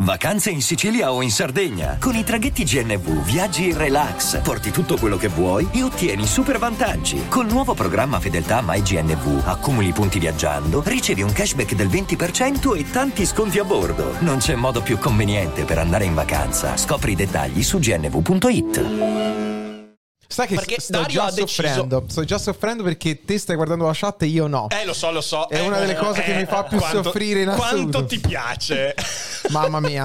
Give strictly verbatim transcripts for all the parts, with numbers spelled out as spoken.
Vacanze in Sicilia o in Sardegna. Con i traghetti G N V viaggi in relax, porti tutto quello che vuoi e ottieni super vantaggi. Col nuovo programma Fedeltà MyGNV accumuli punti viaggiando, ricevi un cashback del venti per cento e tanti sconti a bordo. Non c'è modo più conveniente per andare in vacanza. Scopri i dettagli su g n v punto i t. Sai che perché sto Dario già ha deciso... soffrendo Sto già soffrendo perché te stai guardando la chat e io no. Eh lo so lo so È eh, una delle cose eh, che mi fa più quanto, soffrire in assoluto. Quanto ti piace. Mamma mia.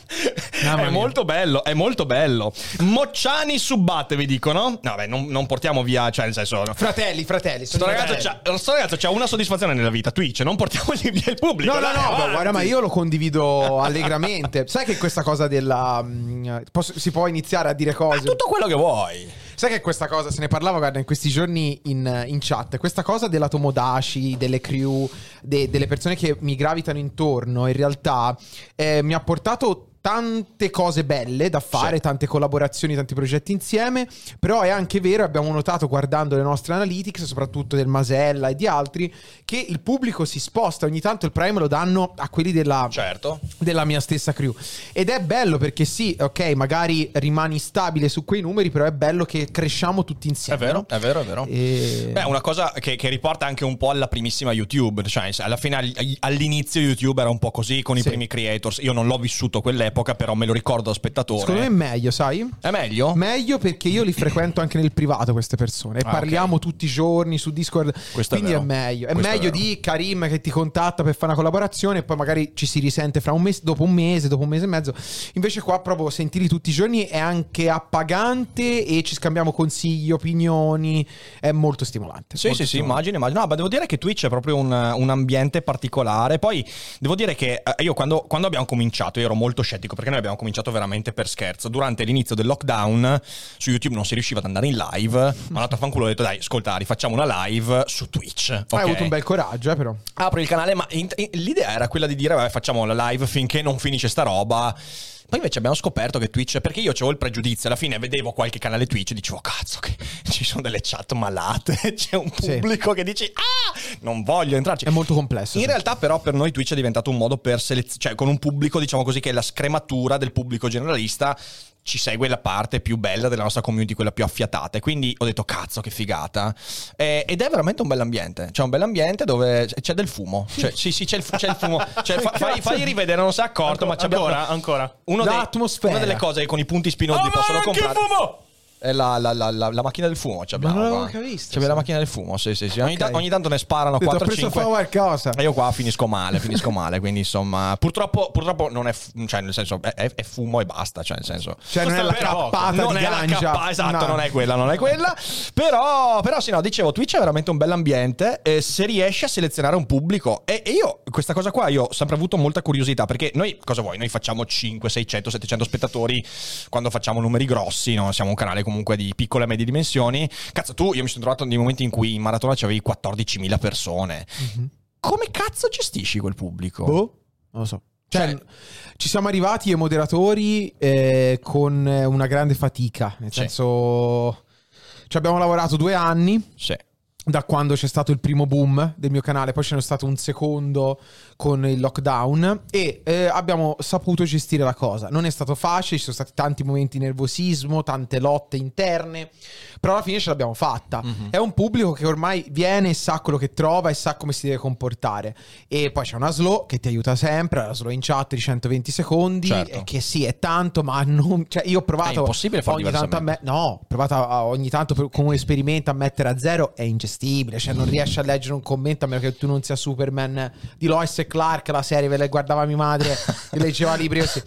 Mamma È mia. molto bello, è molto bello. Mocciani subbate, vi dicono. No, beh, non, non portiamo via, cioè nel senso... Fratelli, fratelli Sto ragazzo, c'ha, sto ragazzo c'ha una soddisfazione nella vita, Twitch, non portiamogli via il pubblico. No, no, dai, no, avanti. ma guarda, ma io lo condivido allegramente. Sai che questa cosa della... mh, posso- si può iniziare a dire Ma cose... tutto quello che vuoi. Sai che questa cosa, se ne parlava, guarda, in questi giorni in, in chat, questa cosa della Tomodachi, delle crew, de- delle persone che mi gravitano intorno, in realtà eh, mi ha portato tante cose belle da fare, Sì. tante collaborazioni, tanti progetti insieme. Però è anche vero, abbiamo notato guardando le nostre analytics, soprattutto del Masella e di altri, che il pubblico si sposta. Ogni tanto il prime lo danno a quelli della, Certo. della mia stessa crew. Ed è bello perché sì, ok, magari rimani stabile su quei numeri, però è bello che cresciamo tutti È insieme. vero, no? è vero, è vero. E... Beh, una cosa che, che riporta anche un po' alla primissima YouTube, cioè alla fine all- all'inizio YouTube era un po' così con i Sì. primi creators. Io non l'ho vissuto quell'epoca, però me lo ricordo da spettatore. Secondo me è meglio, sai? È meglio? Meglio perché io li frequento anche nel privato queste persone e Ah, parliamo ok. tutti i giorni su Discord. Questo è Quindi è, vero. meglio. È Questo è meglio vero. di Karim che ti contatta per fare una collaborazione e poi magari ci si risente fra un mese, dopo un mese, dopo un mese e mezzo. Invece qua proprio sentirli tutti i giorni è anche appagante e ci scambiamo consigli, opinioni. È molto stimolante. Sì, molto sì, sì, stimolante. immagino, immagino. No, ma devo dire che Twitch è proprio un, un ambiente particolare. Poi devo dire che eh, io quando, quando abbiamo cominciato, io ero molto scettico perché noi abbiamo cominciato veramente per scherzo. Durante l'inizio del lockdown su YouTube non si riusciva ad andare in live. Ma ho andato a fanculo e ho detto dai, ascolta, rifacciamo una live su Twitch. Hai ok? avuto un bel coraggio, eh, però. Apro il canale, ma in- in- l'idea era quella di dire vabbè, facciamo la live finché non finisce sta roba. Poi invece abbiamo scoperto che Twitch, perché io avevo il pregiudizio, alla fine vedevo qualche canale Twitch e dicevo cazzo che ci sono delle chat malate, c'è un Sì. pubblico che dici ah non voglio entrarci. È molto complesso. In sì. realtà però per noi Twitch è diventato un modo per selezionare, cioè con un pubblico diciamo così che è la scrematura del pubblico generalista, ci segue la parte più bella della nostra community, quella più affiatata, e quindi ho detto cazzo che figata. Eh, ed è veramente un bell'ambiente, c'è un bell'ambiente dove c'è del fumo, cioè, sì sì c'è il, fu- c'è il fumo, cioè, fa- fai, fai rivedere, non si è accorto, ma c'abbiamo ancora, ancora. uno dei- L'atmosfera. una delle cose che con i punti spinosi Oh, possono ma anche comprare il fumo! è la, la, la, la, la macchina del fumo. C'abbiamo, Ma non l'avevo qua. mica visto, C'abbiamo la sì. macchina del fumo, sì sì sì. Ogni, Ok. ta- ogni tanto ne sparano Ho detto, ho quattro preso cinque. fare qualcosa. E io qua finisco male, finisco male, quindi insomma purtroppo, purtroppo non è, fu- cioè nel senso è, è- è fumo e basta, cioè nel senso Cioè non è la però cappata non di è la ganja. cappa- esatto, No. non è quella, non è quella. Però, però sì, no, dicevo, Twitch è veramente un bell'ambiente eh, se riesci a selezionare un pubblico. E, e io, questa cosa qua, io ho sempre avuto molta curiosità, perché noi, cosa vuoi? Noi facciamo cinquecento, seicento, settecento spettatori quando facciamo numeri grossi, no? Siamo un canale comunque di piccole e medie dimensioni. Cazzo, tu, io mi sono trovato nei momenti in cui in maratona c'avevi quattordicimila persone. Come cazzo gestisci quel pubblico? Boh, non lo so. Cioè, Cioè- ci siamo arrivati ai moderatori eh, con una grande fatica. Nel Sì. senso, ci abbiamo lavorato due anni Sì. da quando c'è stato il primo boom del mio canale, poi ce n'è stato un secondo con il lockdown e eh, abbiamo saputo gestire la cosa. Non è stato facile, ci sono stati tanti momenti di nervosismo, tante lotte interne, però alla fine ce l'abbiamo fatta. Mhm. È un pubblico che ormai viene e sa quello che trova e sa come si deve comportare. E poi c'è una slow che ti aiuta sempre, la slow in chat di centoventi secondi, Certo. e che sì, è tanto, ma non... Cioè, io ho provato... È impossibile farlo ogni tanto a me... diversamente. No, ho provato a- a- ogni tanto per- come esperimento a mettere a zero, è ingestibile, cioè non riesci a leggere un commento a meno che tu non sia Superman di Lois e Clark, la serie ve la guardava mia madre e leggeva libri così.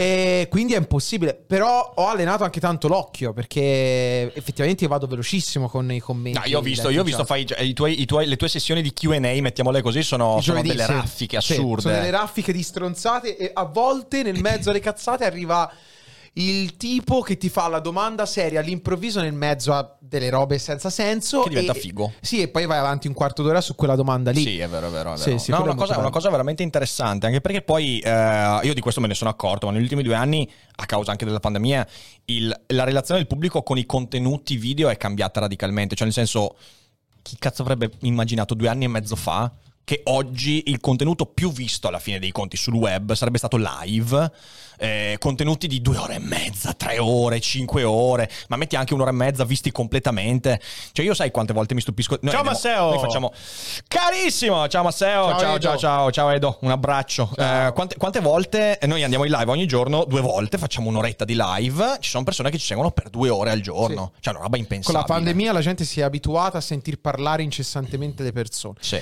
E quindi è impossibile, però ho allenato anche tanto l'occhio, perché effettivamente io vado velocissimo con i commenti. No, io ho visto, letti io ho in visto chat. fai, cioè, i tuoi, i tuoi, le tue sessioni di Q and A, mettiamole così, sono, Il sono giovedì, delle sì. raffiche Sì, assurde. sono delle raffiche di stronzate e a volte nel mezzo alle cazzate arriva il tipo che ti fa la domanda seria all'improvviso nel mezzo a delle robe senza senso, Che diventa e, figo. Sì, e poi vai avanti un quarto d'ora su quella domanda lì. Sì, è vero, è vero, è Sì, vero. sì, No, quello una è cosa, molto una cosa veramente interessante, anche perché poi eh, io di questo me ne sono accorto, ma negli ultimi due anni, a causa anche della pandemia, il- la relazione del pubblico con i contenuti video è cambiata radicalmente. Cioè, nel senso, chi cazzo avrebbe immaginato due anni e mezzo fa che oggi il contenuto più visto alla fine dei conti sul web sarebbe stato live, eh, contenuti di due ore e mezza, tre ore, cinque ore, ma metti anche un'ora e mezza visti completamente. Cioè io sai quante volte mi stupisco. Noi ciao andiamo, Masseo! Noi facciamo carissimo, ciao Masseo, ciao ciao ciao, ciao, ciao Edo, un abbraccio. Eh, quante, quante volte noi andiamo in live ogni giorno, due volte, facciamo un'oretta di live, ci sono persone che ci seguono per due ore al giorno, sì. Cioè una roba impensabile. Con la pandemia la gente si è abituata a sentir parlare incessantemente le persone. Sì.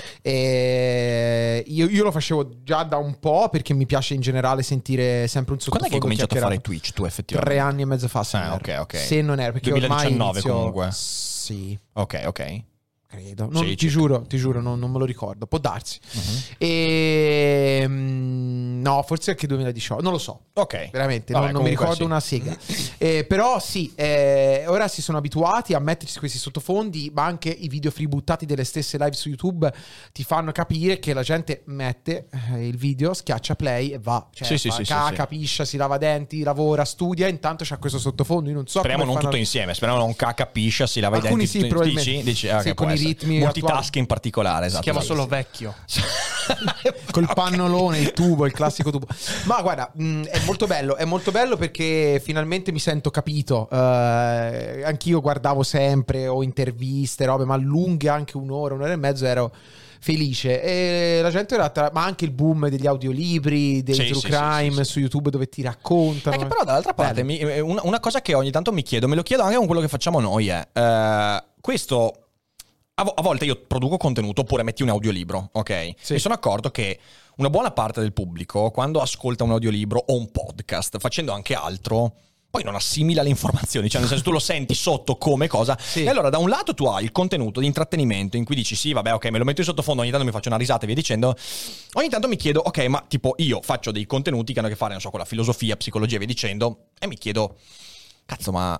E io, io lo facevo già da un po' perché mi piace in generale sentire sempre un sottofondo. Quando è che hai cominciato a fare Twitch tu effettivamente? Tre anni e mezzo fa, se, ah, non okay, okay. se non era perché duemiladiciannove ormai inizio... comunque. Sì. Ok, ok. Credo, non, sì, ti giuro, ti giuro, non, non me lo ricordo. Può darsi. Uh-huh. E no, forse anche duemiladiciotto, non lo so. Ok, veramente, vabbè, non, non mi ricordo sì. una sega. eh, però sì, eh, ora si sono abituati a metterci questi sottofondi, ma anche i video free buttati delle stesse live su YouTube ti fanno capire che la gente mette eh, il video, schiaccia play e va. Cioè, sì, fa, sì, caca, sì, piscia, si lava denti, lavora, studia, intanto c'ha questo sottofondo. Io non so. Speriamo non fanno... tutto insieme, speriamo non caca, piscia, si lava Alcuni i denti. sì, probabilmente. Dici? Dici? Ah, sì, okay, con i ritmi multitasking in particolare, esatto. Si chiama esatto. solo vecchio. Col okay. pannolone, il tubo, il classico tubo. Ma guarda, mh, è molto bello, è molto bello perché finalmente mi sento capito. Uh, anch'io guardavo sempre o interviste, robe, ma lunghe, anche un'ora, un'ora e mezzo ero felice. E la gente era tra... ma anche il boom degli audiolibri, dei sì, true sì, crime sì, sì, su YouTube dove ti raccontano. È che però dall'altra parte mi, una, una cosa che ogni tanto mi chiedo, me lo chiedo anche con quello che facciamo noi è uh, questo. A volte io produco contenuto oppure metti un audiolibro, ok? Sì. Mi sono accorto che una buona parte del pubblico, quando ascolta un audiolibro o un podcast, facendo anche altro, poi non assimila le informazioni, cioè nel senso tu lo senti sotto come cosa. Sì. E allora da un lato tu hai il contenuto di intrattenimento in cui dici sì, vabbè, ok, me lo metto in sottofondo, ogni tanto mi faccio una risata e via dicendo. Ogni tanto mi chiedo, ok, ma tipo io faccio dei contenuti che hanno a che fare, non so, con la filosofia, psicologia e via dicendo, e mi chiedo, cazzo, ma...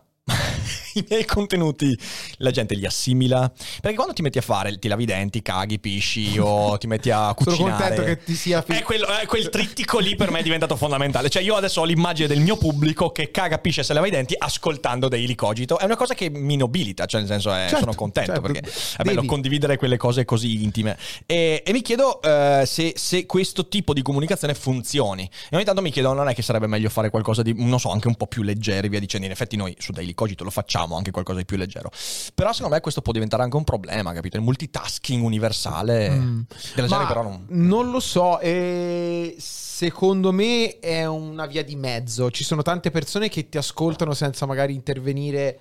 i miei contenuti la gente li assimila, perché quando ti metti a fare, ti lavi i denti, caghi, pisci o ti metti a cucinare, sono contento che ti sia fi- è quello, è quel trittico lì per me è diventato fondamentale. Cioè io adesso ho l'immagine del mio pubblico che caga, pisce e se lava i denti ascoltando Daily Cogito. È una cosa che mi nobilita, cioè nel senso è, certo, sono contento, certo, perché è bello condividere quelle cose così intime e, e mi chiedo uh, se, se questo tipo di comunicazione funzioni. E ogni tanto mi chiedo, non è che sarebbe meglio fare qualcosa di, non so, anche un po' più leggeri, via dicendo. In effetti noi su Daily Cogito lo facciamo anche qualcosa di più leggero, però secondo me questo può diventare anche un problema, capito? Il multitasking universale mm. della gente, però non... non lo so, e secondo me è una via di mezzo. Ci sono tante persone che ti ascoltano senza magari intervenire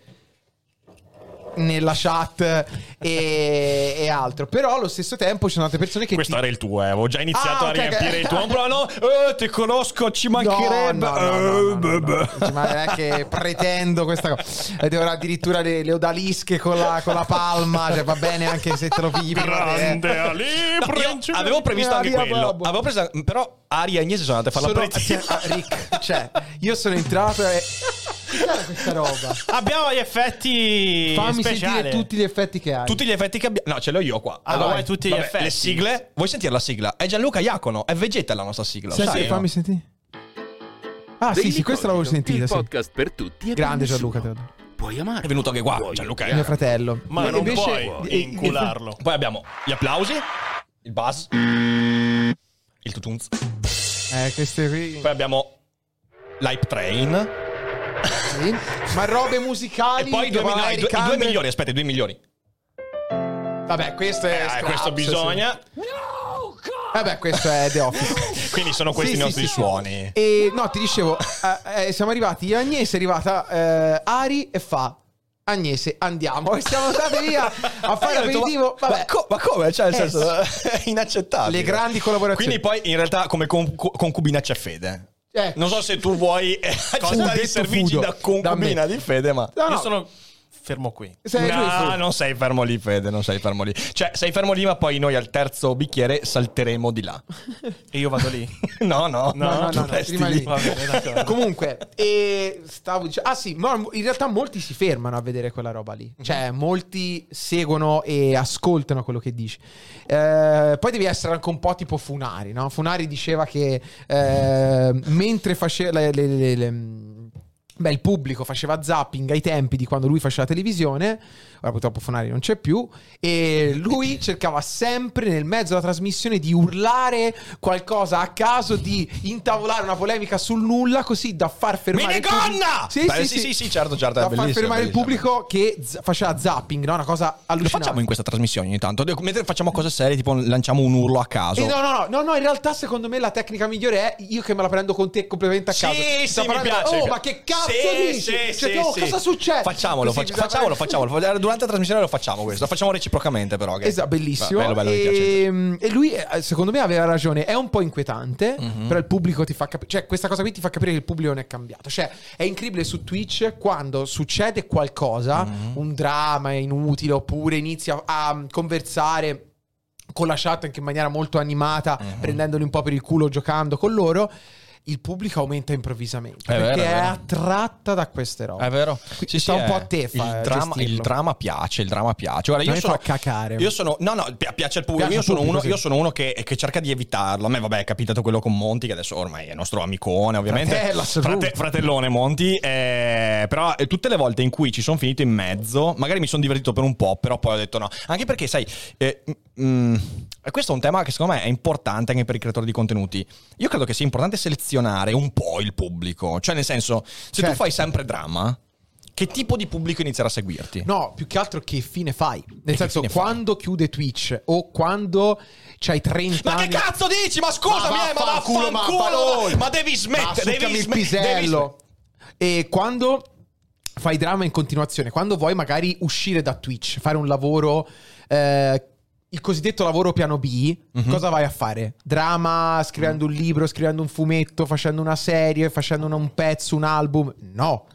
nella chat e, e altro, però allo stesso tempo ci sono tante persone che questo ti... era il tuo, eh. Avevo già iniziato ah, a okay, riempire okay. il tuo no, no, eh, ti conosco, ci mancherebbe, no, no, no, no, no, no, no. Ma non è che pretendo questa cosa, devo addirittura le, le odalische con la, con la palma, cioè va bene anche se te lo pigli grande eh. Ali, no, avevo previsto anche Aria, quello babbo. Avevo preso, però Aria e Agnese sono andate a fare sono, l'aperitivo. Rick, cioè io sono entrato e c'era questa roba. Abbiamo gli effetti fammi speciali. Sentire tutti gli effetti che hai. Tutti gli effetti che abbiamo. No, ce l'ho io qua. Allora, allora tutti gli vabbè, effetti. Le sigle. Vuoi sentire la sigla? È Gianluca Iacono. È Vegeta la nostra sigla. Sì, sai, sì, fammi no? sentire. Ah, sì, sì, questa l'avevo sentita. Il sì. podcast per tutti. Grande Gianluca, te lo dico. Puoi amare. È venuto anche qua. Gianluca è mio fratello. Ma e non invece, puoi incularlo. Poi abbiamo gli applausi, il buzz, il tutunz. Eh, queste qui. Poi abbiamo l'hype train. Sì. Ma robe musicali. E poi i due, no, i due, i due migliori. Aspetta, i due migliori. Vabbè, questo è. Eh, Scraps, questo bisogna. Sì. Vabbè, questo è The Office. Quindi sono questi sì, i nostri sì, suoni. Sì. E no, ti dicevo, eh, eh, siamo arrivati. Agnese è arrivata, eh, Ari e fa. Agnese, andiamo. E siamo andati via a fare l'aperitivo. Ma, co- ma come? Cioè, nel eh, senso, è inaccettabile. Le grandi collaborazioni. Quindi poi in realtà come con- concubina c'è Fede. Eh. Non so se tu vuoi accettare i servizi fudo. da concubina da di Fede, ma no, no. io sono fermo qui. Sei no, giusto. non sei fermo lì, Fede, non sei fermo lì. Cioè, sei fermo lì, ma poi noi al terzo bicchiere salteremo di là. E io vado lì? no, no, no, no, no, no, no prima lì. Va bene, d'accordo. Comunque, e stavo dicendo, ah sì, ma in realtà molti si fermano a vedere quella roba lì. Cioè, molti seguono e ascoltano quello che dici. Eh, poi devi essere anche un po' tipo Funari, no? Funari diceva che eh, mentre faceva le, le, le, le Beh, il pubblico faceva zapping ai tempi di quando lui faceva la televisione, ora purtroppo Funari non c'è più, e lui cercava sempre nel mezzo della trasmissione di urlare qualcosa a caso, di intavolare una polemica sul nulla, così da far fermare il pubblico. Minigonna! Sì, Beh, sì, sì, sì, sì, sì, certo, certo, è da far bellissimo, fermare il bellissimo. pubblico che z- faceva zapping, no? Una cosa Lo allucinante. facciamo in questa trasmissione ogni tanto. Mentre facciamo cose serie, tipo lanciamo un urlo a caso. Eh, no, no, no, no, no, in realtà secondo me la tecnica migliore è io che me la prendo con te completamente a Sì, caso. sì, Sta mi parlando- piace. Oh, ma che cazzo Sì, dici? sì, Cioè, sì, oh, sì. cosa succede? Facciamolo, Così faccia- bisogna facciamolo, fare- facciamolo. Durante la trasmissione lo facciamo questo. Lo facciamo reciprocamente, però. Che... Esatto, bellissimo. Bello, bello, mi piace. e, e lui, eh, secondo me, aveva ragione. È un po' inquietante, Mhm. però il pubblico ti fa capire. Cioè, questa cosa qui ti fa capire che il pubblico non è cambiato. Cioè, è incredibile su Twitch quando succede qualcosa, Mhm. un dramma inutile, oppure inizia a conversare con la chat anche in maniera molto animata, Mhm. prendendoli un po' per il culo, giocando con loro. Il pubblico aumenta improvvisamente È vero, perché è è, vero. attratta da queste robe. È vero. Sì, sta un po' a te fa- il dramma, gestirlo. il dramma piace, il dramma piace. Guarda, A io me sono fa cacare. Io sono no, no, pi- piace al pubblico. Piace io al sono pubblico, uno sì. io sono uno che, che cerca di evitarlo. A me vabbè, è capitato quello con Monti, che adesso ormai è nostro amicone, ovviamente. Fratello, assoluto. Frate- fratellone Monti, eh, però eh, tutte le volte in cui ci sono finito in mezzo, magari mi sono divertito per un po', però poi ho detto no. Anche perché sai, eh, mm, questo è un tema che secondo me è importante anche per i creatori di contenuti. Io credo che sia importante selezionare un po' il pubblico. Cioè, nel senso, se Certo. tu fai sempre dramma, che tipo di pubblico inizierà a seguirti? No, più che altro che fine fai. Nel che senso, fine fai? quando chiude Twitch o quando c'hai trenta Ma anni. che cazzo dici? Ma scusami, Ma eh, ma vaffanculo, vaffanculo, ma- ma, ma devi Ma smettere, succami devi il smettere. pisello. E quando fai drama in continuazione, quando vuoi magari uscire da Twitch, fare un lavoro, eh, il cosiddetto lavoro piano B, Mhm. cosa vai a fare? Drama, scrivendo un libro, scrivendo un fumetto, facendo una serie, facendo una- un pezzo, un album? No.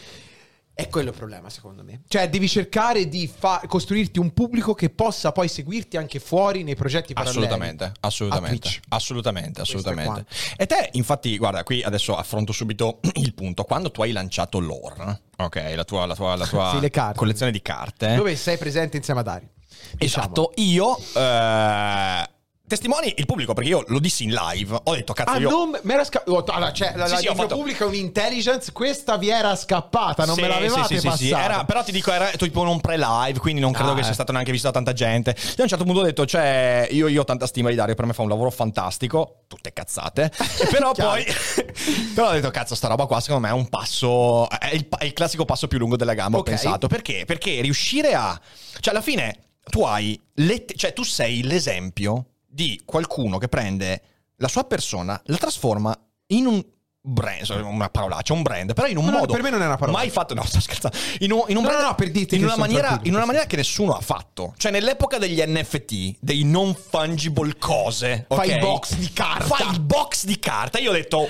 È quello il problema, secondo me. Cioè, devi cercare di fa- costruirti un pubblico che possa poi seguirti anche fuori nei progetti paralleli. Assolutamente, A assolutamente, Twitch. assolutamente, Questo è assolutamente. E te, infatti, guarda, qui adesso affronto subito il punto. Quando tu hai lanciato l'Or, ok, la tua, la tua, la tua Sì, le carte. collezione di carte, Dove sei presente insieme a Dario. esatto, io eh, testimoni il pubblico, perché io lo dissi in live. Ho detto, cazzo, Ah, io non me era scappata. Allora, cioè, la, Sì, la sì, ho il mio fatto- pubblico è un'intelligence. Questa vi era scappata, non Sì, me l'avevate sì, sì, sì, passata. sì. Era- però ti dico, era tipo un pre-live, quindi non credo Ah, che eh. sia stato neanche visto da tanta gente. Io a un certo punto ho detto, cioè, io, io ho tanta stima di Dario, per me fa un lavoro fantastico, tutte cazzate. Però Chiaro. poi, però ho detto, cazzo, sta roba qua secondo me è un passo, è il, è il classico passo più lungo della gamba, Ok. ho pensato. Perché? Perché riuscire a, cioè alla fine tu hai, lette- cioè tu sei l'esempio di qualcuno che prende la sua persona, la trasforma in un brand, una parolaccia, un brand, però in un No, no, modo per me non è una parolaccia. mai fatto, no, sto scherzando, in un, in un No, brand, no, no, per dirti in che una sono maniera, tranquillo, in una sì. maniera che nessuno ha fatto. Cioè nell'epoca degli N F T, dei non fungible cose, Fai ok? il box di carta. Fai il box di carta. Io ho detto,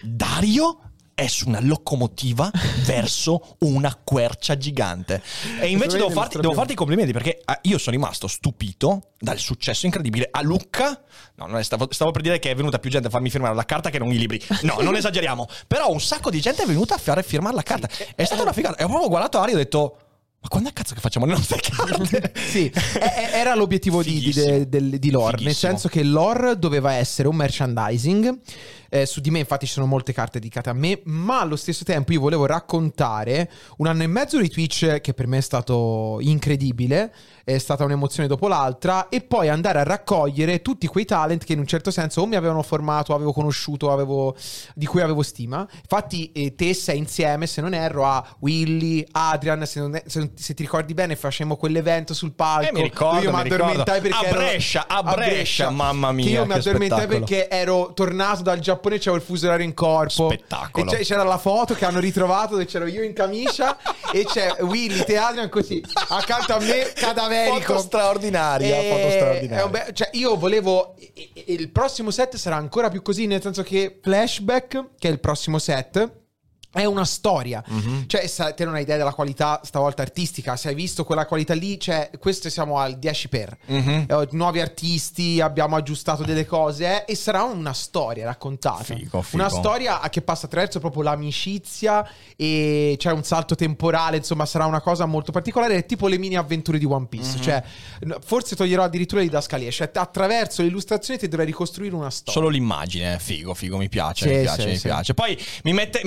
Dario è su una locomotiva verso una quercia gigante. E invece devo farti, devo farti i complimenti, perché eh, io sono rimasto stupito dal successo incredibile. A Lucca, no, non è- stavo, stavo per dire che è venuta più gente a farmi firmare la carta che non i libri. No, non esageriamo. Però un sacco di gente è venuta a fare firmare la carta. È stata una figata. E ho proprio guardato Ari e ho detto, ma quando è cazzo che facciamo le nostre carte? Sì, e- e- era l'obiettivo di, di, Fighissimo. del- di lore, nel Fighissimo. senso che lore doveva essere un merchandising. Eh, su di me infatti ci sono molte carte dedicate a me, ma allo stesso tempo io volevo raccontare un anno e mezzo di Twitch che per me è stato incredibile, è stata un'emozione dopo l'altra, e poi andare a raccogliere tutti quei talent che in un certo senso o mi avevano formato, avevo conosciuto, avevo, di cui avevo stima. Infatti eh, te sei insieme, se non erro, a Willy, Adrian, se, non è- se non- se ti ricordi bene facemmo quell'evento sul palco. Eh, mi ricordo, io mi addormentai ricordo. perché A ero- Brescia, a Brescia, mamma mia, che io mi che addormentai spettacolo. perché ero tornato dal Giappone e c'avevo il fuso orario in corpo. Spettacolo. E c'è- c'era la foto che hanno ritrovato dove c'ero io in camicia e c'è Willy, te Adrian così accanto a me, cadaverico. Foto straordinaria, E- foto straordinaria. è un be- cioè io volevo e- e- il prossimo set sarà ancora più così, nel senso che Flashback, che è il prossimo set, è una storia. Mhm. Cioè, sa- te non hai idea della qualità stavolta artistica. Se hai visto quella qualità lì, cioè, questo siamo al dieci per. Mhm. Eh, nuovi artisti, abbiamo aggiustato delle cose eh, e sarà una storia raccontata. Figo, figo. Una storia che passa attraverso proprio l'amicizia e c'è un salto temporale, insomma, sarà una cosa molto particolare, è tipo le mini avventure di One Piece. Mhm. Cioè, n- forse toglierò addirittura le didascalie. Cioè, attraverso l'illustrazione ti dovrai ricostruire una storia. Solo l'immagine, figo, figo, mi piace, Sì, mi piace, sì, mi sì. piace. Poi mi mette, mi mette nelle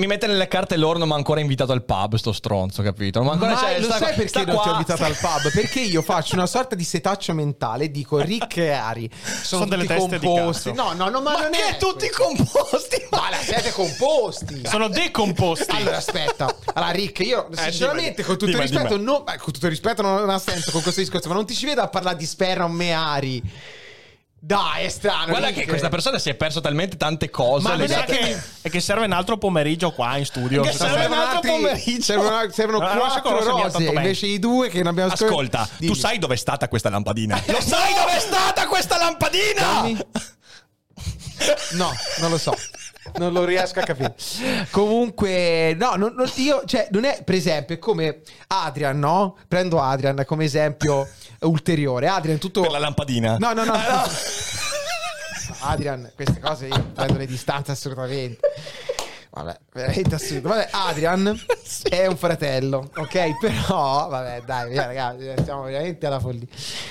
cartellone non mi ha ancora invitato al pub, sto stronzo, capito? Non mi ha ancora, Ma cioè, lo sta- sai perché sta non ti ho qua- invitato al pub? Perché io faccio una sorta di setaccio mentale e dico Rick e Ari sono, Sono delle tutti teste di composti. cazzo. No, no, no, ma, Ma non che è tutti quello. composti? Ma la siete composti. Sono decomposti. Allora aspetta, allora Rick, io sinceramente dimmi, con tutto dimmi, il rispetto, dimmi. non, eh, con tutto il rispetto non ha senso con questo discorso, ma non ti ci vedo a parlare di sperma e Ari. Dai, è strano. Guarda Rick. che questa persona si è perso talmente tante cose. Ma Ma mi sa legate- che, è che serve un altro pomeriggio qua in studio. Che serve un altro altri- pomeriggio. Servono, servono No, la nostra quattro cosa mi ha rose tanto bene. invece di due che ne abbiamo scor- Ascolta, tu Dimmi. sai dove è stata questa lampadina? Lo sai dove è stata questa lampadina? Dammi. No, non lo so. Non lo riesco a capire. Comunque, no, non, non- io, cioè, non è, per esempio, è come Adrian, no? Prendo Adrian come esempio ulteriore. Adrian, tutto. Per la lampadina. No, no, no. Adrian, queste cose io prendo le distanze assolutamente. Vabbè, veramente assurdo. Vabbè, Adrian è un fratello, ok? Però, vabbè, dai, via, ragazzi, stiamo veramente alla follia.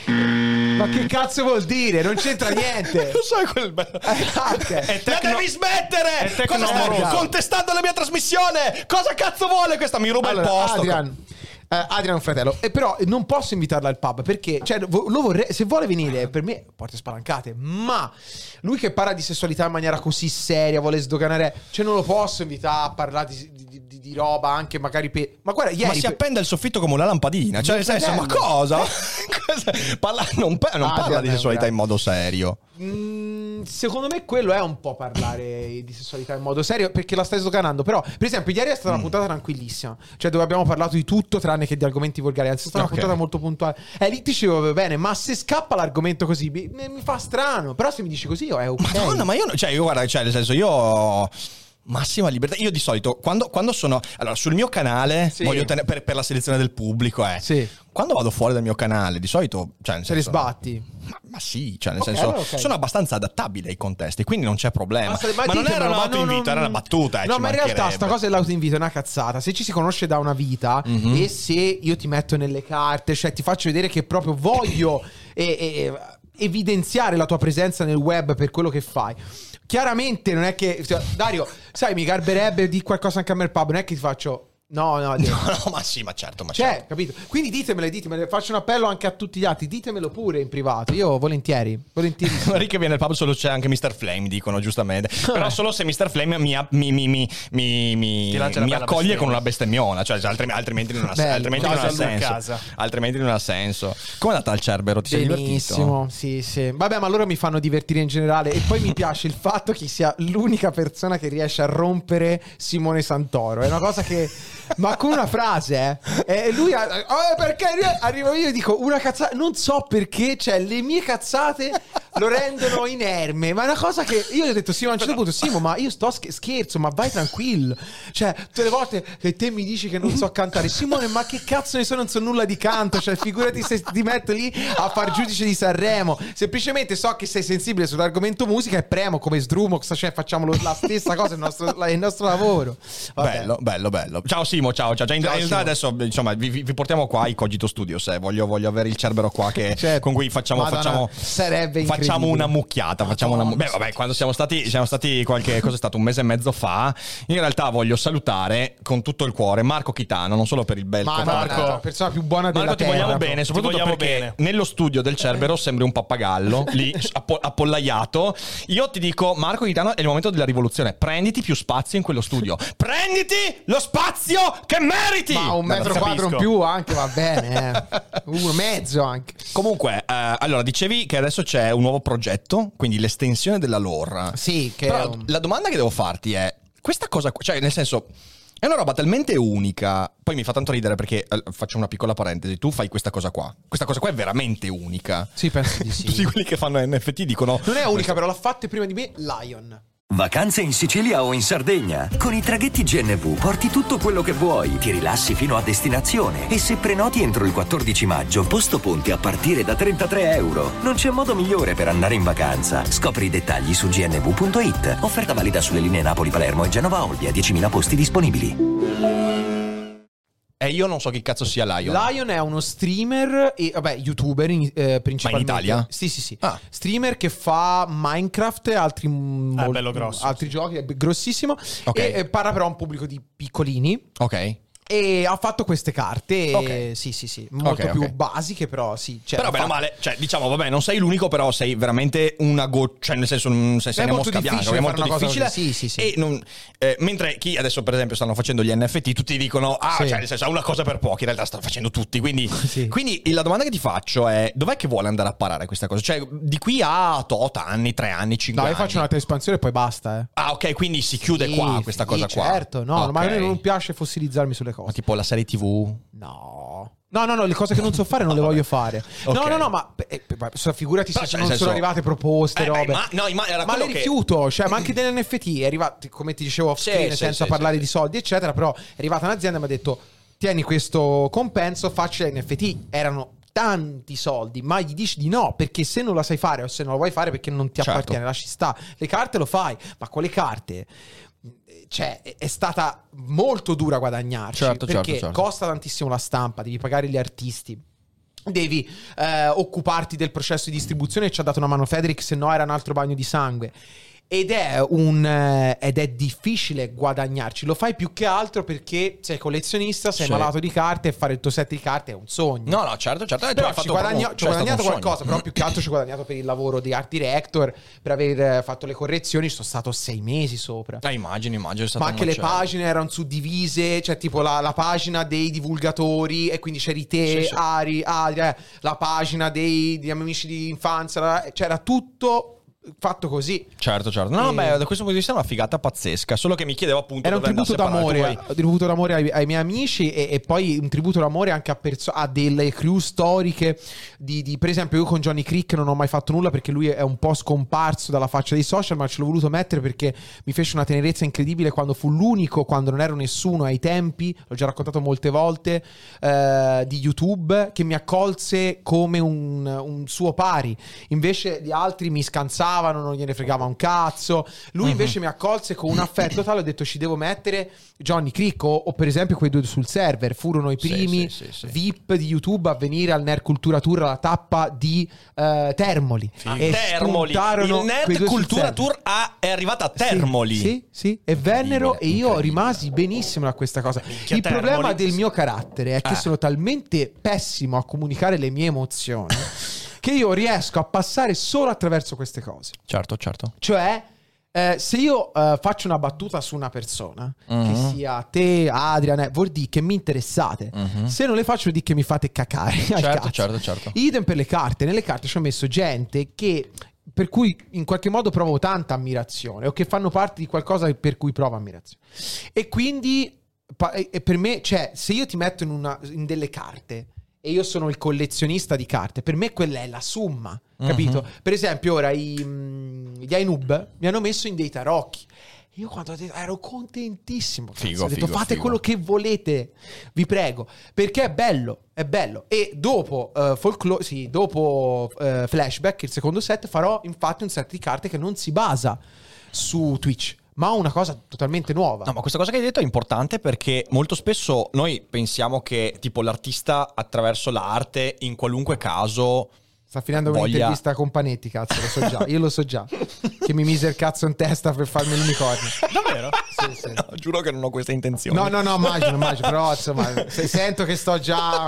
Ma che cazzo vuol dire? Non c'entra niente. Lo sai quel bello. Eh, ok. È La tecno- devi smettere! è Cosa tecnomoroso. stai contestando la mia trasmissione? Cosa cazzo vuole questa? Mi ruba Allora, il posto. Adrian, eh, Adrian è un fratello, e però non posso invitarlo al pub perché, cioè, vo- lo vorrei, se vuole venire, per me porte spalancate, ma lui che parla di sessualità in maniera così seria, vuole sdoganare, cioè non lo posso invitare a parlare di, di- di- di roba anche magari per... Ma guarda, ieri Ma si per- appende al soffitto come una lampadina. Cioè, nel Mio senso, ma fratello. cosa? Cosa- parla- non pa- non Adrian parla di è un sessualità in ragazzo. modo serio. Mm, secondo me quello è un po' parlare di sessualità in modo serio perché la stai sdoganando. Però, per esempio, ieri è stata Mm. una puntata tranquillissima, cioè dove abbiamo parlato di tutto tranne che di argomenti volgari. Anzi, è stata Ok. una puntata molto puntuale. E lì ti dicevo va bene, ma se scappa l'argomento così mi, mi fa strano. Però se mi dici così è ok. Madonna, ma io, no- cioè, io guarda, cioè, nel senso, io ho massima libertà. Io di solito, quando, quando sono. Allora, sul mio canale, Sì. voglio tenere per, per la selezione del pubblico, eh. Sì. Quando vado fuori dal mio canale, di solito. Cioè, nel Se le senso, sbatti. Ma, ma sì, cioè, nel Ok, senso, allora ok. sono abbastanza adattabile ai contesti, quindi non c'è problema. se- Ma, non era ditemelo, un ma autoinvito, non- era una battuta. Eh, no, ci ma in realtà mancherebbe. sta cosa dell'autoinvito è una cazzata. Se ci si conosce da una vita Mhm. e se io ti metto nelle carte, cioè ti faccio vedere che proprio voglio e- e- evidenziare la tua presenza nel web per quello che fai. Chiaramente non è che, cioè, Dario, sai, mi garberebbe di qualcosa anche a me al pub, non è che ti faccio no, no, No, no, ma sì, ma certo, ma cioè, certo. capito? Quindi ditemelo, ditemelo, faccio un appello anche a tutti gli altri, ditemelo pure in privato. Io volentieri, volentieri. Guarda che viene al pub solo c'è anche mister Flame, dicono giustamente. Però solo se mister Flame mi, mi, mi, mi, mi, mi, Ti lancia una mi bella accoglie bestemmiona. con una bestemmiona. Cioè, altrimenti, altrimenti non ha, Bello. altrimenti Ciao, non ha salve a senso. casa. Altrimenti non ha senso. Come è andata al Cerbero? Ti sei divertito? Benissimo, sì, sì. Vabbè, ma loro mi fanno divertire in generale. E poi mi piace il fatto che sia l'unica persona che riesce a rompere Simone Santoro. È una cosa che. Ma con una frase, eh. E lui. ha- Oh, perché arrivo io e dico una cazzata. Non so perché, cioè, le mie cazzate lo rendono inerme. Ma è una cosa che. Io gli ho detto, Simo, a un certo punto, Simo, ma io sto sch- scherzo, ma vai tranquillo. Cioè, tutte le volte che te mi dici che non so cantare, Simone, ma che cazzo ne so, non so nulla di canto. Cioè, figurati se ti metto lì a far giudice di Sanremo. Semplicemente so che sei sensibile sull'argomento musica e premo come Sdrumox, cioè facciamo lo- la stessa cosa, il nostro, la- il nostro lavoro. Vabbè. Bello, bello, bello. Ciao Simo, ciao, ciao. Già in, Ciao, in realtà Simo. adesso insomma vi, vi- vi portiamo qua ai Cogito Studios. Eh. Voglio, voglio avere il Cerbero qua che, Certo. con cui facciamo, Madonna, facciamo, sarebbe facciamo incredibile. una mucchiata. Facciamo una, mu- Madonna. beh, vabbè, quando siamo stati, siamo stati qualche cosa è stato un mese e mezzo fa. In realtà voglio salutare con tutto il cuore Marco Chitano, non solo per il bel Ma no, contatto. no, la persona più buona della Marco, ti terra. vogliamo bene, soprattutto vogliamo perché bene. nello studio del Cerbero sembri un pappagallo lì appo- appollaiato. Io ti dico, Marco Chitano, è il momento della rivoluzione. Prenditi più spazio in quello studio. Prenditi lo spazio che meriti. Ma un Beh, metro capisco. quadro in più anche va bene, eh. Uno mezzo anche. Comunque, eh, allora, dicevi che adesso c'è un nuovo progetto, quindi l'estensione della lore. Sì, che Però la domanda che devo farti è, questa cosa, qua- cioè nel senso, è una roba talmente unica, poi mi fa tanto ridere perché, eh, faccio una piccola parentesi, tu fai questa cosa qua, questa cosa qua è veramente unica. Sì, penso di sì. Tutti quelli che fanno N F T dicono, Non è unica, però l'ha fatta prima di me Lion. Vacanze in Sicilia o in Sardegna? Con i traghetti G N V porti tutto quello che vuoi, ti rilassi fino a destinazione e se prenoti entro il quattordici maggio, posto ponti a partire da trentatré euro. Non c'è modo migliore per andare in vacanza. Scopri i dettagli su g n v punto i t. Offerta valida sulle linee Napoli-Palermo e Genova-Olbia, diecimila posti disponibili. E io non so chi cazzo sia Lion. Lion è uno streamer e vabbè, youtuber in, eh, principalmente. Ma in Italia? Sì, sì, sì. Ah. Streamer che fa Minecraft e altri mol- bello grosso, altri sì. giochi, è grossissimo. Ok. E, e parla però a un pubblico di piccolini. Ok. E ha fatto queste carte, Ok. sì, sì, sì, molto Ok, più ok. basiche, però sì. Cioè, Però bene o fa- male, cioè diciamo, vabbè, non sei l'unico, però sei veramente una goccia, cioè nel senso, mm, sei, sei È una molto mosca bianca, difficile è fare molto una cosa difficile. così, sì, sì, sì. E non- eh, mentre chi adesso, per esempio, stanno facendo gli N F T, tutti dicono, ah, Sì. cioè nel senso, è una cosa per pochi, in realtà stanno facendo tutti. Quindi, Sì. quindi la domanda che ti faccio è, dov'è che vuole andare a parare questa cosa? Cioè, di qui a tot anni, tre anni, cinque No, anni. io faccio un'altra espansione e poi basta, eh. Ah, ok, quindi si chiude Sì, qua questa sì, cosa qua. certo, no, Ok. ma a me non piace fossilizzarmi sulle cose. Ma tipo la serie tivù? No. No, no, no, le cose che non so fare non le voglio fare. No, Ok. no, no, ma eh, eh, figurati Però, se cioè, non nel sono senso- arrivate proposte, Eh, beh, robe. ma- no, ma era Ma quello le che- rifiuto, cioè, ma anche delle N F T è arrivato, come ti dicevo off Sì, screen, sì, senza sì, parlare sì, di sì. soldi, eccetera, però è arrivata un'azienda e mi ha detto tieni questo compenso, facci le N F T. Erano tanti soldi, ma gli dici di no, perché se non la sai fare o se non la vuoi fare perché non ti Certo. appartiene, lasci sta. Le carte lo fai, ma con le carte cioè è stata molto dura guadagnarci, Certo, perché certo, certo. costa tantissimo la stampa, devi pagare gli artisti, devi eh, occuparti del processo di distribuzione, e ci ha dato una mano Federic, se no era un altro bagno di sangue. Ed è un eh, ed è difficile guadagnarci. Lo fai più che altro perché sei collezionista, sei Sì. malato di carte e fare il tuo set di carte è un sogno. No, no, certo, certo. eh, tu Però hai ci, fatto guadagno- proprio- ci ho cioè, è stato guadagnato un sogno. qualcosa, però più che altro ci ho guadagnato per il lavoro di art director, per aver eh, fatto le correzioni. Ci sono stato sei mesi sopra. Ah, immagino, immagino. è stato Ma un anche le macello. pagine erano suddivise, cioè tipo la, la pagina dei divulgatori, e quindi c'eri te, Sì, sì. Ari, Adria, la pagina dei, degli amici di infanzia, la- c'era tutto fatto così. Certo, certo. No, E- beh, da questo punto di vista è una figata pazzesca. Solo che mi chiedevo appunto Era un dove tributo andasse a parare. d'amore, Tu un tributo d'amore ai, ai miei amici, e, e poi un tributo d'amore anche a, perso- a delle crew storiche di, di- per esempio io con Johnny Crick non ho mai fatto nulla perché lui è un po' scomparso dalla faccia dei social, ma ce l'ho voluto mettere perché mi fece una tenerezza incredibile quando fu l'unico, quando non ero nessuno ai tempi, l'ho già raccontato molte volte, eh, di YouTube, che mi accolse come un, un suo pari. Invece di altri mi scansavano, non gliene fregava un cazzo. Lui invece mi accolse con un affetto tale, ho detto ci devo mettere Johnny Crick o, o per esempio quei due sul server furono i Sì, primi sì, sì, sì. V I P di YouTube a venire al Nerd Cultura Tour alla tappa di eh, Termoli. E Termoli. spuntarono Il Nerd quei due sul Cultura server. Tour ha- è arrivata a Sì, Termoli. Sì, sì, e vennero e io incredibile. rimasi benissimo da questa cosa. Minchia, Il Termoli. problema del mio carattere è che Eh. sono talmente pessimo a comunicare le mie emozioni che io riesco a passare solo attraverso queste cose. Certo, certo. Cioè, eh, se io eh, faccio una battuta su una persona, Mhm. che sia te, Adrian, eh, vuol dire che mi interessate. Se non le faccio, vuol dire che mi fate cacare. al Certo, cazzo. certo, certo. Idem per le carte. Nelle carte ci ho messo gente che, per cui in qualche modo provo tanta ammirazione, o che fanno parte di qualcosa per cui provo ammirazione. E quindi, pa- e e per me, cioè, se io ti metto in, una, in delle carte e io sono il collezionista di carte, per me quella è la somma, capito? Per esempio ora i, mm, gli Ainub mi hanno messo in dei tarocchi. Io quando ho detto, ero contentissimo, cazzo. Figo, ho detto figo, fate figo. quello che volete, vi prego, perché è bello, è bello. E dopo eh, folklore, sì, dopo eh, Flashback, il secondo set, farò infatti un set di carte che non si basa su Twitch, ma una cosa totalmente nuova. No, ma questa cosa che hai detto è importante perché molto spesso noi pensiamo che tipo l'artista attraverso l'arte in qualunque caso Sta finendo voglia- un'intervista con Panetti, cazzo, lo so già, io lo so già, che mi mise il cazzo in testa per farmi l'unicornio. Davvero? Sì, sì. No, giuro che non ho questa intenzione. No, no, no, immagino, immagino, però insomma, se sento che sto già...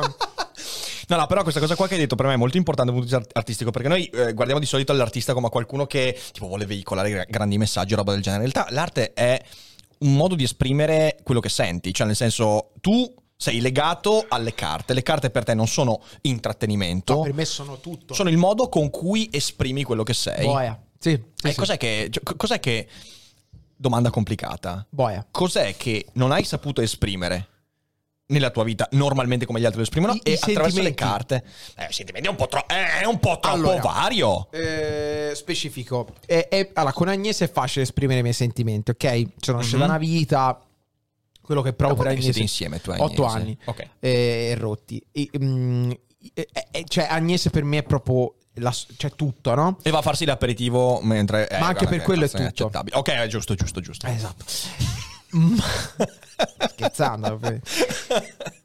No, no, però questa cosa qua che hai detto per me è molto importante dal punto di vista artistico, perché noi eh, guardiamo di solito l'artista come qualcuno che tipo vuole veicolare gra- grandi messaggi o roba del genere. In realtà l'arte è un modo di esprimere quello che senti, cioè nel senso tu sei legato alle carte, le carte per te non sono intrattenimento, No, per me sono tutto. sono il modo con cui esprimi quello che sei. Boia. Sì, sì, Eh, sì. cos'è che cioè, co- cos'è che domanda complicata. Boia. Cos'è che non hai saputo esprimere nella tua vita normalmente come gli altri lo esprimono I- e i attraverso le sentimenti. carte? Eh, i sentimenti è un po' troppo è un po' troppo Allora, vario. Eh, specifico. E, e- allora, con Agnese è facile esprimere i miei sentimenti, ok? Ci conosce da una vita. Quello che provo Da per quando che Agnese. siete insieme, tu e Otto Agnese? anni. Ok. E, e rotti. E, mm, e- e- cioè, Agnese per me è proprio. La, cioè, tutto, no? E va a farsi l'aperitivo mentre eh, Ma anche guarda per che quello è cazzo tutto. accettabile. Ok, è giusto, giusto, giusto. Eh, esatto. Mm. Scherzando.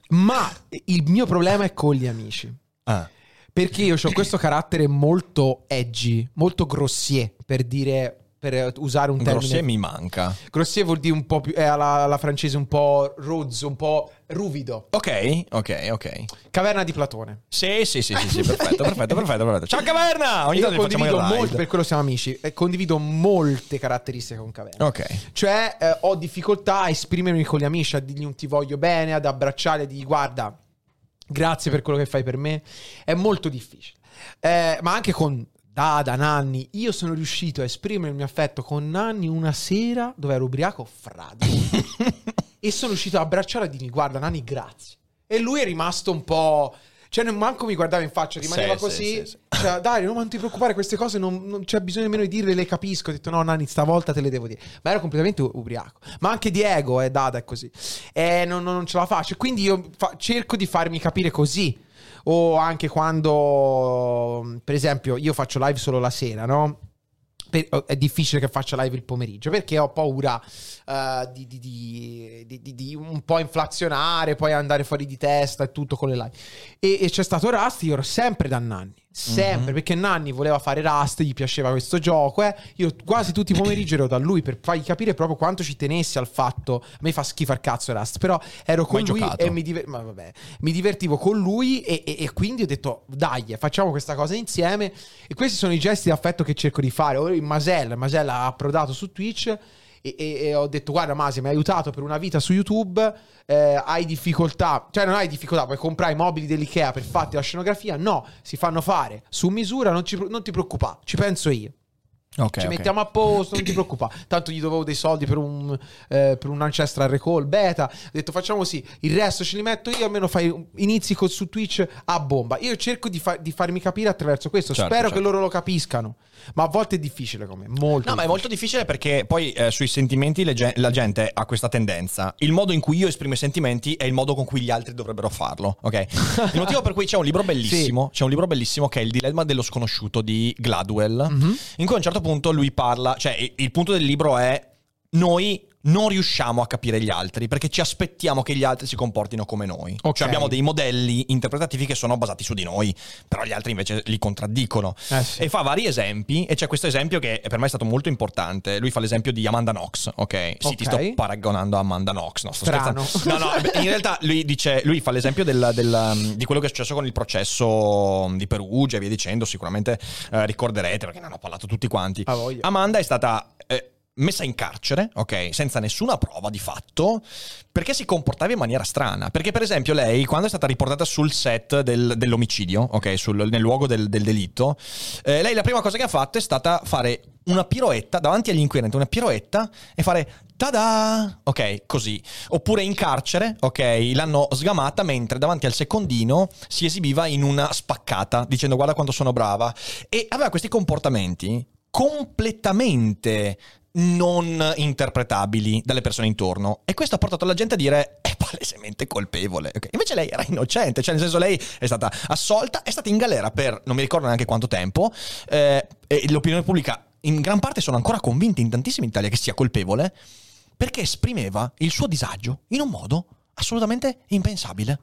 Ma il mio problema è con gli amici. Ah. Perché io ho questo carattere molto edgy, molto grossier, per dire... per usare un termine. Grossier mi manca. Grossier vuol dire un po' più, è alla, alla francese un po' rozzo, un po' ruvido. Ok, ok, ok. Caverna di Platone. Sì, sì, sì, sì, sì, perfetto, perfetto, perfetto, perfetto. Ciao Caverna! Ogni Io tanto facciamo il condivido ride. molto, per quello siamo amici, e condivido molte caratteristiche con Caverna. Ok. Cioè eh, ho difficoltà a esprimermi con gli amici, a dirgli un ti voglio bene, ad abbracciare, a dirgli guarda, grazie per quello che fai per me. È molto difficile. Eh, ma anche con Dada, Nanni, io sono riuscito a esprimere il mio affetto con Nanni una sera dove ero ubriaco fradicio e sono riuscito ad abbracciare e dirgli guarda Nanni grazie, e lui è rimasto un po', cioè non manco mi guardava in faccia, rimaneva Sì, così, sì, sì, sì. cioè dai non ti preoccupare, queste cose non, non c'è bisogno nemmeno di dirle, le capisco. Ho detto no Nanni stavolta te le devo dire, ma ero completamente u- ubriaco. Ma anche Diego e eh, Dada è così, e non, non, non ce la faccio, quindi io fa- cerco di farmi capire così. O anche quando, per esempio, io faccio live solo la sera, no? Per, è difficile che faccia live il pomeriggio perché ho paura uh, di, di, di, di, di, di un po' inflazionare, poi andare fuori di testa e tutto con le live. E, e c'è stato Rust, io ero sempre da Nanni, sempre, mm-hmm. perché Nanni voleva fare Rust, gli piaceva questo gioco, eh. Io quasi tutti i pomeriggi ero da lui per fargli capire proprio quanto ci tenessi al fatto. A me fa schifo al cazzo Rust, però ero con Mai lui giocato. e mi, diver- ma vabbè, mi divertivo con lui e, e, e quindi ho detto dai, facciamo questa cosa insieme. E questi sono i gesti di affetto che cerco di fare. Ora il Masel, Masel ha approdato su Twitch e, e, e ho detto guarda Masi, mi hai aiutato per una vita su YouTube, eh, hai difficoltà, cioè non hai difficoltà, puoi comprare i mobili dell'Ikea per farti la scenografia, no, si fanno fare su misura, non, ci, non ti preoccupare, ci penso io. Ok, Ci ok. mettiamo a posto, non ti preoccupare. Tanto gli dovevo dei soldi per un, eh, per un Ancestral Recall beta. Ho detto facciamo così, il resto ce li metto io, almeno fai inizi con, su Twitch a bomba. Io cerco di, fa- di farmi capire attraverso questo. Certo, Spero certo. che loro lo capiscano. Ma a volte è difficile con me, molto No, ma è molto difficile perché poi eh, sui sentimenti le gen- la gente ha questa tendenza. Il modo in cui io esprimo i sentimenti è il modo con cui gli altri dovrebbero farlo, ok? Il motivo per cui c'è un libro bellissimo, c'è un libro bellissimo che è Il dilemma dello sconosciuto di Gladwell, Mm-hmm. in cui a un certo punto lui parla, cioè il, il punto del libro è noi non riusciamo a capire gli altri perché ci aspettiamo che gli altri si comportino come noi. Ok. Cioè abbiamo dei modelli interpretativi che sono basati su di noi, però gli altri invece li contraddicono. Eh sì. E fa vari esempi, e c'è questo esempio che per me è stato molto importante. Lui fa l'esempio di Amanda Knox, ok? Sì, Ok. ti sto paragonando a Amanda Knox, no, sto Strano. scherzando. No, no, in realtà lui dice, lui fa l'esempio del, del, di quello che è successo con il processo di Perugia e via dicendo, sicuramente eh, ricorderete perché ne hanno parlato tutti quanti. Ah, voglia. Amanda è stata eh, messa in carcere, ok, senza nessuna prova di fatto, perché si comportava in maniera strana. Perché per esempio lei, quando è stata riportata sul set del- dell'omicidio, ok, sul- nel luogo del, del delitto, eh, lei la prima cosa che ha fatto è stata fare una piroetta davanti agli inquirenti, una piroetta e fare tada, ok, così. Oppure in carcere, ok, l'hanno sgamata mentre davanti al secondino si esibiva in una spaccata dicendo guarda quanto sono brava, e aveva questi comportamenti completamente non interpretabili dalle persone intorno, e questo ha portato la gente a dire è palesemente colpevole, okay? Invece lei era innocente, cioè nel senso lei è stata assolta, è stata in galera per non mi ricordo neanche quanto tempo, eh, e l'opinione pubblica in gran parte sono ancora convinti in tantissimi in Italia che sia colpevole perché esprimeva il suo disagio in un modo assolutamente impensabile.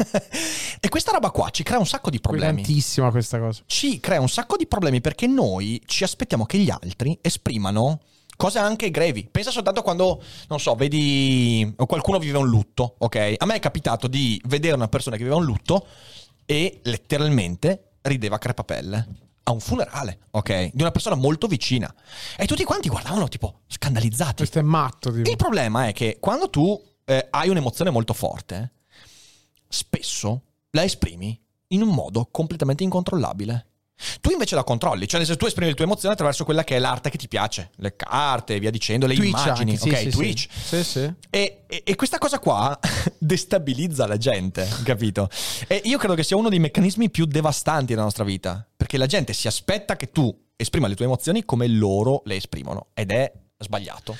E questa roba qua ci crea un sacco di problemi. Tantissima questa cosa. Ci crea un sacco di problemi perché noi ci aspettiamo che gli altri esprimano cose anche grevi. Pensa soltanto quando, non so, vedi qualcuno vive un lutto, ok? A me è capitato di vedere una persona che viveva un lutto e letteralmente rideva a crepapelle a un funerale, ok? Di una persona molto vicina. E tutti quanti guardavano tipo scandalizzati. Questo è matto, tipo. Il problema è che quando tu eh, hai un'emozione molto forte, spesso la esprimi in un modo completamente incontrollabile. Tu invece la controlli, cioè nel senso tu esprimi le tue emozioni attraverso quella che è l'arte che ti piace, le carte, via dicendo, le Twitch immagini, anche, sì, ok, sì, Twitch. Sì, sì. E, e, e questa cosa qua destabilizza la gente, capito? E io credo che sia uno dei meccanismi più devastanti della nostra vita, perché la gente si aspetta che tu esprima le tue emozioni come loro le esprimono, ed è sbagliato.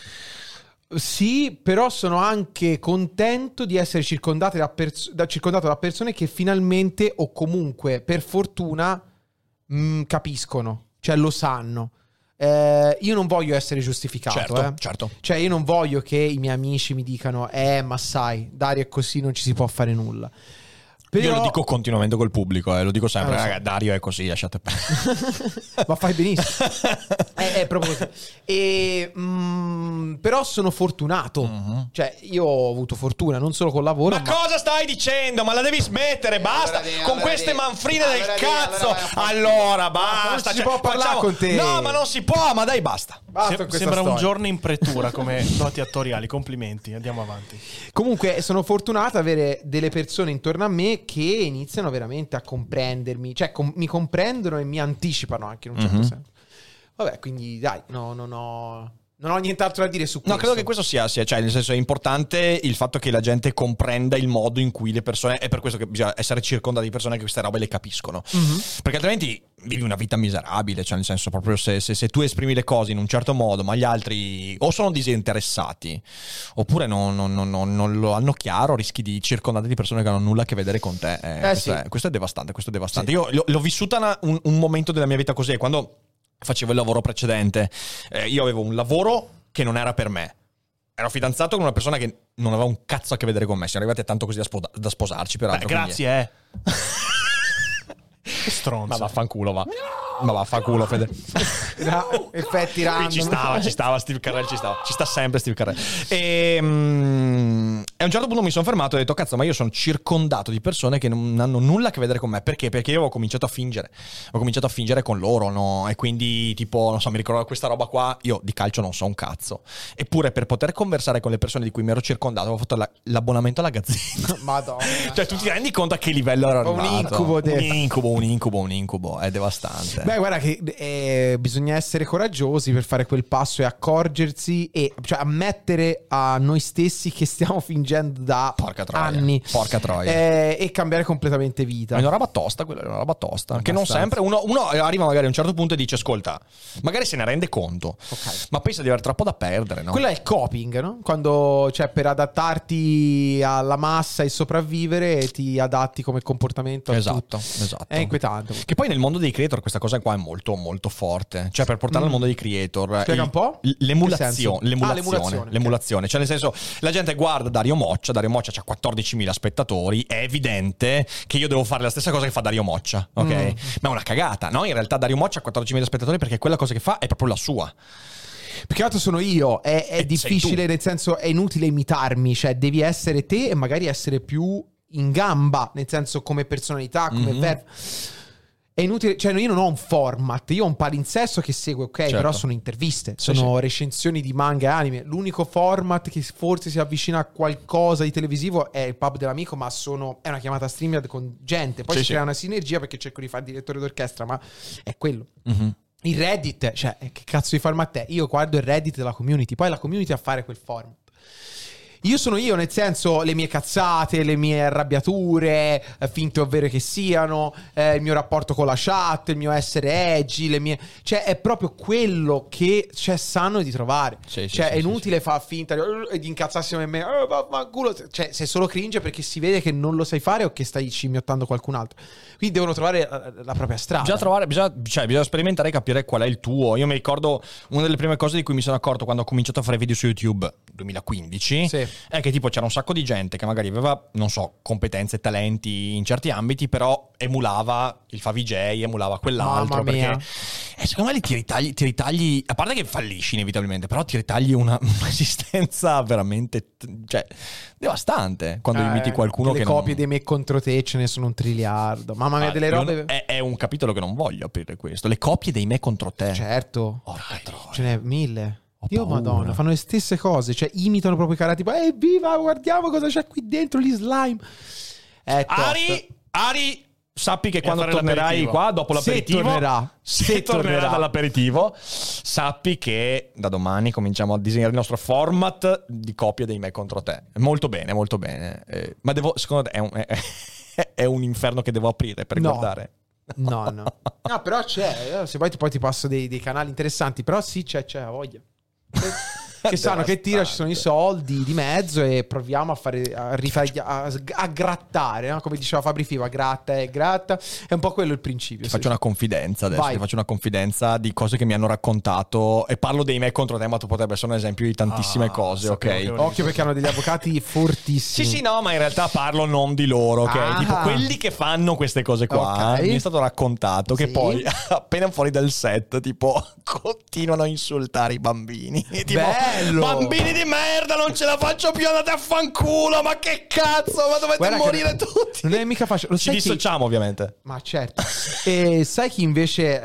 Sì, però sono anche contento di essere circondato da, pers- da, circondato da persone che finalmente, o comunque per fortuna, mh, capiscono, cioè lo sanno. Eh, io non voglio essere giustificato, Certo, eh. certo. Cioè io non voglio che i miei amici mi dicano eh ma sai, Dario è così, non ci si può fare nulla. Però... Io lo dico continuamente col pubblico, eh, lo dico sempre, Ah, lo so. raga, Dario è così, lasciate perdere. Ma fai benissimo. è, è proprio così. E, mm, però sono fortunato. Mm-hmm. Cioè io ho avuto fortuna non solo col lavoro. Ma, ma... cosa stai dicendo? Ma la devi smettere, basta. Allora, con allora, queste allora, manfrine allora, del allora, cazzo. allora, allora, Allora, basta, basta. non si può parlare con te. No, ma non si può, ma dai, basta. Basta Sem- con questa sembra un storia. giorno in pretura come doti attoriali. Complimenti, andiamo avanti. Comunque sono fortunato ad avere delle persone intorno a me che iniziano veramente a comprendermi, cioè com- mi comprendono e mi anticipano anche in un certo Mhm. senso. Vabbè, quindi dai, no, non ho non ho nient'altro da dire su questo. No, credo che questo sia, sia, cioè nel senso è importante il fatto che la gente comprenda il modo in cui le persone, è per questo che bisogna essere circondati di persone che queste robe le capiscono, Mhm. perché altrimenti vivi una vita miserabile, cioè nel senso proprio se, se, se tu esprimi le cose in un certo modo ma gli altri o sono disinteressati oppure non, non, non, non, non lo hanno chiaro, rischi di circondarti di persone che non hanno nulla a che vedere con te. Eh, Eh, questo, sì. è, questo è devastante, questo è devastante. Sì. Io l'ho, l'ho vissuta una- un, un momento della mia vita così, quando facevo il lavoro precedente. Eh, io avevo un lavoro che non era per me. Ero fidanzato con una persona che non aveva un cazzo a che vedere con me. Siamo arrivati a tanto così da, sposa- da sposarci, Beh, peraltro. quindi- grazie, eh. Che stronzo. Ma vaffanculo, va. Ma vaffanculo, Fede. Ra- effetti random. Qui ci stava, ci stava Steve Carell, ci stava. Ci sta sempre Steve Carell. E, mm, e a un certo punto mi sono fermato e ho detto, cazzo, ma io sono circondato di persone che non hanno nulla a che vedere con me. Perché? Perché io ho cominciato a fingere. Ho cominciato a fingere con loro, no? E quindi, tipo, non so, mi ricordo questa roba qua, io di calcio non so un cazzo. Eppure, per poter conversare con le persone di cui mi ero circondato, avevo fatto la- l'abbonamento alla Gazzetta. Madonna. Cioè, tu ti rendi conto a che livello ero Un arrivato? incubo, te. Un incubo, un incubo, un incubo. È devastante. Beh, guarda che eh, bisogna essere coraggiosi per fare quel passo e accorgersi e cioè ammettere a noi stessi che stiamo fingendo da Porca troia, anni. porca troia. Eh, e cambiare completamente vita. È una roba tosta, quella è una roba tosta. Che non Abbastanza. sempre uno, uno arriva magari a un certo punto e dice: ascolta, magari se ne rende conto, Ok. ma pensa di aver troppo da perdere, no? Quello è il coping, no? Quando, cioè, per adattarti alla massa e sopravvivere, ti adatti come comportamento a Esatto, tutto. esatto. È inquietante. Che poi nel mondo dei creator questa cosa qua è molto molto forte. Cioè per portarla al mondo dei creator, Spiega un po'? l- l'emulazione, Che senso? l'emulazione, Ah, l'emulazione, l'emulazione. Cioè nel senso, la gente guarda Dario Moccia, Dario Moccia ha quattordicimila spettatori, è evidente che io devo fare la stessa cosa che fa Dario Moccia, ok? Mm. Ma è una cagata, no? In realtà Dario Moccia ha quattordicimila spettatori perché quella cosa che fa è proprio la sua. Più che altro sono io, è, è sei difficile, tu. nel senso è inutile imitarmi, cioè devi essere te e magari essere più in gamba, nel senso come personalità, come Mhm. verbo. È inutile, cioè io non ho un format, io ho un palinsesto che segue, ok, Certo. però sono interviste, Sì, sono recensioni di manga e anime. L'unico format che forse si avvicina a qualcosa di televisivo è il pub dell'amico, ma sono, è una chiamata streamed con gente, poi Sì, si sì. crea una sinergia perché cerco di fare il direttore d'orchestra, ma è quello. Mhm. Il Reddit, cioè, che cazzo di format è? Io guardo il Reddit della community, poi è la community a fare quel format. Io sono io, nel senso, le mie cazzate, le mie arrabbiature, eh, finte o vere che siano, eh, il mio rapporto con la chat, il mio essere edgy, le mie... Cioè, è proprio quello che c'è sano di trovare. Sì, sì, cioè, sì, è sì, inutile far finta di, eh, di incazzarsi come me, eh, vaffanculo. Cioè, sei solo cringe perché si vede che non lo sai fare o che stai scimmiottando qualcun altro. Quindi devono trovare la, la propria strada. Bisogna trovare, bisogna, cioè, bisogna sperimentare e capire qual è il tuo. Io mi ricordo una delle prime cose di cui mi sono accorto quando ho cominciato a fare video su YouTube duemilaquindici Sì. è che tipo c'era un sacco di gente che magari aveva, non so, competenze e talenti in certi ambiti, però emulava il fa V J, emulava quell'altro. Mamma mia. Perché eh, secondo me lì ti ritagli, ti ritagli, a parte che fallisci inevitabilmente, però ti ritagli una, un'esistenza veramente, cioè, devastante quando Eh, imiti qualcuno le che copie non... dei me contro te ce ne sono un triliardo. Mamma mia, Ah, delle io robe. non- è, è un capitolo che non voglio aprire questo. Le copie dei me contro te. Certo. Porca troia. Ce n'è mille. Ho Dio paura. madonna, fanno le stesse cose, cioè imitano proprio i cara tipo evviva, guardiamo cosa c'è qui dentro gli slime. È top. Ari, Ari, sappi che E a quando fare tornerai l'aperitivo. qua dopo Se l'aperitivo, tornerà. se, Se tornerà tornerà. dall'aperitivo, sappi che da domani cominciamo a disegnare il nostro format di copie dei me contro te. Molto bene, molto bene. Eh, ma devo, secondo te, è un, è, è un inferno che devo aprire per No. guardare? No, no. No, però c'è, eh, se poi ti, poi ti passo dei, dei canali interessanti, però sì, c'è, c'è, ha voglia. che sanno che tira, ci sono i soldi di mezzo e proviamo a fare a, rifaglia, a, a grattare, no? Come diceva Fabri Fiva, gratta e gratta, è un po' quello il principio. Ti sì. faccio una confidenza adesso, Vai. ti faccio una confidenza di cose che mi hanno raccontato e parlo dei me contro te, ma tu potrebbe essere un esempio di tantissime Ah, cose, sapevo ok? che volevi- Occhio perché hanno degli avvocati fortissimi. Sì, sì, no, ma in realtà parlo non di loro, ok? Ah. Tipo quelli che fanno queste cose qua. Ok. Mi è stato raccontato che Sì. poi, appena fuori dal set, tipo, continuano a insultare i bambini. Tipo, Bello! bambini di merda, non ce la faccio più, andate a fanculo, ma che cazzo, ma dovete Guarda che morire tutti. Non è mica facile. Lo Ci sai chi- dissociamo, ovviamente. Ma certo. E sai chi invece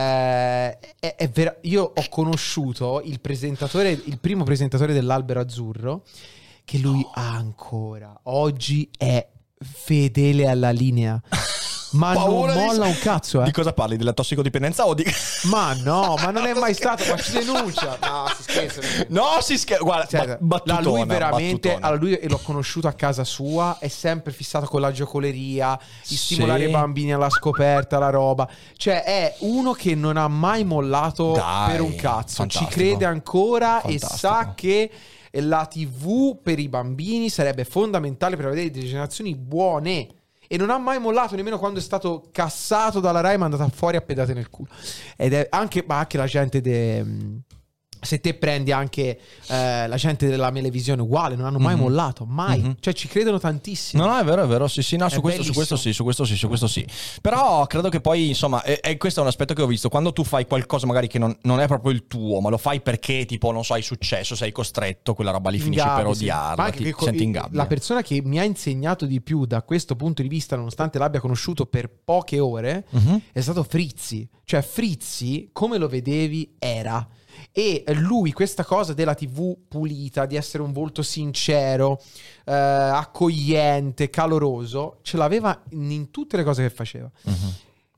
eh, è, è vera- io ho conosciuto il presentatore, il primo presentatore dell'Albero Azzurro, che lui ha ancora oggi è fedele alla linea. Ma Paura non di- molla un cazzo, eh. Di cosa parli? Della tossicodipendenza o di... Ma no, ma non è mai stato, ma ci denuncia. No, si scherza. No, si scherza. Guarda, Cioè, ba- battutona, la lui veramente, battutona. allora lui l'ho conosciuto a casa sua, è sempre fissato con la giocoleria, di stimolare Sì. i bambini alla scoperta, la roba. Cioè è uno che non ha mai mollato Dai, per un cazzo, fantastico. ci crede ancora Fantastico. e sa che la tivù per i bambini sarebbe fondamentale per avere delle generazioni buone. E non ha mai mollato nemmeno quando è stato cassato dalla Rai e mandato fuori a pedate nel culo. Ed è anche, ma anche la gente de... Se te prendi anche eh, la gente della Melevisione uguale, non hanno mai Mhm. mollato, mai. Mhm. Cioè ci credono tantissimo. No, no, è vero, è vero, sì, sì, no, È su questo, su bellissimo. questo sì, su questo sì, su questo sì. Però credo che poi, insomma, e, e questo è un aspetto che ho visto, quando tu fai qualcosa magari che non, non è proprio il tuo, ma lo fai perché, tipo, non so, hai successo, sei costretto, quella roba lì finisci Ingabbi, per sì. odiarla, Ma anche ti che co- senti in gabbia. la persona che mi ha insegnato di più da questo punto di vista, nonostante l'abbia conosciuto per poche ore, Mhm. è stato Frizzi. Cioè Frizzi, come lo vedevi, era. E lui questa cosa della tivù pulita, di essere un volto sincero, eh, accogliente, caloroso, ce l'aveva in, in tutte le cose che faceva. Mhm.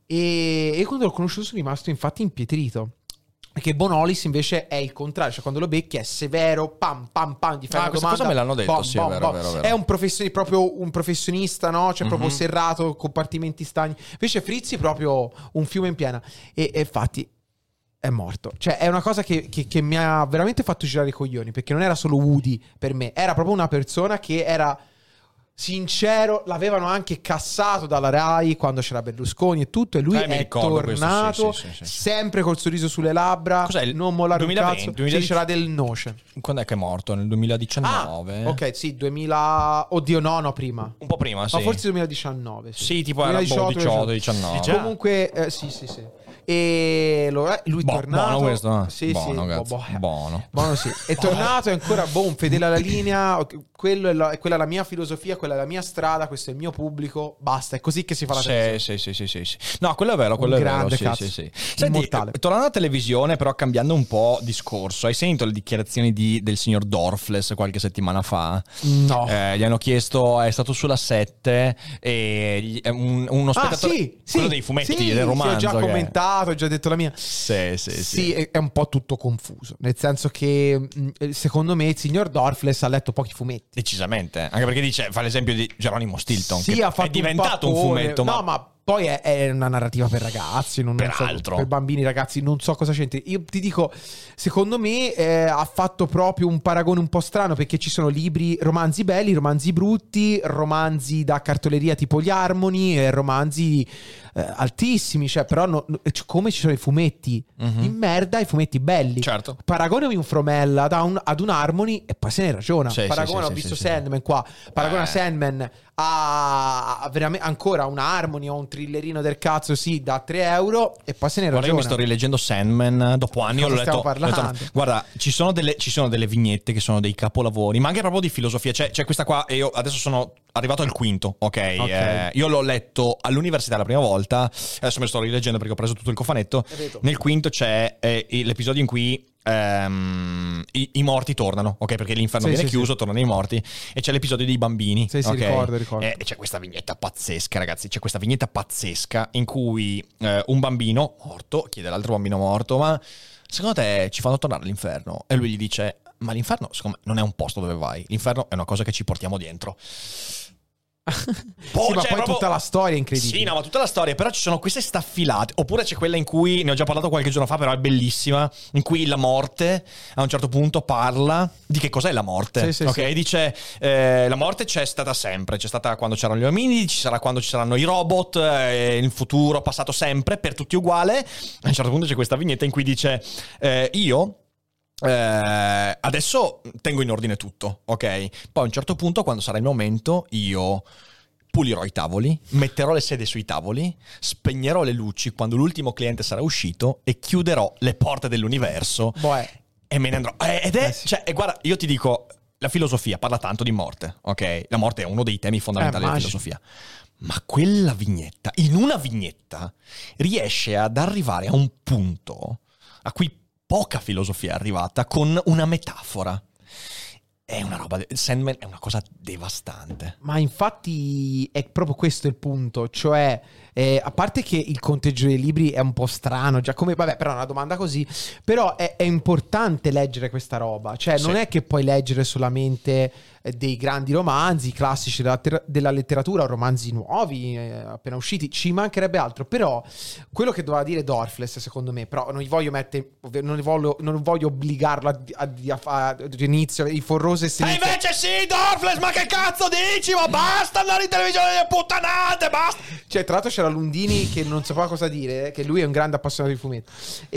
E, e quando l'ho conosciuto sono rimasto infatti impietrito. Perché Bonolis invece è il contrario, cioè quando lo becchi è severo, pam pam pam, gli fai Ah, una questa domanda, cosa me l'hanno detto, bom, sì, bom, è vero, bom. vero, vero. È un professionista, proprio un professionista, no? Cioè proprio Mhm. serrato, compartimenti stagni. Invece Frizzi è proprio un fiume in piena. E, e infatti è morto. Cioè è una cosa che, che- che mi ha veramente fatto girare i coglioni, perché non era solo Woody per me, era proprio una persona che era sincero, l'avevano anche cassato dalla Rai quando c'era Berlusconi e tutto, e lui Eh, mi è ricordo questo, tornato sì, sì, sì, sì. sempre col sorriso sulle labbra. Cos'è, il non mollare un duemilaventi, cazzo. duemiladiciannove? Sì, c'era del noce. Quando è che è morto? Nel Ah, duemiladiciannove? ok, sì, duemila. Oddio, no, no, prima. Un po' prima, sì. Ma forse duemiladiciannove. Sì, Sì, tipo era boh, diciotto, diciannove. Già. Comunque, eh, sì, sì, sì. E lo, eh, lui è Boh, tornato. buono questo, eh. Sì, Buono, sì, cazzo, boh, boh. buono. Buono, sì. È tornato, è ancora boh, fedele alla linea. Quello è la, quella è la mia filosofia, quella è la mia strada, questo è il mio pubblico. Basta, è così che si fa la Sì, televisione. sì, sì, sì, sì. No, quello è vero, quello Un è vero. grande Sì, cazzo. sì, sì. Senti, Immortale. eh, tornando alla televisione, però cambiando un po' discorso, hai sentito le dichiarazioni di- del signor Dorfles qualche settimana fa? No. Eh, gli hanno chiesto, è stato sulla sette e gli- è un- uno Ah, spettatore, sì, sì, quello dei fumetti, sì, del sì, romanzo. ho già che- commentato, ho già detto la mia. Sì, sì, sì. Sì, è, è un po' tutto confuso. Nel senso che mh, secondo me il signor Dorfles ha letto pochi fumetti. Decisamente, anche perché dice, fa l'esempio di Geronimo Stilton, Sì, che ha fatto è diventato un, pappone. fumetto, no, ma... ma poi è, è una narrativa per ragazzi, non, non so, Peraltro. per bambini, ragazzi, non so cosa c'entri. Io ti dico, secondo me eh, ha fatto proprio un paragone un po' strano, perché ci sono libri, romanzi belli, romanzi brutti, romanzi da cartoleria tipo gli Harmony e romanzi eh, altissimi, cioè però no- no- c- come ci sono i fumetti Mhm. di merda e i fumetti belli. Certo. Paragonami un Fromella da un- ad un Harmony e poi se ne ragiona. Sì, sì, Paragona, sì, ho sì, visto sì, sì. Sandman qua, paragona Eh. Sandman a, a veramente ancora una Harmony o un thrillerino del cazzo, sì, da tre euro e poi se ne Guarda, io ragiona. mi sto rileggendo Sandman dopo anni. Cosa Ho letto, stiamo ho letto- parlando? guarda, ci sono, delle, ci sono delle vignette che sono dei capolavori, ma anche proprio di filosofia. C'è, c'è questa qua, e io adesso sono arrivato al quinto, ok? Ok. Eh, io l'ho letto all'università la prima volta, adesso me lo sto rileggendo perché ho preso tutto il cofanetto. Vedo. Nel quinto c'è eh, l'episodio in cui ehm, i, i morti tornano, ok? Perché l'inferno Sì, viene sì, chiuso, sì. tornano i morti. E c'è l'episodio dei bambini. Sì, sì, ok? ricordo, ricordo. E c'è questa vignetta pazzesca, ragazzi. C'è questa vignetta pazzesca in cui eh, un bambino morto chiede all'altro bambino morto: ma secondo te ci fanno tornare all'inferno? E lui gli dice: ma l'inferno, secondo me, non è un posto dove vai. L'inferno è una cosa che ci portiamo dietro. Boh, sì, ma cioè, poi proprio- tutta la storia è incredibile. Sì, no, ma tutta la storia, però ci sono queste staffilate. Oppure c'è quella in cui, ne ho già parlato qualche giorno fa, però è bellissima, in cui la morte a un certo punto parla di che cos'è la morte. Sì, sì, ok, sì. dice eh, la morte c'è stata sempre, c'è stata quando c'erano gli ominidi, ci sarà quando ci saranno i robot, eh, in futuro, passato sempre, per tutti uguale. A un certo punto c'è questa vignetta in cui dice eh, io eh, adesso tengo in ordine tutto, ok? Poi a un certo punto, quando sarà il momento, io pulirò i tavoli, metterò le sedie sui tavoli, spegnerò le luci quando l'ultimo cliente sarà uscito e chiuderò le porte dell'universo Boh, eh. e me ne andrò. Eh, ed è, Eh sì. cioè, e guarda, io ti dico, la filosofia parla tanto di morte, ok? La morte è uno dei temi fondamentali Eh, della immagino. filosofia. Ma quella vignetta, in una vignetta, riesce ad arrivare a un punto a cui poca filosofia è arrivata con una metafora. È una roba. Sandman è una cosa devastante. Ma infatti è proprio questo il punto, cioè eh, a parte che il conteggio dei libri è un po' strano, già come, vabbè, però è una domanda così, però è, è importante leggere questa roba, cioè non Sì. è che puoi leggere solamente eh, dei grandi romanzi classici della, ter- della letteratura o romanzi nuovi eh, appena usciti, ci mancherebbe altro, però quello che doveva dire Dorfles secondo me, però non gli voglio mettere, non voglio, non voglio obbligarlo a, a, a, a, all'inizio, i forrosi E invece sì, Dorfles, ma che cazzo dici? Ma basta andare in televisione delle puttanate, basta! Cioè, tra l'altro c'era Lundini che non sapeva cosa dire, che lui è un grande appassionato di fumetti.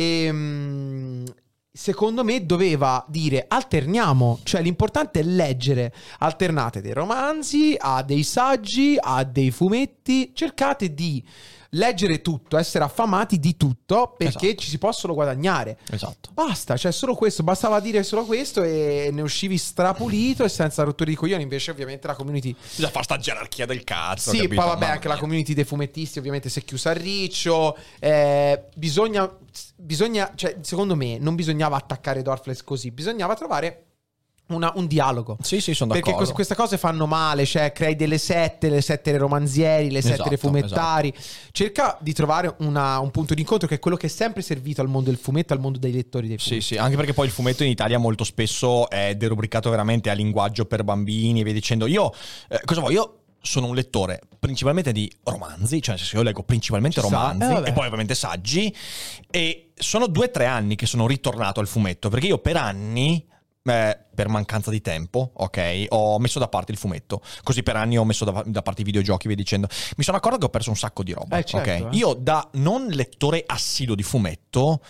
E, secondo me doveva dire alterniamo, cioè l'importante è leggere, alternate dei romanzi a dei saggi, a dei fumetti, cercate di leggere tutto, essere affamati di tutto, perché Esatto. ci si possono guadagnare. Esatto. Basta, cioè solo questo, bastava dire solo questo e ne uscivi strapulito e senza rotture di coglioni. Invece ovviamente la community, Bisogna fare sta gerarchia del cazzo. sì, capito? poi vabbè, Mamma anche la mia. community dei fumettisti ovviamente si è chiusa a riccio. eh, bisogna, bisogna, cioè secondo me non bisognava attaccare Dorfles così, bisognava trovare una- un dialogo. Sì, sì, sono Perché d'accordo. cos- queste cose fanno male, cioè crei delle sette, le sette dei romanzieri, le sette Esatto, dei fumettari. Cerca di trovare una- un punto di incontro che è quello che è sempre servito al mondo del fumetto, al mondo dei lettori dei Sì, fumetti. sì, anche perché poi il fumetto in Italia molto spesso è derubricato veramente a linguaggio per bambini e via dicendo. Io, eh, cosa vuoi? Io sono un lettore principalmente di romanzi, cioè nel senso io leggo principalmente Ci sta, romanzi eh, vabbè. e poi ovviamente saggi, e sono due o tre anni che sono ritornato al fumetto, perché io per anni... eh, per mancanza di tempo, ok, ho messo da parte il fumetto. Così per anni ho messo da, da parte i videogiochi, via dicendo. Mi sono accorto che ho perso un sacco di roba. Eh, certo, ok. eh. Io da non lettore assiduo di fumetto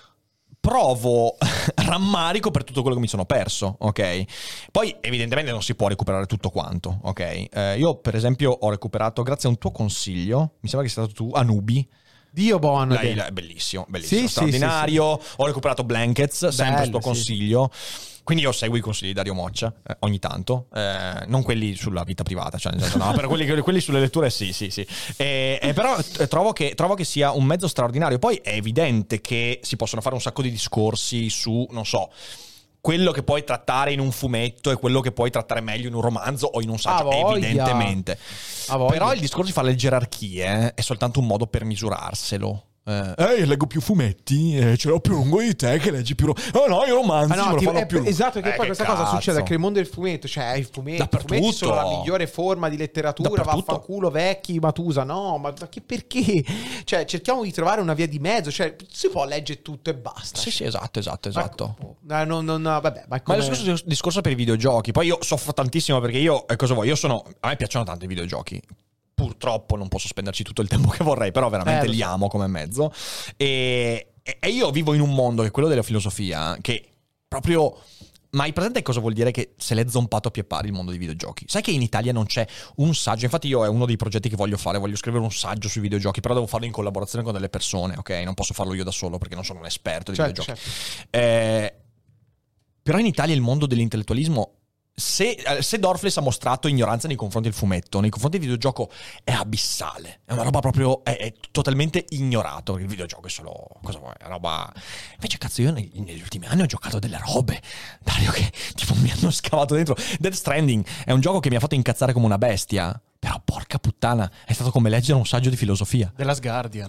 provo rammarico per tutto quello che mi sono perso, ok? Poi evidentemente non si può recuperare tutto quanto, ok? Eh, io per esempio ho recuperato, grazie a un tuo consiglio, mi sembra che sia stato tu, Anubi. Dio buono. Lei- lei- bellissimo, bellissimo, Sì, sì, straordinario. Ho recuperato Blankets, sempre Bello, sto sì. consiglio. Quindi io seguo i consigli di Dario Moccia eh, ogni tanto, eh, non quelli sulla vita privata, cioè nel senso, no, per quelli, quelli sulle letture sì, sì, sì. E, e però eh, trovo che, trovo che sia un mezzo straordinario. Poi è evidente che si possono fare un sacco di discorsi su, non so, quello che puoi trattare in un fumetto e quello che puoi trattare meglio in un romanzo o in un saggio, Ah, voglia. evidentemente. Ah, voglia. Però il discorso di fare le gerarchie è soltanto un modo per misurarselo. Eh, eh, leggo più fumetti, eh, ce l'ho più lungo di te che leggi più... Oh no, io romanzi Ah, no, me lo ti- fanno è- più lungo. esatto, che Eh, poi questa cosa cazzo. succede anche nel mondo del fumetto, cioè i fumetti, i Dappertutto. fumetti sono la migliore forma di letteratura, Dappertutto. vaffanculo vecchi, Matusa, no, ma, ma che perché? Cioè cerchiamo di trovare una via di mezzo, cioè si può leggere tutto e basta. Sì, sì, esatto, esatto, Ma- esatto. No, no, no, no, vabbè, ma, Ma come... lo stesso discorso per i videogiochi. Poi io soffro tantissimo perché io, eh, cosa vuoi? Io sono... A me piacciono tanto i videogiochi. Purtroppo non posso spenderci tutto il tempo che vorrei, però veramente Eh, lo li so. amo come mezzo. E, e- e io vivo in un mondo che è quello della filosofia, che proprio... Ma hai presente cosa vuol dire che se l'è zompato a pie pari il mondo dei videogiochi? Sai che in Italia non c'è un saggio? Infatti io è uno dei progetti che voglio fare, voglio scrivere un saggio sui videogiochi, però devo farlo in collaborazione con delle persone, ok? Non posso farlo io da solo perché non sono un esperto di Certo, videogiochi. certo. Eh, però in Italia il mondo dell'intellettualismo, se, eh, se Dorfles ha mostrato ignoranza nei confronti del fumetto, nei confronti del videogioco è abissale, è una roba proprio, è, è totalmente ignorato. Il videogioco è solo, cosa vuoi, è una roba... Invece cazzo io negli, negli ultimi anni ho giocato delle robe, Dario, che tipo mi hanno scavato dentro. Death Stranding è un gioco che mi ha fatto incazzare come una bestia, però porca puttana, è stato come leggere un saggio di filosofia. The Last Guardian. The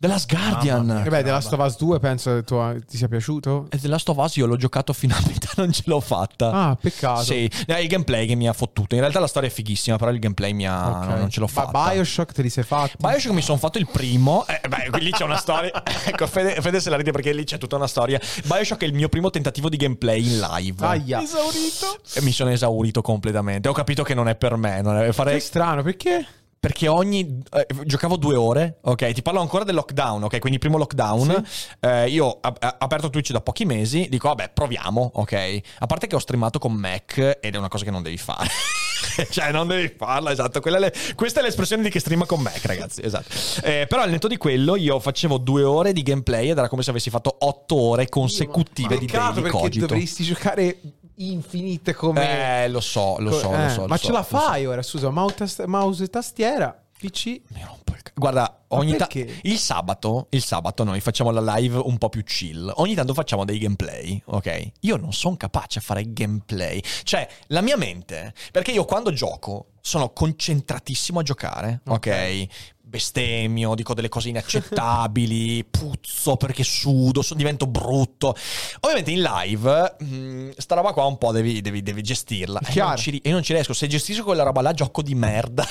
The Last Guardian. E beh, The Last of Us due penso che tu, ti sia piaciuto. E The Last of Us io l'ho giocato fino a metà, non ce l'ho fatta. Ah, peccato. Sì, è il gameplay che mi ha fottuto. In realtà la storia è fighissima, però il gameplay mi ha Okay. non, non ce l'ho fatta. Ma Bioshock te li sei fatti? Bioshock mi sono fatto il primo. Eh, beh, lì c'è una storia. Ecco, Fede, Fede se la ride perché lì c'è tutta una storia. Bioshock è il mio primo tentativo di gameplay in live. Aia. Esaurito. E mi sono esaurito completamente. Ho capito che non è per me. Non è, Che farei... strano, perché? Perché ogni eh, giocavo due ore, ok? Ti parlo ancora del lockdown, ok? Quindi primo lockdown. Sì. Eh, io ho ap- aperto Twitch da pochi mesi. Dico, vabbè, proviamo, ok? A parte che ho streamato con Mac ed è una cosa che non devi fare. Cioè, non devi farla, esatto. Quella è le- questa è l'espressione di chi streama con Mac, ragazzi. Esatto. Eh, però al netto di quello, io facevo due ore di gameplay ed era come se avessi fatto otto ore consecutive di Peccato, daily perché cogito. dovresti giocare Infinite come... Eh, lo so, lo so, eh, lo so. lo ma so, ce la lo so. fai ora, scusa, mouse, tast- mouse e tastiera, P C... Mi rompo il c- Guarda, ogni ta- perché? il sabato, il sabato noi facciamo la live un po' più chill. Ogni tanto facciamo dei gameplay, ok? Io non sono capace a fare gameplay. Cioè, la mia mente, perché io quando gioco sono concentratissimo a giocare, ok? Ok. Bestemmio, dico delle cose inaccettabili, puzzo perché sudo, so- divento brutto. Ovviamente in live mh, sta roba qua un po' devi, devi, devi gestirla. E Chiaro. non ci, e non ci riesco. Se gestisco quella roba là, gioco di merda.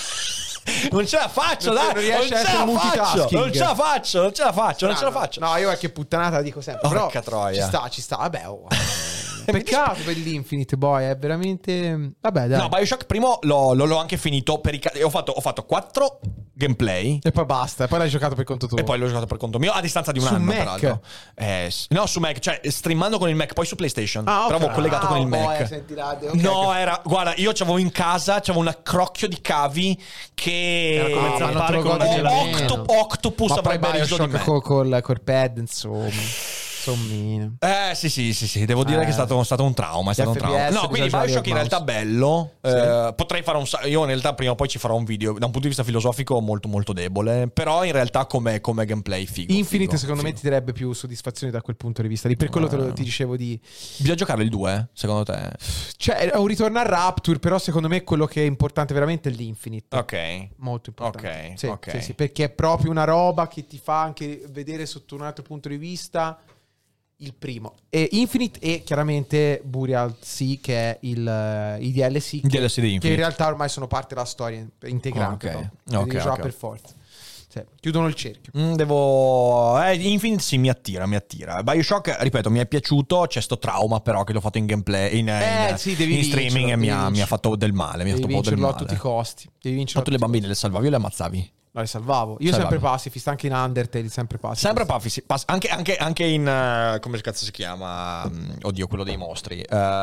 Non ce la faccio, Non- dai. non riesci non a ce essere la faccio. multitasking. Non ce la faccio, non ce la faccio, non ce la faccio. No, io qualche puttanata dico sempre. Porca Però troia. ci sta, ci sta. Vabbè, oh. Peccato per l'Infinite, boy, è veramente... Vabbè, dai. No, Bioshock primo l'ho, l'ho- l'ho anche finito per i ca- ho fatto, ho fatto quattro gameplay. E poi basta, e poi l'hai giocato per conto tuo. E poi l'ho giocato per conto mio a distanza di un Su anno, Mac? peraltro. Eh, s- no, su Mac, cioè streamando con il Mac, poi su PlayStation. Ah, ok. Però avevo collegato Ah, con il boh, Mac. eh, senti là, ok, no, ok. era. Guarda, io c'avevo in casa, c'avevo un accrocchio di cavi che. Era come Ah, ma non zappare te lo con godi una nemmeno. gelatina. Octo- Octopus Ma poi avrebbe riso di me. Bioshock col, col, col pad, insomma. Sommino. Eh sì sì sì sì, devo dire Eh. che è stato, stato un trauma, è stato un F P S trauma. No, bisogna quindi giocare Bioshock in col realtà mouse. bello. Eh, potrei fare un sa- io in realtà prima o poi ci farò un video da un punto di vista filosofico molto molto debole, però in realtà come, come gameplay figo. Infinite figo, secondo me figo. ti darebbe più soddisfazioni da quel punto di vista lì. Per quello te lo, ti dicevo di... Bisogna giocare il due, secondo te? Cioè, è un ritorno a Rapture, però secondo me quello che è importante veramente è l'Infinite. Ok. Molto importante. Ok, Sì, ok. sì, sì, perché è proprio una roba che ti fa anche vedere sotto un altro punto di vista il primo. E Infinite e chiaramente Burial Sea, che è il, eh, i D L C. I che, D L C di che in Infinite. realtà ormai sono parte della storia integrante. Ok, proprio. ok, Devi giocare ok. per forza. Cioè, chiudono il cerchio. Mm, devo. Eh, Infinite sì, mi attira, mi attira. Bioshock, ripeto, mi è piaciuto. C'è sto trauma, però, che l'ho fatto in gameplay, in, Eh, in, sì, devi in streaming vincerlo, e mi devi ha, mi ha vincerlo. fatto del male. Mi ha Devi fatto un po' del vincerlo a male. tutti i costi. Devi vincerlo Ma tu le bambine le salvavi o le ammazzavi? No, le salvavo. Io Salvavi. sempre pacifist, anche in Undertale, sempre pacifist. Sempre Paffi, pass- anche, anche, anche in uh, come cazzo si chiama? Mm, Oddio, quello dei mostri.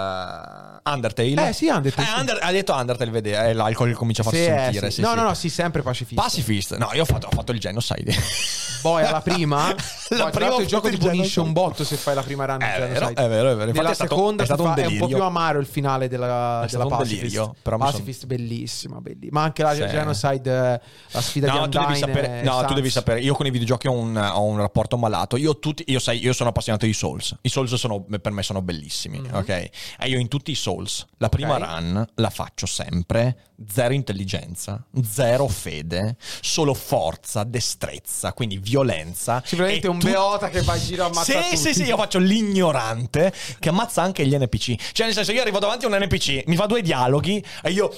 Uh, Undertale. Eh, sì, Undertale, Eh, sì. Under- ha detto Undertale, vede, è l'alcol che comincia a farsi Sì, eh, sentire. sì. sì, no, sì. no, no, sì, sempre pacifista. Pacifist. No, io ho fatto, ho fatto il genocide. Poi alla prima, La poi, prima tra l'altro ho il gioco fatto ti il punisce un genocide. botto se fai la prima run di È vero, Genocide. è vero, è vero. Infatti Nella è stato- seconda è ti stato un fa- è un po' delirio. più amaro il finale della, È stato della un Pacifist. delirio, però mi son- Pacifist bellissima, bellissima. Ma anche la Sì. Genocide, eh, la sfida No, di ma tu devi Undyne sapere, e no, tu Sans. devi sapere. Io con i videogiochi ho un, ho un rapporto malato. Io, tutti, io, sai, io sono appassionato di Souls. I Souls sono, per me sono bellissimi, Mhm. ok? E io in tutti i Souls, la prima Ok. run la faccio sempre. Zero intelligenza, zero fede, solo forza, destrezza, quindi violenza. Sicuramente E un tu- beota che va in giro a ammazzare Sì, tutti. sì, sì, io faccio l'ignorante che ammazza anche gli N P C. Cioè, nel senso, io arrivo davanti a un N P C, mi fa due dialoghi e io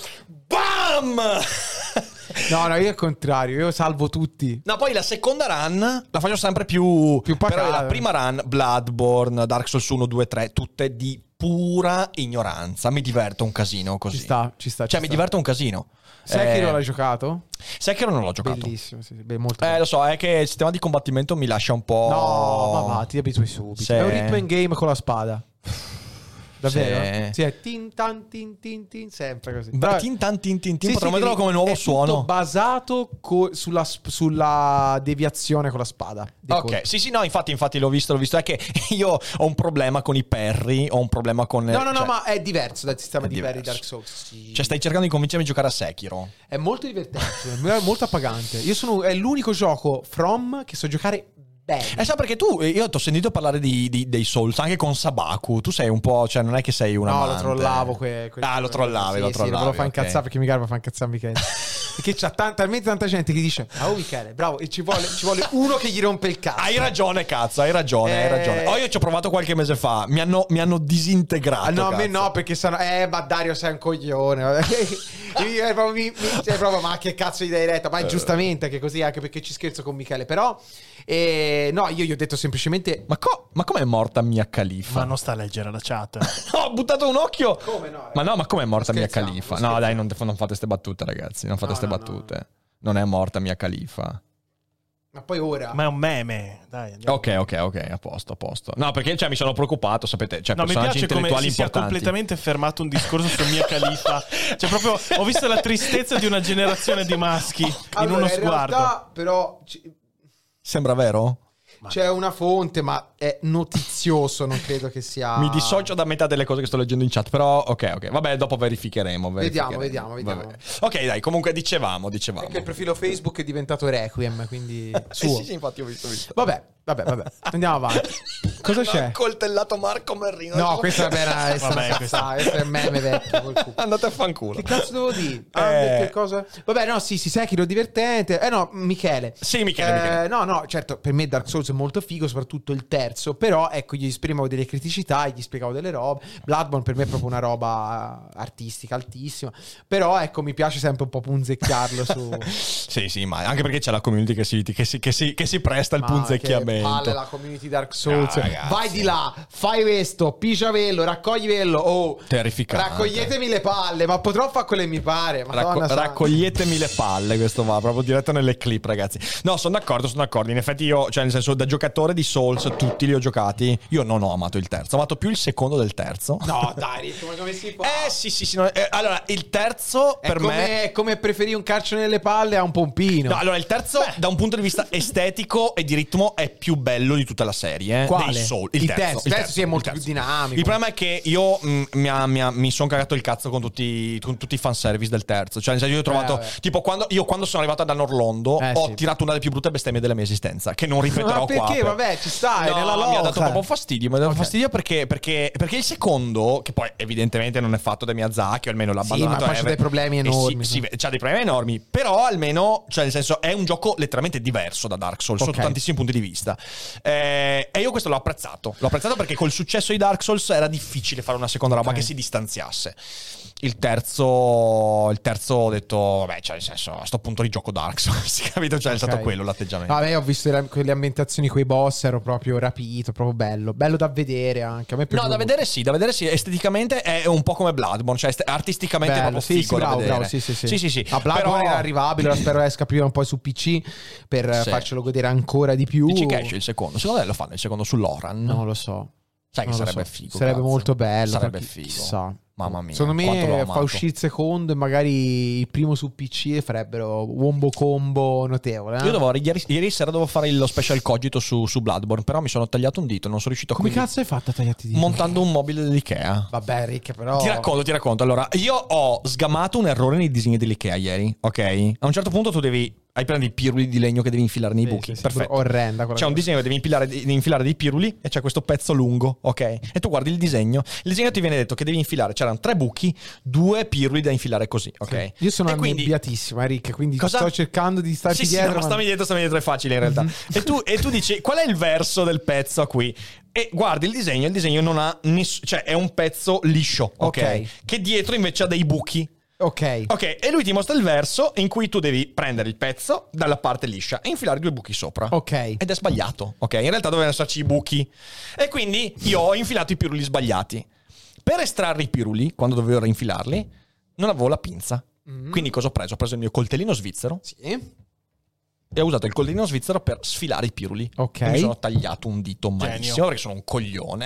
BAM! No, no, io al contrario, io salvo tutti. No, poi la seconda run la faccio sempre più. Più però pacata. la prima run, Bloodborne, Dark Souls uno, due, tre, tutte di pura ignoranza. Mi diverto un casino così. Ci sta, ci sta. Cioè, ci mi sta. diverto un casino. Sekiro Eh, l'hai giocato? Sekiro non l'ho giocato. Bellissimo, sì, sì, beh, molto Eh, bello. lo so, è che il sistema di combattimento mi lascia un po'. No, ma va, ti abitui subito. Sì. È un rhythm and game con la spada. Davvero? Sì. Sì, è tin tan tin tin tin, sempre così. Beh, Però- tin tan tin tin tin, Sì, potremmo sì, metterlo devi- come nuovo è tutto suono. basato co- sulla, sp- sulla deviazione con la spada. dei colpi. Ok, sì, sì, no, infatti, infatti l'ho visto, l'ho visto. È che io ho un problema con i parry, ho un problema con. No, no, no, cioè- ma è diverso dal sistema È di parry diverso. Dark Souls. Sì. Cioè, stai cercando di convincermi a giocare a Sekiro. È molto divertente, è molto appagante. Io sono, è l'unico gioco From che so giocare bene. Eh, sa perché tu, io ti ho sentito parlare di, di- dei Souls anche con Sabaku. Tu sei un po', cioè, non è che sei una. No, lo trollavo. Que, que- Ah, lo trollavi, sì, lo sì, trollavi. lo fa ok. incazzare perché mi garba fa incazzare Michele. Perché c'ha tanta, talmente tanta gente che dice ah, oh Michele, bravo, e ci vuole, ci vuole uno che gli rompe il cazzo. Hai ragione, cazzo, hai ragione, Eh... hai ragione. Oh, io ci ho provato qualche mese fa, mi hanno, mi hanno disintegrato. Ah, no, a me cazzo. no, perché sono. Eh, ma Dario sei un coglione. Io, eh, proprio, mi, mi, cioè, proprio, ma che cazzo gli dai retta? Ma giustamente che così, anche perché ci scherzo con Michele. Però, eh, no, io gli ho detto semplicemente. Ma, co- ma com'è morta Mia Khalifa? Ma non sta a leggere la chat. No, ho buttato un occhio. Come no? Ma no, ma com'è morta Mia Scherziamo, Khalifa? scherziamo. No, dai, non, non fate ste battute, ragazzi. Non fate No, ste no, battute. Non è morta Mia Khalifa. Ma poi ora. Ma è un meme. Dai, andiamo. Ok, ok, ok, a posto, a posto. No, perché cioè, mi sono preoccupato, sapete, cioè No, mi personaggi piace come intellettuali si sia importanti. completamente fermato un discorso su Mia Khalifa. Cioè, proprio ho visto la tristezza di una generazione di maschi Allora, in uno in sguardo. realtà, però. ci- Sembra vero? C'è una fonte, ma è notizioso. Non credo che sia. Mi dissocio da metà delle cose che sto leggendo in chat, però ok, ok. Vabbè, dopo verificheremo. verificheremo. Vediamo, vediamo, Vabbè. vediamo. Ok, dai, comunque dicevamo, dicevamo. Anche il profilo Facebook è diventato Requiem, quindi. Eh, Suo. sì, sì, infatti ho visto, ho visto. Vabbè, vabbè, vabbè. Andiamo avanti. Cosa Hanno c'è? coltellato Marco Merrino. No, questa è una, questa è una Vabbè, cazzata, questo è un meme vecchio. col culo. Andate a fanculo. Che cazzo devo dire? Ah, Eh. perché cosa? Vabbè, no, sì, sì, Sekiro divertente. Eh no, Michele. Sì, Michele, Eh, Michele. No, no, certo, per me Dark Souls è molto figo, soprattutto il terzo. Però, ecco, gli esprimevo delle criticità, gli spiegavo delle robe. Bloodborne per me è proprio una roba artistica altissima. Però, ecco, mi piace sempre un po' punzecchiarlo su... Sì, sì, ma anche perché c'è la community che si, che si, che si, che si presta al Ma punzecchiamento. che palle la community Dark Souls. Ah, ragazzi. Vai di là, fai questo, pigia vello, raccogli vello. Oh, Terrificante. raccoglietemi le palle, ma potrò fare quello che mi pare. Madonna Racco- santa. raccoglietemi le palle, questo va proprio diretto nelle clip, ragazzi. No, sono d'accordo, sono d'accordo. In effetti io, cioè nel senso, da giocatore di Souls, tutti li ho giocati. Io non ho amato il terzo, ho amato più il secondo del terzo. No, dai, Rick, ma come si fa? Eh sì, sì, sì. no, eh, allora, il terzo È per come, me... è come preferire un calcio nelle palle a un pompino. No, allora il terzo da un punto di vista estetico e di ritmo è più bello di tutta la serie, eh, Quale? dei Soul. Il terzo, il terzo sì, è molto più dinamico. Il problema è che io mh, mi, ha- mi, ha- mi sono cagato il cazzo con tutti, con tutti i fanservice del terzo. Cioè, nel senso, io ho trovato vabbè. tipo quando io quando sono arrivato ad Anorlondo Eh, ho sì. tirato una delle più brutte bestemmie della mia esistenza, che non ripeterò Ma perché? qua. Vabbè, ci sta, è No, nella mi ha dato lotta. proprio fastidio. Mi ha dato Ok. fastidio perché, perché, perché il secondo, che poi evidentemente non è fatto da Miyazaki, o almeno l'ha Sì, abbandonato ma poi c'ha Ever- dei problemi e enormi, Sì, sì. sì, c'ha dei problemi enormi. Però almeno, cioè, nel senso, è un gioco letteralmente diverso da Dark Souls Ok. sotto tantissimi punti di vista. Eh, e io questo l'ho apprezzato. L'ho apprezzato perché col successo di Dark Souls era difficile fare una seconda roba Ok. che si distanziasse. Il terzo, il terzo ho detto, vabbè, cioè, nel senso, a sto punto rigioco Dark Souls, capito? Cioè, è stato Ok. quello l'atteggiamento. Vabbè, ho visto le- quelle ambientazioni, quei boss, ero proprio rapito, proprio bello. Bello da vedere anche. A me è No, piaciuto da molto. vedere sì, da vedere sì. Esteticamente è un po' come Bloodborne, cioè est- artisticamente è Bello, proprio sì, figo sì, da bravo, vedere. bravo, sì, sì, sì. sì, sì, sì. A Bloodborne Però- è arrivabile, ora spero esca prima un po' su P C per eh, Sì. farcelo godere ancora di più. Dici che esce il secondo? Secondo me lo fanno il secondo sull'Oran. Non lo so. Sai che Non lo sarebbe so. figo. Sarebbe cazzo. molto bello. Sarebbe perché- figo. Chissà. Mamma mia. Secondo quanto l'ho me fa amato. uscire il secondo e magari il primo su P C e farebbero wombo combo notevole. eh? Io dovevo, ieri, ieri sera dovevo fare lo special cogito su, su Bloodborne, però mi sono tagliato un dito, non sono riuscito a Come quindi- cazzo hai fatto a tagliarti di montando un mobile dell'Ikea. Vabbè, Rick, però. Ti racconto, ti racconto. Allora, io ho sgamato un errore nei disegni dell'Ikea ieri, ok? A un certo punto tu devi... Hai preso dei piruli di legno che devi infilare nei Sì, buchi. sì, sì, Perfetto. orrenda quella C'è un cosa. disegno che devi infilare, devi infilare dei piruli e c'è questo pezzo lungo, ok? E tu guardi il disegno. Il disegno ti viene detto che devi infilare. C'erano tre buchi, due piruli da infilare così, ok? Io sono e quindi annebbiatissimo, eh, Rick, quindi Cosa? sto cercando di starti Sì, sì, dietro. no, ma ma- stammi dietro, stammi dietro, è facile in realtà. e, tu, e tu dici, qual è il verso del pezzo qui? E guardi il disegno, il disegno non ha nessuno, cioè è un pezzo liscio, ok? Ok. Che dietro invece ha dei buchi. Ok. Ok, e lui ti mostra il verso in cui tu devi prendere il pezzo dalla parte liscia e infilare due buchi sopra. Ok. Ed è sbagliato, ok? In realtà dovevano esserci i buchi. E quindi io ho infilato i piruli sbagliati. Per estrarre i piruli, quando dovevo reinfilarli, non avevo la pinza. Mm. Quindi cosa ho preso? Ho preso il mio coltellino svizzero Sì. e ho usato il coltellino svizzero per sfilare i piruli. Ok. E mi sono tagliato un dito malissimo Genio. perché sono un coglione.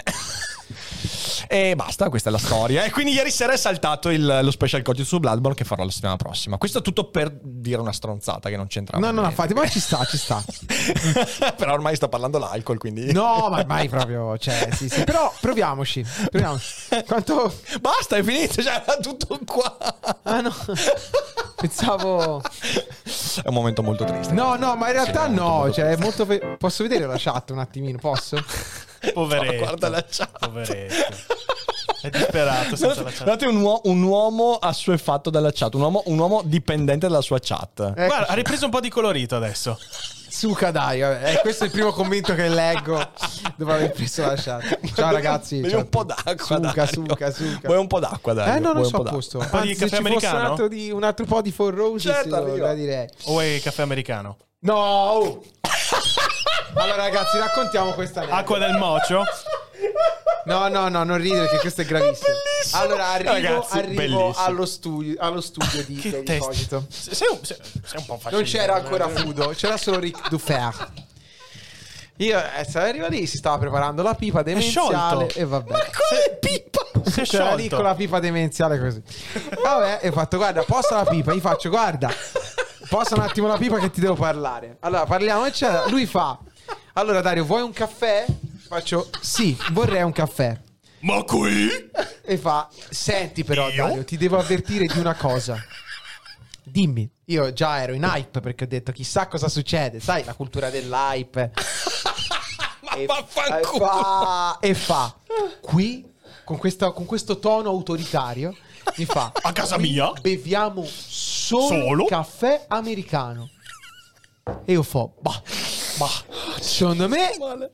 E basta, questa è la storia. E quindi ieri sera è saltato il- lo special cogito su Bloodborne che farò la settimana prossima. Questo è tutto per dire una stronzata che non c'entrava. No, no, no, niente. infatti, ma ci sta, ci sta. Però ormai sta parlando l'alcol, quindi... No, ma ormai proprio, cioè, sì, sì. Però proviamoci. Proviamoci. Quanto. Basta, è finito, cioè era tutto qua. Ah, no. Pensavo. È un momento molto triste. No, no, ma in realtà Sì, molto, no. molto Cioè, è molto. fe- Posso vedere la chat un attimino? Posso? Poveretto. Guarda la chat. Poveretto. È disperato senza la chat. Guardate un, uo- un uomo assuefatto dalla chat, un uomo, un uomo dipendente dalla sua chat. Ecco. Guarda, ha ripreso un po' di colorito adesso. Suca dai, vabbè. Eh, questo è il primo commento che leggo dopo aver preso la chat. Ciao ragazzi. Bevi ciao un po' a tutti. d'acqua, Suca, Dario. suca, suca. Vuoi un po' d'acqua, Dario? Eh no, non Vuoi so un a po' posto. po' di Anzi, caffè se ci fosse un americano? altro, di, un altro po' di Four Roses, Certo, lo, arriva. lo direi. O vuoi caffè americano? No! oh. Allora ragazzi, raccontiamo questa aneddoto. Acqua del mocio? No, no, no, non ridere che questo è gravissimo. Allora arrivo, Ragazzi, arrivo bellissimo. allo studio, allo studio di Che del test- Cogito. Sei un, sei, sei un po' facile. Non c'era ancora Fudo, c'era solo Ric Dufer. Io eh, arriva lì, si stava preparando la pipa demenziale sciolto. e vabbè. Come pipa? Si è C'era lì sciolto. con la pipa demenziale così. Vabbè, e ho fatto guarda, posa la pipa, gli faccio guarda, posa un attimo la pipa che ti devo parlare. Allora parliamo eccetera. Lui fa allora Dario, vuoi un caffè? Faccio sì, vorrei un caffè. Ma qui? E fa senti però Io? Dario, ti devo avvertire di una cosa. Dimmi. Io già ero in hype perché ho detto chissà cosa succede, sai la cultura dell'hype. Ma e, vaffanculo. e fa e fa qui con, questa, con questo tono autoritario mi fa A casa "Qui mia? beviamo solo, Solo? caffè americano". E io fa bah, bah, secondo me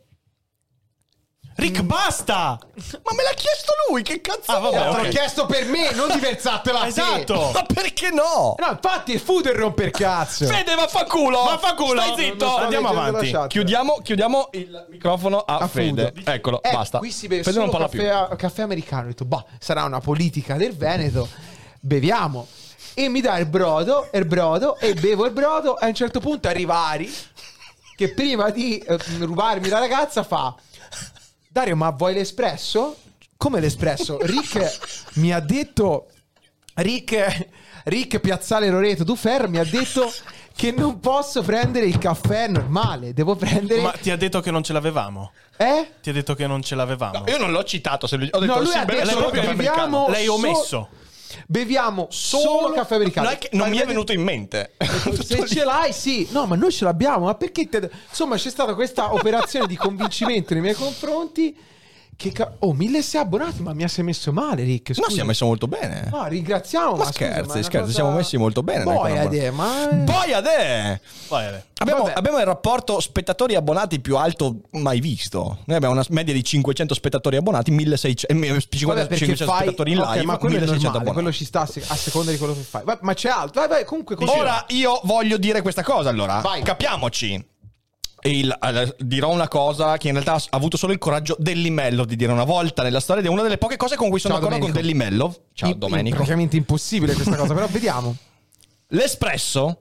Rick, basta! Ma me l'ha chiesto lui, che cazzo Ah, vabbè, vuoi? te l'ho ok. chiesto per me, non di versartela a te. Esatto! Ma perché no? No, infatti è Fudo il romper cazzo. Fede, vaffanculo! Vaffanculo! Stai Non zitto! sto Andiamo leggendo avanti. la chat. Chiudiamo, chiudiamo il microfono a, A Fede. Fudo. Eccolo, Eh, basta. Qui si beve Fede solo non parla caffè, più. caffè americano. Ho detto, bah, sarà una politica del Veneto. Beviamo. E mi dà il brodo, il brodo, e bevo il brodo. E a un certo punto arriva Ari, che prima di eh, rubarmi la ragazza fa: Dario, ma vuoi l'espresso? Come l'espresso? Rick mi ha detto, Rick, Rick Piazzale Loreto Dufer mi ha detto che non posso prendere il caffè normale, devo prendere... Ma ti ha detto che non ce l'avevamo? Eh? Ti ha detto che non ce l'avevamo? Io non l'ho citato, se lui... ho detto No, lui sì, ha beve detto solo che caffè beviamo- americano. L'hai so- omesso. Beviamo solo, caffè americano. Non, è che non mi è venuto in mente. Se ce l'hai, sì. No, ma noi ce l'abbiamo. Ma perché te... Insomma, c'è stata questa operazione di convincimento nei miei confronti. Che ca- oh, mille sei abbonati, ma mi ha sei messo male, Rick. No, scusa. si è messo molto bene. No, ringraziamo. Ma Ma, scusa, scherzi, ma è una scherzi, cosa- siamo messi molto bene, dai, Boia con de, ma... Poi adè! Vai, Ale. Abbiamo, Vabbè. abbiamo il rapporto spettatori abbonati più alto mai visto. Noi abbiamo una media di cinquecento spettatori abbonati, milleseicento, eh, Vabbè, perché cinquecento fai... spettatori in ok, live, ma quello è milleseicento normale, abbonati. quello ci sta a, sec- a seconda di quello che fai. Va- ma c'è altro. Vai, vai, comunque... così. Ora io voglio dire questa cosa, allora. Vai. Capiamoci. Il, eh, dirò una cosa che in realtà ha avuto solo il coraggio Delli Mello di dire una volta nella storia ed è una delle poche cose con cui sono Ciao, d'accordo con Domenico. Delli Mello. Ciao I- Domenico. Praticamente impossibile questa cosa, però vediamo. L'espresso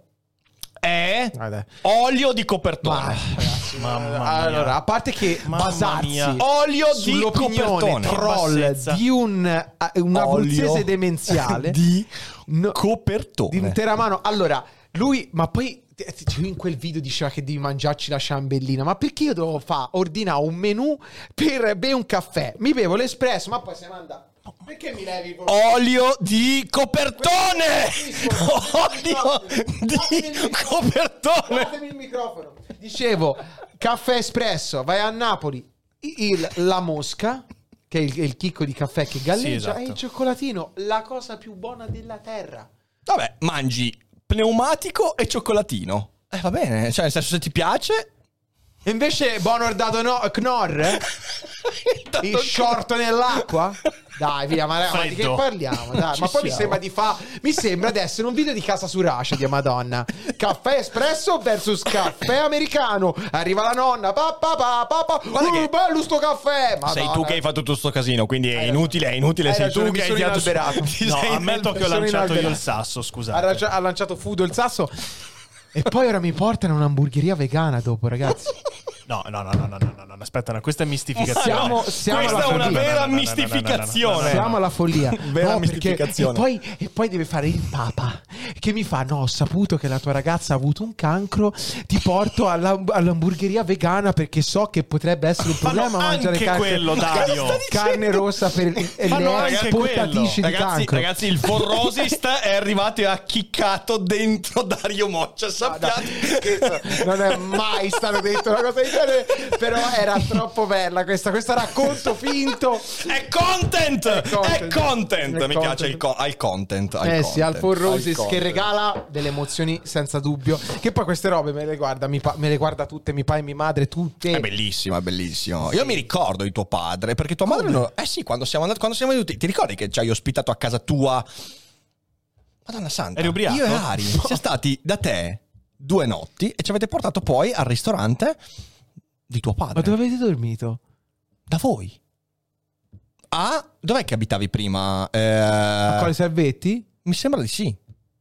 è Vai, dai. olio di copertone. Ma, ragazzi, Mamma mia. allora, a parte che Mamma basarsi mia. Olio di sull'opinione copertone. troll bassezza. di un, eh, un abruzzese Olio demenziale di no, copertone. di intera mano. Allora, lui, ma poi t- t- in quel video diceva che devi mangiarci la ciambellina. Ma perché io devo fare ordinare un menù per bere un caffè? Mi bevo l'espresso, ma poi se manda. Perché mi levi il Olio di copertone. Olio di copertone. Datemi il microfono. Dicevo, caffè espresso, vai a Napoli, il- la mosca, che è il, è il chicco di caffè che galleggia, Sì, esatto. e il cioccolatino, la cosa più buona della terra. Vabbè, mangi pneumatico e cioccolatino. Eh, va bene, cioè nel senso se ti piace. E invece Bonor dato no, Knorr, eh? il short nell'acqua. Dai, via, ma, ma di che Freddo. parliamo? Dai, Ci ma poi mi siamo. sembra di fa. Mi sembra di essere un video di Casa Surace di Madonna. Caffè espresso versus caffè americano. Arriva la nonna, pa pa pa pa pa. Guarda Uh, che- bello sto caffè. Sei Madonna. tu che hai fatto tutto sto casino, quindi è Hai inutile, è inutile. Hai Sei ragione, tu mi che hai sono tirato su- inalberato. ti No, sei ammetto che ho sono lanciato io inalberato. il sasso, Ha, scusate. lancia- ha lanciato Fudo il sasso. E poi ora mi portano a un'hamburgeria vegana dopo, ragazzi. No, no, no, no, no, no, no, no, aspetta, no, questa è mistificazione. Siamo, siamo Questa alla è una follia. vera No, no, no, no, mistificazione. no, no, no, no. Siamo alla follia. Vera No, perché- mistificazione. E poi, e poi deve fare il papa che mi fa: no, ho saputo che la tua ragazza ha avuto un cancro, ti porto alla, all'hamburgeria vegana perché so che potrebbe essere un Fanno problema mangiare anche carne, quello, Dario. carne rossa per e Fanno le anche portatrici di Ragazzi, cancro. ragazzi, il forrosist è arrivato e ha chiccato dentro Dario Moccia. No, Sappiate. scherzo, non è mai stato detto una cosa del Però era troppo bella questa, questo racconto finto. È content! È content! È content. È Mi content. piace il, co- al content. Al Eh content, sì, al Four Roses al che content. regala delle emozioni senza dubbio. Che poi queste robe me le guarda, mi pa- me le guarda tutte, mio padre e mia madre, tutte. È bellissimo, è bellissimo. Io mi ricordo di tuo padre, perché tua madre non... Eh sì, quando siamo andati, quando siamo venuti, ti ricordi che ci hai ospitato a casa tua? Madonna santa. Eri ubriaco? Io e Ari siamo stati da te due notti e ci avete portato poi al ristorante di tuo padre. Ma dove avete dormito? Da voi. Ah, dov'è che abitavi prima? Eh, A Colle Salvetti? Mi sembra di sì.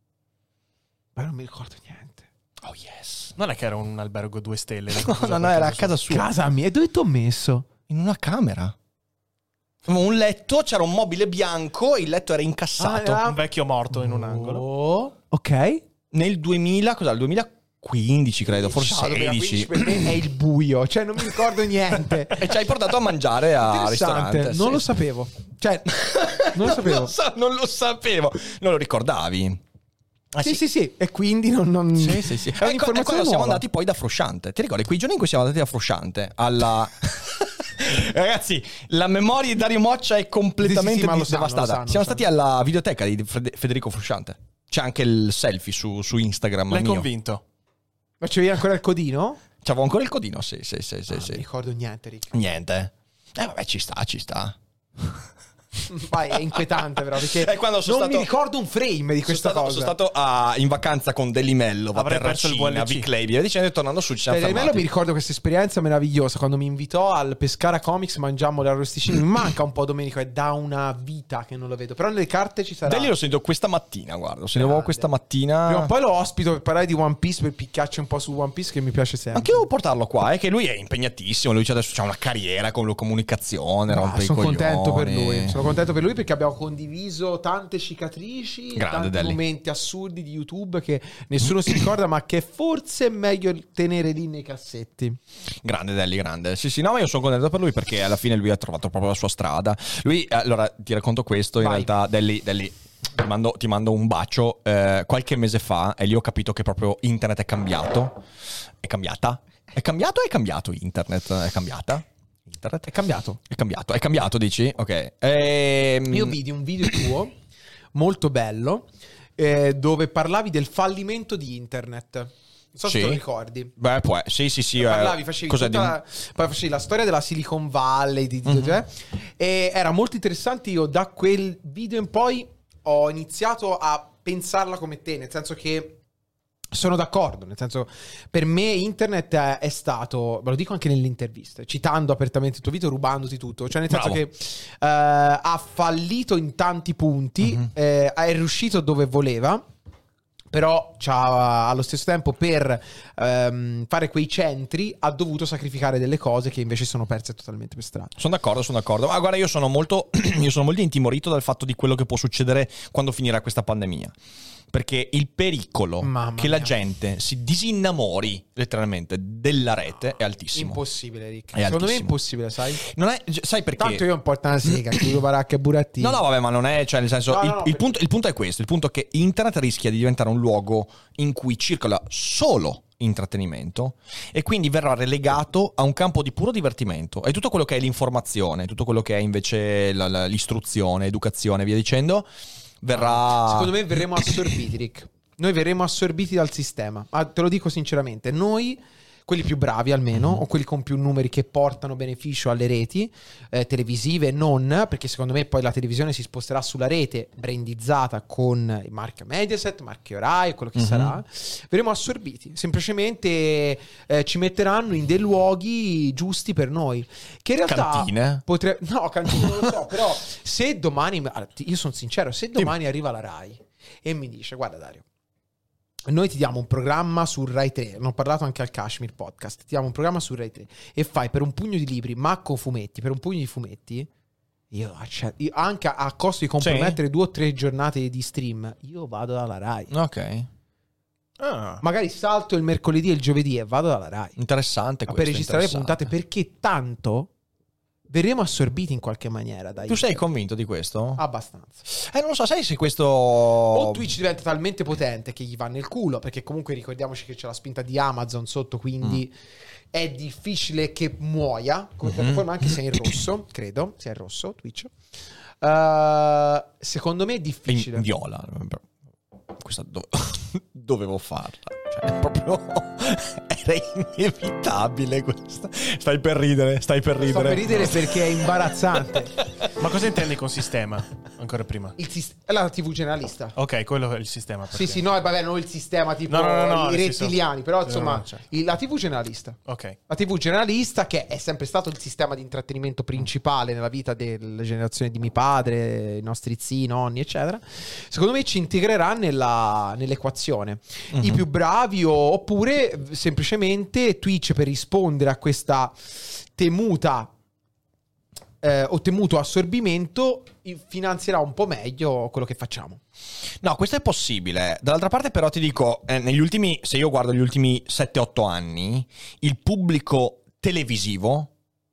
Ma non mi ricordo niente. Oh yes. Non è che era un albergo due stelle. No, no, no, era a casa sua. Casa mia, e dove ti ho messo? In una camera. Avevamo un letto, c'era un mobile bianco, il letto era incassato. Ah, era- Un vecchio morto in un angolo. Oh, ok. Nel duemila, cos'è? Il duemilaquindici credo, forse Ciao, sedici. Per me è il buio, cioè non mi ricordo niente. E ci hai portato a mangiare al Interessante, ristorante. non sì. lo sapevo. Cioè, non lo sapevo. non, so- non lo sapevo. Non lo ricordavi? Ah, sì, sì, sì, e quindi non... non... Sì, sì, sì. È Ecco, un'informazione e quando siamo nuova. andati poi da Frusciante. Ti ricordi quei giorni in cui siamo andati da Frusciante? Alla... Ragazzi, la memoria di Dario Moccia è completamente Sì, sì, sì, ma lo sanno, devastata. lo sanno, siamo lo stati alla videoteca di Fred- Federico Frusciante. C'è anche il selfie su, su Instagram. L'hai mio. convinto? Ma c'avevi ancora il codino? C'avevo ancora il codino, sì, sì, sì, sì, Ah, sì. Non mi ricordo niente, Rick. Niente. Eh vabbè, ci sta, ci sta. Vai, è inquietante però, perché È quando sono non stato- mi ricordo un frame di questa sono stato, cosa. Sono stato a- in vacanza con Deli Mellova, Avrei perso il Terracina, V L C. Vic Lady, e dicendo, tornando su ci siamo Per me fermati. mi ricordo questa esperienza meravigliosa quando mi invitò al Pescara Comics, mangiamo le arrosticine. Mi manca un po' Domenico, è da una vita che non lo vedo, però nelle carte ci sarà. Deli l'ho sentito questa mattina, guarda, lo sentivo Grande. questa mattina. Prima o poi lo ospito per parlare di One Piece, per picchiarci un po' su One Piece che mi piace sempre. Anche io devo portarlo qua, è che lui è impegnatissimo, lui adesso c'ha una carriera con la comunicazione, Ah, rompe i sono coglioni. contento per lui. Sono contento per lui perché abbiamo condiviso tante cicatrici, Grande tanti Deli. momenti assurdi di YouTube che nessuno si ricorda, ma che forse è meglio tenere lì nei cassetti. Grande Deli, grande. Sì, sì, no, ma io sono contento per lui perché alla fine lui ha trovato proprio la sua strada. Lui, eh, allora, ti racconto questo, in Vai. realtà, Deli, Deli, ti mando, ti mando un bacio. Eh, qualche mese fa, e lì ho capito che proprio internet è cambiato. È cambiata? È cambiato o è cambiato internet? È cambiata? Internet? È cambiato. È cambiato, è cambiato, dici? Ok. Ehm, Io vidi un video tuo molto bello eh, dove parlavi del fallimento di internet. Non so Sì. se te lo ricordi. Beh, può, sì, sì, sì. Parlavi, eh, facevi, cos'è tutta di- la, poi facevi la storia della Silicon Valley di, di- cioè, e era molto interessante. Io da quel video in poi ho iniziato a pensarla come te, nel senso che sono d'accordo, nel senso, per me internet è, è stato, ve lo dico anche nelle interviste, citando apertamente il tuo video, rubandoti tutto, cioè nel senso Bravo. che eh, ha fallito in tanti punti, eh, è riuscito dove voleva, però c'ha, allo stesso tempo per ehm, fare quei centri ha dovuto sacrificare delle cose che invece sono perse totalmente per strada. Sono d'accordo, sono d'accordo. Ma guarda, io sono molto io sono molto intimorito dal fatto di quello che può succedere quando finirà questa pandemia. Perché il pericolo Mamma che la mia. gente si disinnamori letteralmente della rete è altissimo. Impossibile, Rick. È Secondo me è altissimo. impossibile, sai? Non è, sai perché? Tanto io ho un po' una sega, chiudo baracca e burattini. No, no, vabbè, ma non è, cioè, nel senso, No, il, no, no, il perché- punto, il punto è questo: il punto è che internet rischia di diventare un luogo in cui circola solo intrattenimento e quindi verrà relegato a un campo di puro divertimento. E tutto quello che è l'informazione, tutto quello che è invece la- la- l'istruzione, educazione e via dicendo, verrà. Secondo me verremo assorbiti, Rick. Noi verremo assorbiti dal sistema. Ma te lo dico sinceramente, noi, quelli più bravi almeno, o quelli con più numeri che portano beneficio alle reti eh, televisive e non, perché secondo me poi la televisione si sposterà sulla rete brandizzata con il marchio Mediaset, marchio Rai, quello che Mhm. sarà, verremo assorbiti. Semplicemente eh, ci metteranno in dei luoghi giusti per noi. Che in realtà Cantine? potre- No, cantine non lo so, però se domani, allora, ti- io sono sincero, se domani arriva la Rai e mi dice, guarda Dario, noi ti diamo un programma su Rai tre, ne ho parlato anche al Kashmir Podcast, ti diamo un programma su Rai tre e fai per un pugno di libri, ma con fumetti, per un pugno di fumetti, io, accetto, io anche a, a costo di compromettere due o tre giornate di stream, io vado dalla Rai. Ok. Ah. Magari salto il mercoledì e il giovedì e vado dalla Rai. Interessante Ma questo. per registrare le interessante. puntate, perché tanto verremo assorbiti in qualche maniera dai. Tu sei convinto di questo? Abbastanza. Eh, non lo so, sai se questo... O Twitch diventa talmente potente che gli va nel culo, perché comunque ricordiamoci che c'è la spinta di Amazon sotto, quindi mm. è difficile che muoia come mm-hmm. piattaforma, anche se è in rosso, credo, sia in rosso Twitch. Uh, secondo me è difficile. In viola. Questa do- dovevo farla. Cioè, proprio era inevitabile questa. Stai per ridere, stai per ridere. Sto per ridere perché è imbarazzante. Ma cosa intendi con sistema? Ancora prima. Il sis- la tivù generalista. Ok, quello è il sistema. Sì, sì, no, vabbè, non il sistema tipo no, no, no, no, i rettiliani, sì, però insomma, no, no, certo. il, la tivù generalista. Ok. La tivù generalista, che è sempre stato il sistema di intrattenimento principale nella vita delle generazioni di mio padre, i nostri zii, nonni, eccetera. Secondo me ci integrerà nella, nell'equazione. Mm-hmm. I più bravi o, oppure semplicemente Twitch, per rispondere a questa temuta Eh, o temuto assorbimento, finanzierà un po' meglio quello che facciamo. No, questo è possibile. Dall'altra parte però ti dico, eh, negli ultimi, se io guardo gli ultimi sette otto anni, il pubblico televisivo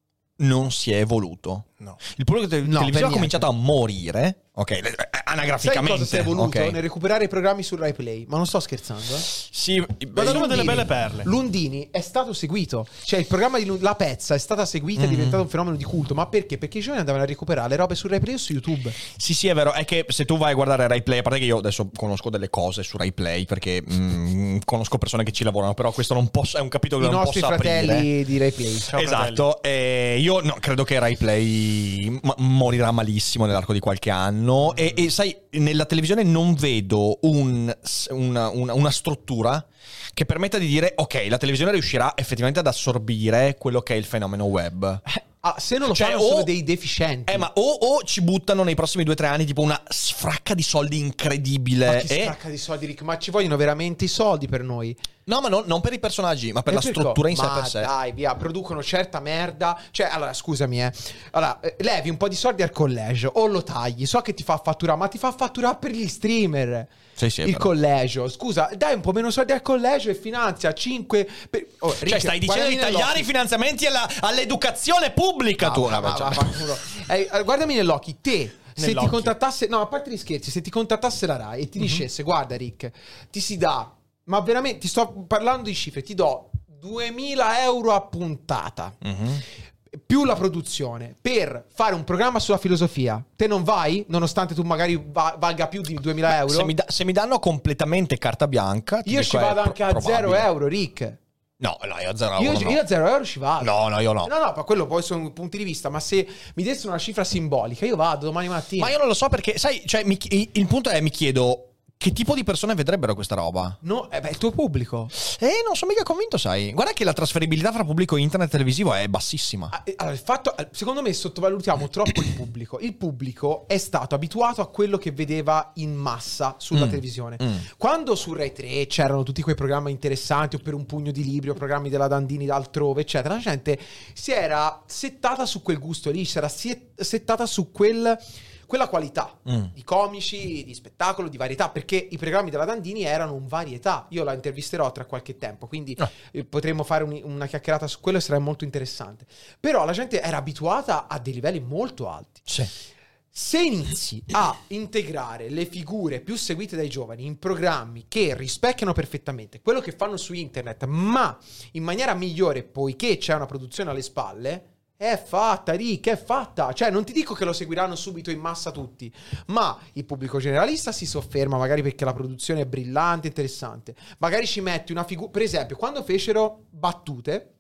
non si è evoluto. No. Il pubblico te- No, televisivo ha per cominciato a morire. Ok, eh, anagraficamente. Sai cosa si è evoluto? Okay. Nel recuperare i programmi su Rai Play. Ma non sto scherzando, eh? Sì, Guarda come delle belle perle. Lundini è stato seguito. Cioè il programma di Lund- La Pezza è stata seguita, mm-hmm. è diventato un fenomeno di culto. Ma perché? Perché i giovani andavano a recuperare le robe su Rai Play o su YouTube. Sì, sì, è vero. È che se tu vai a guardare Rai Play, a parte che io adesso conosco delle cose su Rai Play, perché mm, conosco persone che ci lavorano, però questo non posso, è un capitolo che I non nostri posso fratelli aprire. di Rai Play. Ciao, Esatto. E io no, credo che Rai Play m- morirà malissimo nell'arco di qualche anno. Mm. E, e sai, nella televisione non vedo un, una, una, una struttura che permetta di dire ok, la televisione riuscirà effettivamente ad assorbire quello che è il fenomeno web. Ah, se non lo Cioè, fanno o- sono dei deficienti. Eh, ma o, o ci buttano nei prossimi due o tre anni tipo una sfracca di soldi incredibile. Ma chi e... scacca di soldi, Rick? Ma ci vogliono veramente i soldi per noi? No, ma non, non per i personaggi, ma per E la perché? struttura in sé Ma per sé. dai, via, producono certa merda. Cioè, allora, scusami, eh. Allora, eh, levi un po' di soldi al collegio o lo tagli. So che ti fa fatturare, ma ti fa fatturare per gli streamer. Sì, sì, il però. collegio. Scusa, dai un po' meno soldi al collegio e finanzia cinque per... oh, Rick, Cioè, stai dicendo di guardami tagliare nell'occhio. i finanziamenti alla- all'educazione pubblica, Ah, tu. va, No, va, cioè- va, va, culo. Eh, guardami negli occhi, te. Se ti Nell'occhio. contattasse, no, a parte gli scherzi, se ti contattasse la Rai e ti dicesse, guarda Rick, ti si dà, ma veramente, ti sto parlando di cifre, ti do duemila euro a puntata, Mhm. più la produzione, per fare un programma sulla filosofia, te non vai? Nonostante tu magari va- valga più di duemila euro? Se mi, da- se mi danno completamente carta bianca, ti Io dico, ci è vado pro- anche a probabile. zero euro, Rick. No, no, io a zero Io, euro no. io a zero euro ci vado. No, no, io no. No, no, ma quello poi sono punti di vista. Ma se mi dessero una cifra simbolica, io vado domani mattina. Ma io non lo so perché, sai, cioè, mi chi- il punto è, mi chiedo, che tipo di persone vedrebbero questa roba? No, eh beh, il tuo pubblico. Eh, non sono mica convinto, sai. Guarda che la trasferibilità fra pubblico e internet televisivo è bassissima. Ah, eh, Allora, il fatto, eh, secondo me sottovalutiamo troppo il pubblico. Il pubblico è stato abituato a quello che vedeva in massa sulla Mm. televisione. Mm. Quando su Rai tre c'erano tutti quei programmi interessanti, o per un pugno di libri, o programmi della Dandini da altrove, eccetera, la gente si era settata su quel gusto lì, si era si- settata su quel... quella qualità Mm. di comici, di spettacolo, di varietà, perché i programmi della Dandini erano un varietà. Io la intervisterò tra qualche tempo, quindi Ah. eh, potremmo fare un- una chiacchierata su quello e sarà molto interessante. Però la gente era abituata a dei livelli molto alti. Sì. Se inizi a integrare le figure più seguite dai giovani in programmi che rispecchiano perfettamente quello che fanno su internet, ma in maniera migliore, poiché c'è una produzione alle spalle, è fatta, Rick, è fatta. Cioè, non ti dico che lo seguiranno subito in massa tutti, ma il pubblico generalista si sofferma, magari perché la produzione è brillante, interessante. Magari ci metti una figura... Per esempio, quando fecero Battute,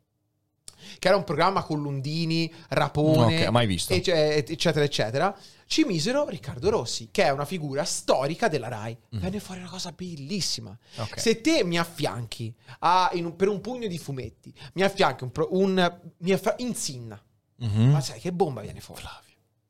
che era un programma con Lundini, Rapone, Ok, mai visto. ecce- eccetera, eccetera, ci misero Riccardo Rossi, che è una figura storica della Rai. Venne fuori una cosa bellissima. Ok. Se te mi affianchi a, in un- per un pugno di fumetti, mi affianchi un, pro- un mi affa- Insinna, Mhm. ma sai che bomba viene fuori? Flavio.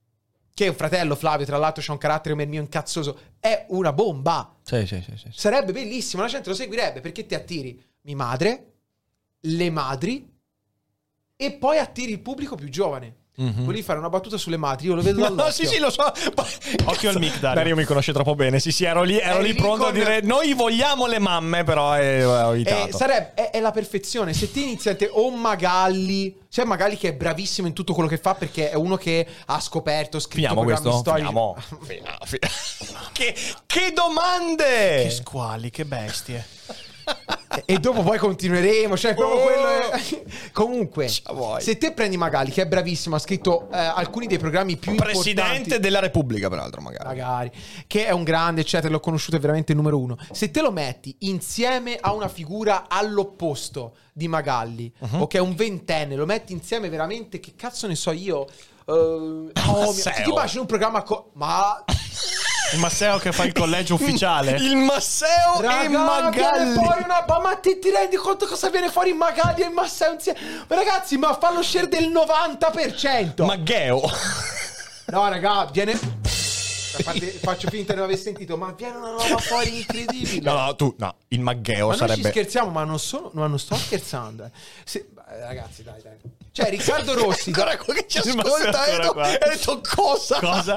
Che è un fratello, Flavio, tra l'altro c'ha un carattere come il mio incazzoso. È una bomba. Sì, sì, sì, sì. Sarebbe bellissimo, la gente lo seguirebbe perché ti attiri mia madre, le madri e poi attiri il pubblico più giovane. Mm-hmm. Volevi fare una battuta sulle madri, io lo vedo dall'occhio. No, sì, sì, lo so. Occhio al mic, Dario. Dario mi conosce troppo bene. Sì, sì, ero lì, ero lì lì pronto con... a dire noi vogliamo le mamme, però eh, ho evitato. Eh, sarebbe, è, è la perfezione. Se ti iniziate o Magalli, c'è Magalli che è bravissimo in tutto quello che fa perché è uno che ha scoperto, scritto Finiamo programmi questo? storici. Finiamo. Finiamo. Finiamo. che, che domande! Che squali, che bestie. E dopo poi continueremo, cioè proprio Oh. quello è... Comunque, vuoi. se te prendi Magalli, che è bravissimo, ha scritto eh, alcuni dei programmi più Presidente importanti, della Repubblica, peraltro, magari. magari, che è un grande, eccetera, l'ho conosciuto, è veramente il numero uno. Se te lo metti insieme a una figura all'opposto di Magalli, Uh-huh. o che è un ventenne, lo metti insieme veramente, che cazzo ne so io... Uh, oh, mio, ti immagini un programma co- ma Il Masseo che fa il collegio ufficiale. Il Masseo raga, e viene Magalli. fuori una ma, ma ti, ti rendi conto cosa viene fuori Magalli e Masseo insieme? Ma ragazzi, ma fa lo share del novanta per cento. Magheo. No raga, viene a parte, faccio finta di non aver sentito, ma viene una roba fuori incredibile. No, no, tu, no, il Magheo Ma noi sarebbe... ci scherziamo, ma non, sono, ma non sto scherzando. eh. Se, eh, ragazzi, dai, dai. Cioè, Riccardo Rossi. Ancora quello che ci Il ascolta, Masseo Edo. ancora E qua. ha detto cosa? Cosa?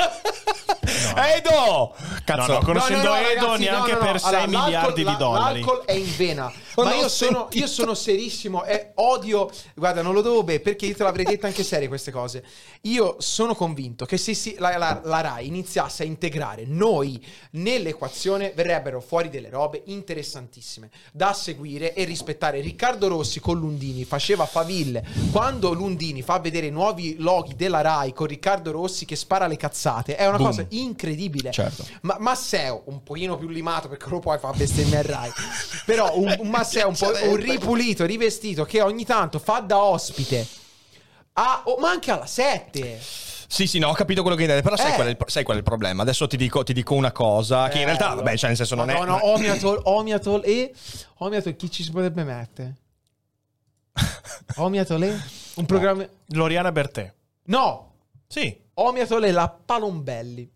Edo! Cazzo. No, no, conoscendo No, no, no, Edo ragazzi, neanche no, no, no. per sei Allora, l'alcol- miliardi la- di dollari. L'alcol è in vena. Non Ma l'ho io sono, sentito. io sono serissimo e odio. Guarda, non lo devo bere perché io te l'avrei detta anche serie queste cose. Io sono convinto che se si, la, la, la Rai iniziasse a integrare noi nell'equazione, verrebbero fuori delle robe interessantissime da seguire e rispettare. Riccardo Rossi con Lundini faceva faville. Quando Lundini fa vedere i nuovi loghi della Rai con Riccardo Rossi che spara le cazzate, è una Boom. cosa incredibile. Certo. Ma Masseo, un pochino più limato perché lo puoi far bestemmia al Rai. Però un, un Masseo un po' un ripulito, rivestito, che ogni tanto fa da ospite a, oh, ma anche alla sette. Sì, sì, no, ho capito quello che intende. Però sai, Eh. qual è il, sai qual è il problema? Adesso ti dico, ti dico una cosa che in realtà, vabbè, cioè nel senso non no, è... no, Omiatol, Omiatol e Omiatol chi ci si potrebbe mettere? Omiatol e un programma. Gloriana Bertè. No, Sì. Omiatol e la Palombelli.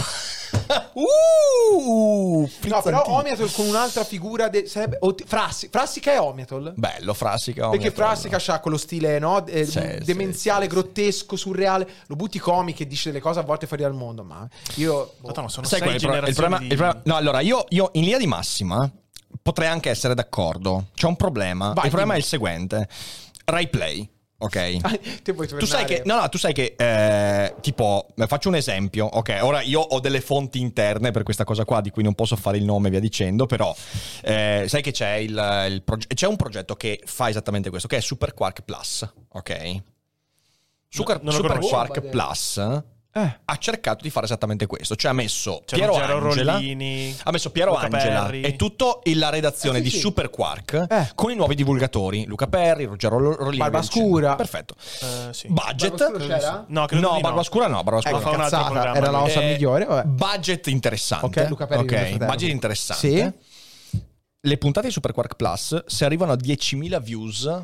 Uh, No, però Omiatol con un'altra figura de- sarebbe o- Frassi, Frassica e Omiatol. Bello, Frassica. Perché Omiatol. Frassica c'ha quello stile, no? eh, Sì, demenziale, sì, sì, grottesco, surreale. Lo butti comico e dice delle cose a volte fuori dal mondo. Ma io. boh. Madonna, sono Sai sei qual è il, pro- il generazioni problema, di... il problema- No, allora, io, io in linea di massima potrei anche essere d'accordo. C'è un problema. Vai, il problema dimmi. è il seguente. Rai Play, ok? Te puoi Tu sai tornare- che, no, no, tu sai che, eh, tipo, eh, faccio un esempio, ok? Ora io ho delle fonti interne per questa cosa qua, di cui non posso fare il nome e via dicendo, però, eh, sai che c'è il, il proge- c'è un progetto che fa esattamente questo, che è Super Quark Plus, ok? Super, non lo Super conosco. Quark Bomba, Plus Eh. ha cercato di fare esattamente questo, cioè ha messo C'è Piero Ruggero Angela, Rollini, ha messo Piero Luca Angela Perri. e tutta la redazione Eh, sì, di sì. Super Quark Eh. con i nuovi divulgatori, Luca Perri, Ruggero Rollini, Barbascura. perfetto. Eh, sì. Budget. Barbascura c'era? No, credo No, di Barbascura no, Barbascura Ecco, fa un altro cazzata, programma era la lui. cosa Eh, migliore. Vabbè. Budget interessante. Ok, Luca Perri, Ok, mio fratello. budget interessante. Sì. Le puntate di Super Quark Plus, se arrivano a diecimila views,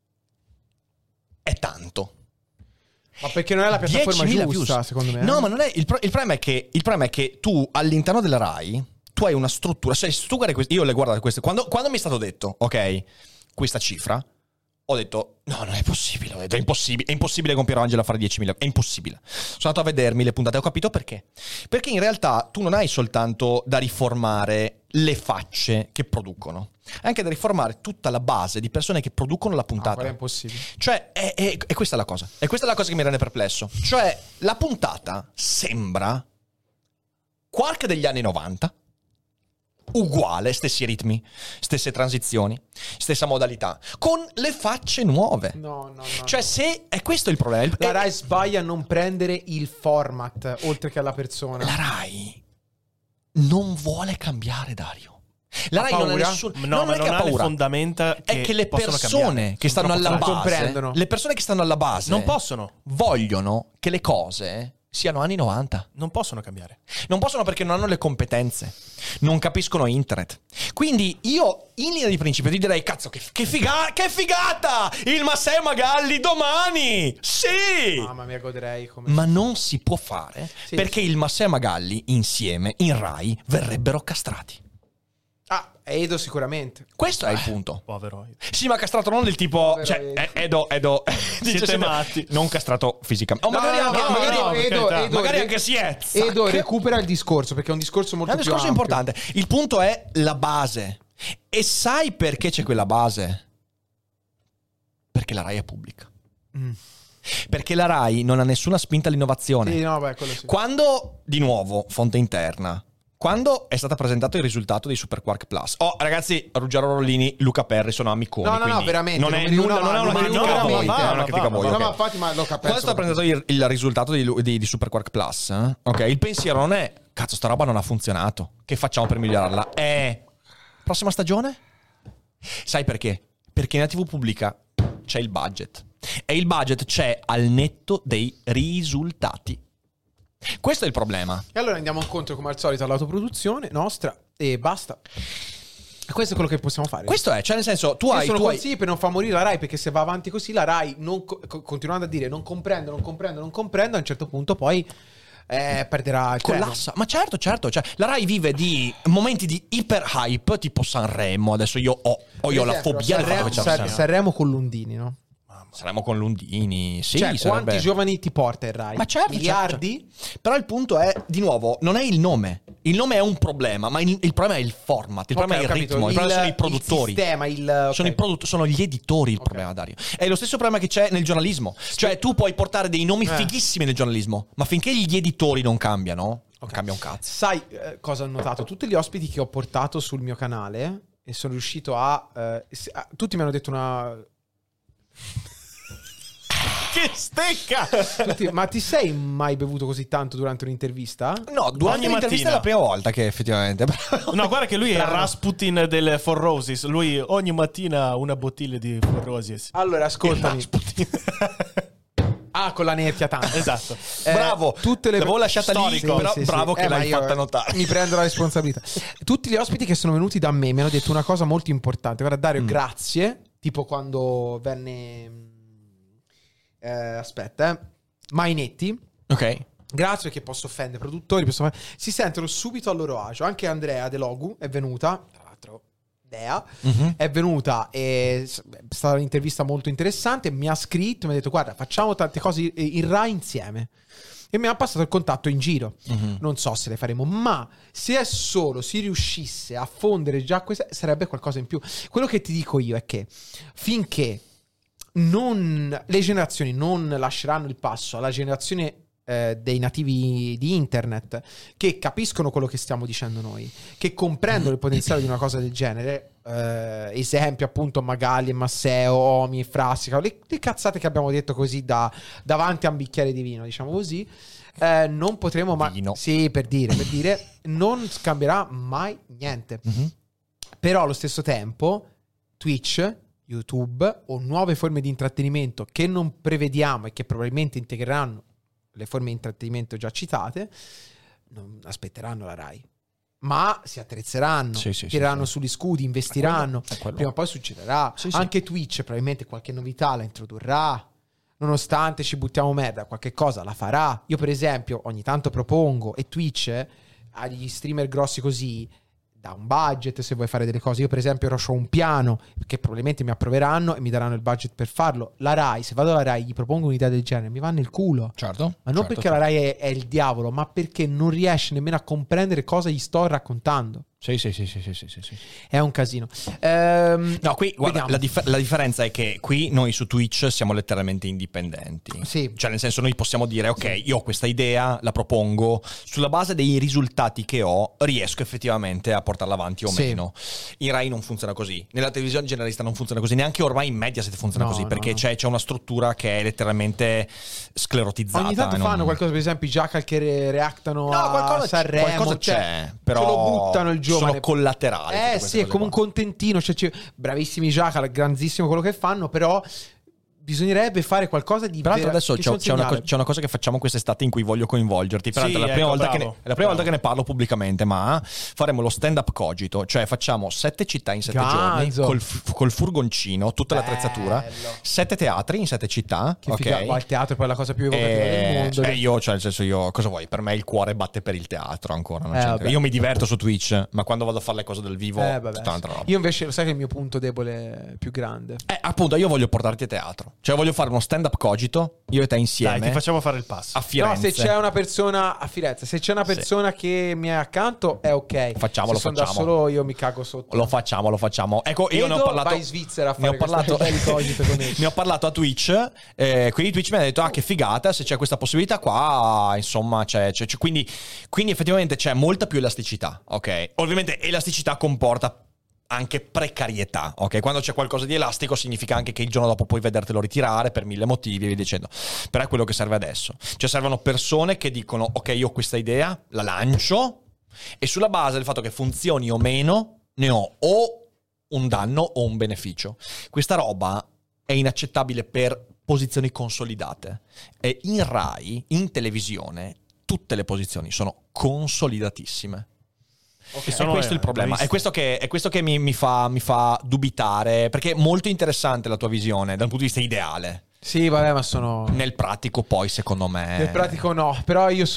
è tanto. Ma perché non è la piattaforma diecimila giusta, views. secondo me. No, ma non è. Il, pro- il problema è che il problema è che tu all'interno della Rai tu hai una struttura. Cioè, se tu guardi queste, io le guardo queste. Quando, quando mi è stato detto, ok, questa cifra, ho detto, no, non è possibile. Ho detto, è impossibile. È impossibile con Piero Angela fare diecimila. È impossibile. Sono andato a vedermi le puntate, ho capito perché. Perché in realtà tu non hai soltanto da riformare le facce che producono, hai anche da riformare tutta la base di persone che producono la Ah, puntata. quello è impossibile. Cioè, è, è- è questa la cosa. E questa è la cosa che mi rende perplesso. Cioè, la puntata sembra Quark degli anni novanta, uguale, stessi ritmi, stesse transizioni, stessa modalità, con le facce nuove. No, no, no. Cioè, no. se è questo il problema. Il- La è- Rai sbaglia a non prendere il format oltre che alla persona. la Rai non vuole cambiare, Dario. La Ha Rai non ha paura? nessun... No, non ma è che non ha ha le paura. fondamenta che È che le possono persone cambiare. che Sono stanno alla troppo base, forti. comprendono. le persone che stanno alla base Non possono. vogliono che le cose siano anni novanta. Non possono cambiare. Non possono perché non hanno le competenze, non capiscono internet. Quindi io in linea di principio ti direi, cazzo, che, che, figa- che figata! Il Masseo Magalli domani! Sì! Mamma mia, goderei come. Ma non si può fare Sì. perché il Masseo Magalli insieme in Rai verrebbero castrati. Ah, Edo sicuramente. Questo è il punto. Povero. Sì, ma castrato non del tipo, Povero cioè, Edo. eh, Edo, Edo, dice Siete sempre- matti. non castrato fisicamente. O No, magari no, anche, no, magari, no, per Edo, carità. Edo, magari re- anche si è. Edo zac. recupera il discorso, perché è un discorso molto È un più discorso ampio. importante. Il punto è la base. E sai perché c'è quella base? Perché la Rai è pubblica. Mm. Perché la Rai non ha nessuna spinta all'innovazione. Sì, no, beh, quello sì. Quando, di nuovo, fonte interna, quando è stato presentato il risultato dei Super Quark Plus, oh ragazzi, Ruggero Rollini, Luca Perri sono amiconi. No, no, no, quindi veramente, non non è mi dico nulla, no, non è una ma critica no, a voi, veramente, non è ma una critica a voi. No, ok. ma infatti, ma lo capisco. Quando è stato presentato il, il risultato di, di, di Super Quark Plus, eh? Ok, il pensiero non è cazzo, sta roba non ha funzionato. Che facciamo per migliorarla? È prossima stagione? Sai perché? Perché nella tivù pubblica c'è il budget. E il budget c'è al netto dei risultati. Questo è il problema. E allora andiamo incontro come al solito all'autoproduzione nostra e basta. Questo è quello che possiamo fare. Questo è, cioè nel senso, tu Io hai... sono Tu hai... consigli per non far morire la Rai, perché se va avanti così la Rai, non co- co- continuando a dire non comprendo, non comprendo, non comprendo, a un certo punto poi eh, perderà il treno. Collassa. Ma certo, certo. Cioè, la Rai vive di momenti di iper hype, tipo Sanremo. Adesso io ho, ho io ho la Per esempio, fobia del fatto Sanremo, che c'è San- Sanremo. Sanremo con Lundini, no? Saremo con Lundini. Sì, Cioè, sarebbe... quanti giovani ti porta il Rai? Ma certo, miliardi? certo, certo. Però il punto è, di nuovo, non è il nome. Il nome è un problema, ma il, il problema è il format, il Ok, problema è ho il capito. ritmo, il, Il- problema sono i il produttori. sistema, il- sono, ok. i produ- sono gli editori il problema, Dario. È lo stesso problema che c'è nel giornalismo. Cioè, tu puoi portare dei nomi Eh. fighissimi nel giornalismo, ma finché gli editori non cambiano, non cambia un cazzo. Sai eh, cosa ho notato? Tutti gli ospiti che ho portato sul mio canale e sono riuscito a... eh, se- a- tutti mi hanno detto una... Che stecca! tutti- ma ti sei mai bevuto così tanto durante un'intervista? No, durante Ogni l'intervista mattina. è la prima volta che effettivamente... No, guarda che lui è Rasputin delle Four Roses. Lui ogni mattina una bottiglia di Four Roses. Allora, ascoltami. Ah, con la nerchia tanto. Esatto. Eh, Bravo, tutte le l'avevo lasciata Storico. lì, però bravo che Eh, ma l'hai io fatta notare. Mi prendo la responsabilità. Tutti gli ospiti che sono venuti da me mi hanno detto una cosa molto importante. Guarda, Dario, Mm. grazie. Tipo quando venne... eh, aspetta, eh. Mainetti. Ok. Grazie perché posso offendere i produttori, posso fare- si sentono subito a loro agio. Anche Andrea De Logu è venuta, tra l'altro Dea, Mhm. è venuta e è stata un'intervista molto interessante, mi ha scritto, mi ha detto guarda facciamo tante cose in Rai insieme e mi ha passato il contatto in giro. Mhm. Non so se le faremo, ma se è solo si riuscisse a fondere già questa sarebbe qualcosa in più. Quello che ti dico io è che finché non, le generazioni non lasceranno il passo alla generazione eh, dei nativi di internet che capiscono quello che stiamo dicendo noi, che comprendono il potenziale di una cosa del genere, eh, esempio appunto Magali e Masseo, Omi e Frassica, le, le cazzate che abbiamo detto così da, davanti a un bicchiere di vino, diciamo così, eh, non potremo mai, Vino. sì, per dire, per dire, non scambierà mai niente. Mhm. Però allo stesso tempo Twitch, YouTube o nuove forme di intrattenimento che non prevediamo e che probabilmente integreranno le forme di intrattenimento già citate, non aspetteranno la Rai, ma si attrezzeranno, Sì, sì, sì, tireranno sì. sugli scudi, investiranno. È quello. Prima o poi succederà. Sì, sì. Anche Twitch probabilmente qualche novità la introdurrà. Nonostante ci buttiamo merda, qualche cosa la farà. Io per esempio ogni tanto propongo, e Twitch agli streamer grossi così dà un budget se vuoi fare delle cose. Io per esempio ora ho un piano che probabilmente mi approveranno e mi daranno il budget per farlo. La Rai, se vado alla Rai gli propongo un'idea del genere, mi va nel culo. Certo. Ma non certo, perché certo. la Rai è, è il diavolo, ma perché non riesce nemmeno a comprendere cosa gli sto raccontando. Sì, sì, sì, sì, sì, sì, sì. È un casino. Ehm, No, qui guarda, vediamo. la, dif- la differenza è che qui noi su Twitch siamo letteralmente indipendenti. Sì. Cioè, nel senso, noi possiamo dire, ok, io ho questa idea, la propongo, sulla base dei risultati che ho, riesco effettivamente a portarla avanti o Sì. meno. In Rai non funziona così, nella televisione generalista non funziona così, neanche ormai in Mediaset funziona No, così, no, perché no. C'è, c'è una struttura che è letteralmente sclerotizzata. Ogni tanto e non- fanno qualcosa, per esempio i Jackal che re- reactano No, a qualcosa, Sanremo, qualcosa cioè, c'è, però ce lo buttano il giovane. sono collaterali. tutte Eh queste sì, è cose come un qua. contentino, cioè, ci- bravissimi Jackal, grandissimo quello che fanno, però bisognerebbe fare qualcosa di Peraltro vera- adesso che c'è, sia c'è, un una, segnale. co- c'è una cosa che facciamo quest'estate in cui voglio coinvolgerti. Peraltro Sì, è la prima, ecco, volta, che ne, bravo, è la prima bravo. volta che ne parlo pubblicamente, ma faremo lo stand up cogito, cioè facciamo sette città in sette Ganzo. giorni col, f- col furgoncino, tutta Bello. l'attrezzatura, sette teatri in sette città. Che ok? figa, ma il teatro è poi la cosa più evocativa Eh, del mondo. cioè io, cioè nel senso io, cosa vuoi? Per me il cuore batte per il teatro ancora. Non Eh, c'entra. vabbè. Io mi diverto su Twitch, ma quando vado a fare le cose dal vivo, Eh, vabbè, tutta un'altra roba. io invece lo sai che il mio punto debole più grande. Eh, appunto, io voglio portarti a teatro. Cioè, voglio fare uno stand-up cogito, io e te insieme. Dai, ti facciamo fare il passo. a Firenze. No, se c'è una persona a Firenze, se c'è una persona che mi è accanto, è ok. Facciamolo, se sono da facciamo. solo, io mi cago sotto. Lo facciamo, lo facciamo. Ecco, io ne ho Edo parlato. vai in Svizzera a ne ho fare parlato, queste belle cogite con essi. ne ho parlato a Twitch. Eh, quindi Twitch mi ha detto: ah, che figata, se c'è questa possibilità qua, insomma, c'è. c'è, c'è. Quindi, quindi effettivamente c'è molta più elasticità. Ok. Ovviamente, elasticità comporta anche precarietà, ok? Quando c'è qualcosa di elastico significa anche che il giorno dopo puoi vedertelo ritirare per mille motivi e via dicendo. Però è quello che serve adesso. Cioè servono persone che dicono ok, io ho questa idea, la lancio e sulla base del fatto che funzioni o meno ne ho o un danno o un beneficio. Questa roba è inaccettabile per posizioni consolidate e in Rai, in televisione, tutte le posizioni sono consolidatissime. Okay. E questo è il problema. È questo che, è questo che mi, mi, fa, mi fa dubitare. Perché è molto interessante la tua visione dal punto di vista ideale. Sì, vabbè, ma sono... Nel pratico, poi, secondo me. Nel pratico no, però io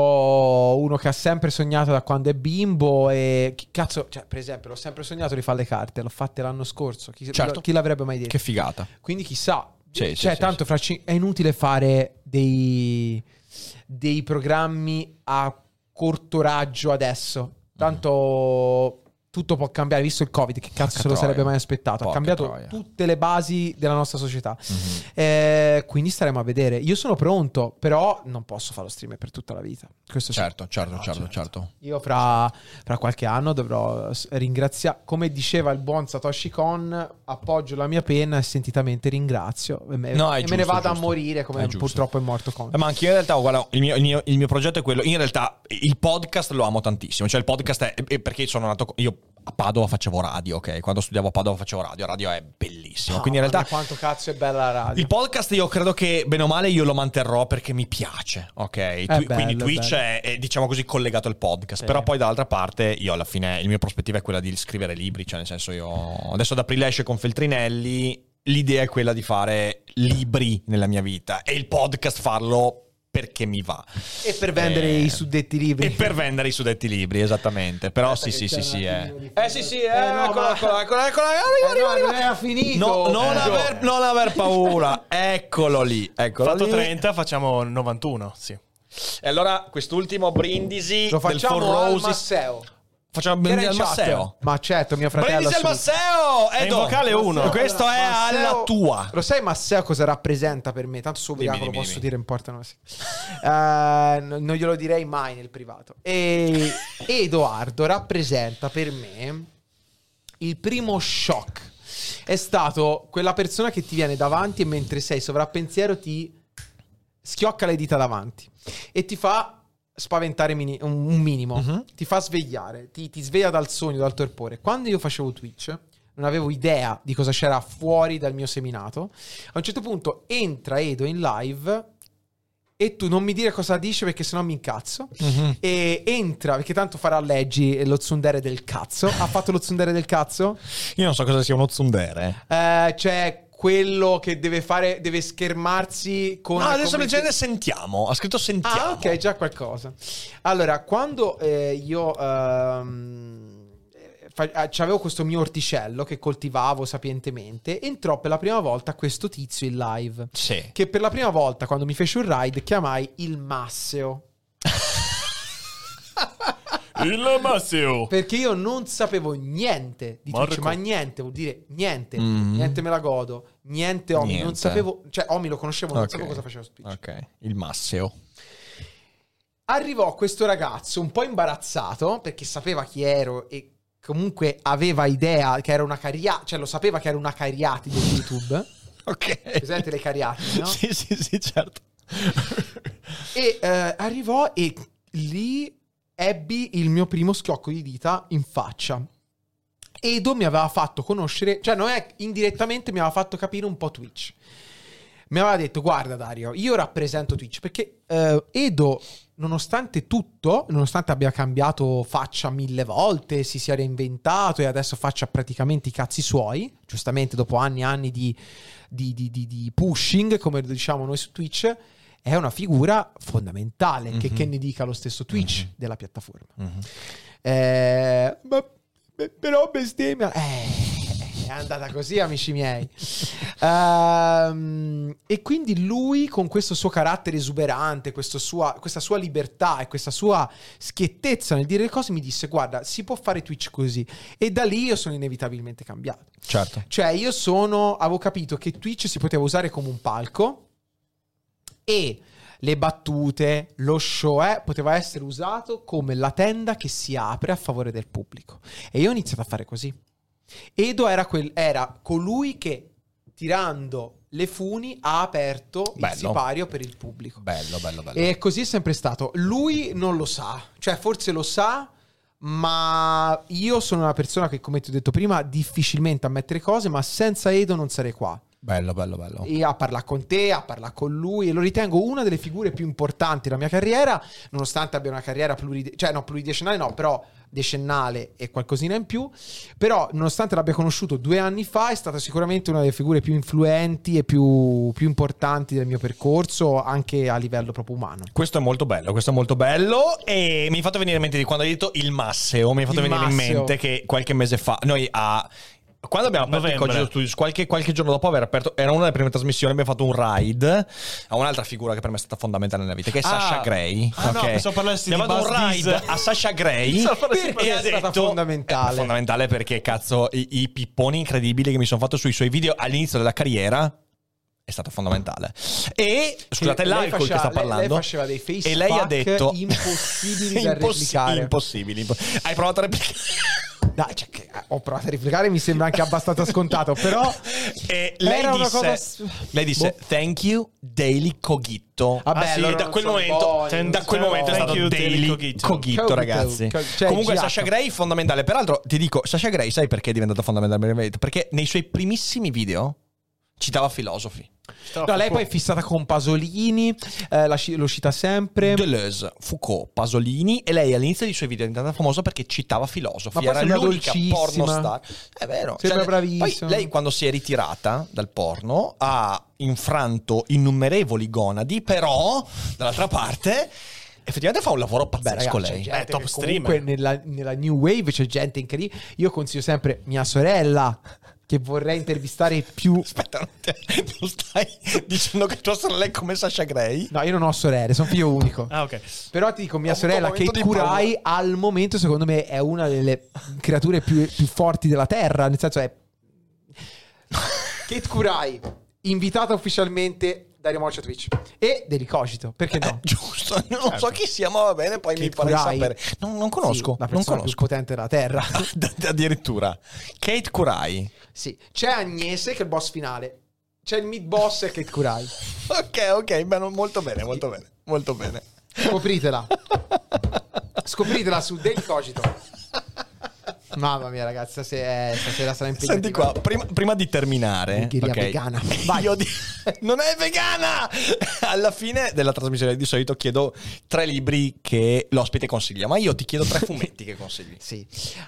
sono uno che ha sempre sognato da quando è bimbo e chi cazzo, cioè per esempio, l'ho sempre sognato di fare le carte, l'ho fatte l'anno scorso, chi, Certo. chi l'avrebbe mai detto? Che figata. Quindi chissà, Sì, sì, cioè sì, tanto fra cin- è inutile fare dei, dei programmi a corto raggio adesso, tanto tutto può cambiare, visto il Covid, che cazzo Porca se lo troia. sarebbe mai aspettato, ha Porca cambiato troia. tutte le basi della nostra società. Mm-hmm. Eh, quindi staremo a vedere. Io sono pronto, però non posso fare lo streamer per tutta la vita. Questo sì. Certo, certo, No, certo, certo. Io fra, fra qualche anno dovrò s- ringraziare, come diceva il buon Satoshi Kon, appoggio la mia penna e sentitamente ringrazio. E me, No, è e giusto, me ne vado giusto. a morire come È giusto. purtroppo è morto Kon. Eh, ma anche io in realtà, guarda, il mio, il, mio, il mio progetto è quello. In realtà, il podcast lo amo tantissimo. Cioè, il podcast è, è perché sono nato. Io a Padova facevo radio, ok? Quando studiavo a Padova facevo radio. Radio è bellissimo. No, Quindi in mamma realtà. mia, quanto cazzo è bella la radio. Il podcast io credo che bene o male io lo manterrò perché mi piace, ok? Twi- bello, quindi è Twitch bello. è, è, diciamo così collegato al podcast, Sì. però poi dall'altra parte io alla fine il mio prospettiva è quella di scrivere libri, cioè nel senso io adesso ad aprile esce con Feltrinelli, l'idea è quella di fare libri nella mia vita e il podcast farlo perché mi va. E per vendere Eh, i suddetti libri. E per vendere i suddetti libri, esattamente. Però Aspetta sì, che sì, sì, c'è sì. un Eh, attimino di eh sì, sì, eh, Eh, no, eccola, ma- eccola, eccola, eccola, arriva, Eh, arriva, no, arriva. non era finito. No, non, Eh, aver, non aver paura. Eccolo lì, eccolo Fatto lì. trenta, facciamo novantuno, sì. E allora quest'ultimo brindisi Lo del facciamo Four al Roses. Masseo. Facciamo Che era brindisi in al chat? Masseo. Ma certo, mio fratello. Brindisi al assolutamente. Masseo. È in Edo. vocale uno. Questo è Masseo- alla tua. Lo sai Masseo cosa rappresenta per me? Tanto su Dimmi, ubriaco lo dimmi, posso dimmi. dire, importano sì. Eh, n- non glielo direi mai nel privato. E Edoardo rappresenta per me il primo shock. È stato quella persona che ti viene davanti e mentre sei sovrappensiero ti schiocca le dita davanti e ti fa spaventare mini- un, un minimo, Mhm. ti fa svegliare, ti, ti sveglia dal sogno, dal torpore. Quando io facevo Twitch non avevo idea di cosa c'era fuori dal mio seminato. A un certo punto entra Edo in live e tu non mi dire cosa dice perché sennò mi incazzo. Mhm. E entra perché tanto farà leggi lo tsundere del cazzo. Ha fatto lo tsundere del cazzo? Io non so cosa sia uno tsundere. Eh, cioè quello che deve fare, deve schermarsi con... No, adesso come in genere sentiamo. Ha scritto sentiamo. Ah, ok, già qualcosa. Allora, quando eh, io ehm, fa- eh, c'avevo questo mio orticello che coltivavo sapientemente, entrò per la prima volta questo tizio in live. Sì. Che per la prima volta, quando mi fece un ride, chiamai il Masseo. Il Masseo. Perché io non sapevo niente di Twitch, Marco. ma niente vuol dire niente. Mm. Niente me la godo, niente Omi. Non Niente. sapevo, cioè Omi lo conoscevo, non Ok. sapevo cosa faceva su Twitch. Ok, il Masseo. Arrivò questo ragazzo un po' imbarazzato perché sapeva chi ero e comunque aveva idea che era una cariatide, cioè lo sapeva che era una cariatide di YouTube. Ok. Presente le cariatidi, no? Sì, sì, sì, certo. E eh, arrivò e lì ebbi il mio primo schiocco di dita in faccia. Edo mi aveva fatto conoscere, cioè non è indirettamente mi aveva fatto capire un po' Twitch. mi aveva detto: guarda Dario, io rappresento Twitch perché eh, Edo, nonostante tutto, nonostante abbia cambiato faccia mille volte, si sia reinventato e adesso faccia praticamente i cazzi suoi, giustamente dopo anni e anni di, di, di, di, di pushing, come diciamo noi su Twitch, è una figura fondamentale, mm-hmm. che, che ne dica lo stesso Twitch mm-hmm. della piattaforma. Mm-hmm. Eh, ma, però bestemmia... Eh... È andata così, amici miei. um, e quindi lui, con questo suo carattere esuberante, questo sua, questa sua libertà e questa sua schiettezza nel dire le cose, mi disse: guarda, si può fare Twitch così. E da lì io sono inevitabilmente cambiato. Certo. Cioè io sono avevo capito che Twitch si poteva usare come un palco e le battute, lo show eh, poteva essere usato come la tenda che si apre a favore del pubblico. E io ho iniziato a fare così. Edo era, quel, era colui che, tirando le funi, ha aperto bello. il sipario per il pubblico. Bello, bello, bello. E così è sempre stato. Lui non lo sa, cioè forse lo sa, ma io sono una persona che, come ti ho detto prima, difficilmente ammette cose, ma senza Edo non sarei qua. Bello, bello, bello. E a parlare con te, a parlare con lui, e lo ritengo una delle figure più importanti della mia carriera, nonostante abbia una carriera pluride- cioè no, pluridecennale no, però decennale e qualcosina in più. Però nonostante l'abbia conosciuto due anni fa, è stata sicuramente una delle figure più influenti e più, più importanti del mio percorso, anche a livello proprio umano. Questo è molto bello, questo è molto bello. E mi hai fatto venire in mente di quando hai detto il Masseo, mi hai fatto il venire Masseo. in mente che qualche mese fa noi a quando abbiamo aperto il Cogito Studios, qualche, qualche giorno dopo aver aperto, era una delle prime trasmissioni, abbiamo fatto un ride a un'altra figura che per me è stata fondamentale nella vita, che è ah, Sasha Grey. Ah, okay. No, pensavo parlassi di abbiamo fatto un ride a Sasha Grey e ha detto fondamentale. È fondamentale perché cazzo i, i pipponi incredibili che mi sono fatto sui suoi video all'inizio della carriera è stato fondamentale. E scusate, l'alcol che sta parlando, lei, lei faceva dei face e lei ha detto impossibili da replicare. Impossibili, impossibili. Hai provato a replicare? Dai, cioè, che ho provato a replicare, mi sembra anche abbastanza scontato, però e lei era disse, una cosa... lei disse boh. Thank you Daily Cogito. Vabbè, ah, sì, allora da quel momento buoni, da quel momento è stato Daily Cogito, Cogito, Cogito ragazzi. Co- cioè, comunque Sasha Grey fondamentale. Peraltro ti dico, Sasha Grey sai perché è diventata fondamentale? Perché nei suoi primissimi video citava filosofi. No, lei poi è fissata con Pasolini, eh, la, lo cita sempre. Deleuze, Foucault, Pasolini. E lei all'inizio dei suoi video è diventata famosa perché citava filosofi. Ma era l'unica pornostar. È vero. Sembra cioè, bravissima. Poi lei, quando si è ritirata dal porno, ha infranto innumerevoli gonadi. Però, dall'altra parte, effettivamente fa un lavoro pazzesco. Beh, ragazzi, lei è top streamer. Nella, nella new wave c'è gente incredibile. Io consiglio sempre mia sorella, che vorrei intervistare più. Aspetta, non, te, non stai dicendo che tua sorella è come Sasha Grey? No, io non ho sorelle, sono figlio unico. Ah, ok. Però ti dico, mia ho sorella Kate Kurai al momento secondo me è una delle creature più, più forti della terra. Nel senso è Kate Kurai, invitata ufficialmente Dario Moccia Twitch e Daily Cogito, perché no? Eh, giusto, non certo. so chi sia, ma va bene, poi Kate mi farai Kurai, sapere. Non, non conosco, sì, la persona non conosco. più potente della terra. Addirittura Kate Kurai. Sì, c'è Agnese che è il boss finale. C'è il mid boss e Kate Kurai. Ok, ok, beh, molto bene, molto bene, molto bene. Scopritela. Scopritela su Daily Cogito. Mamma mia, ragazzi, stasera, stasera sarà impegnativa. Senti qua, prima, prima di terminare, okay. vegana. Vai. Io di... non è vegana! Alla fine della trasmissione di solito chiedo tre libri che l'ospite consiglia, ma io ti chiedo tre fumetti che consigli. Sì.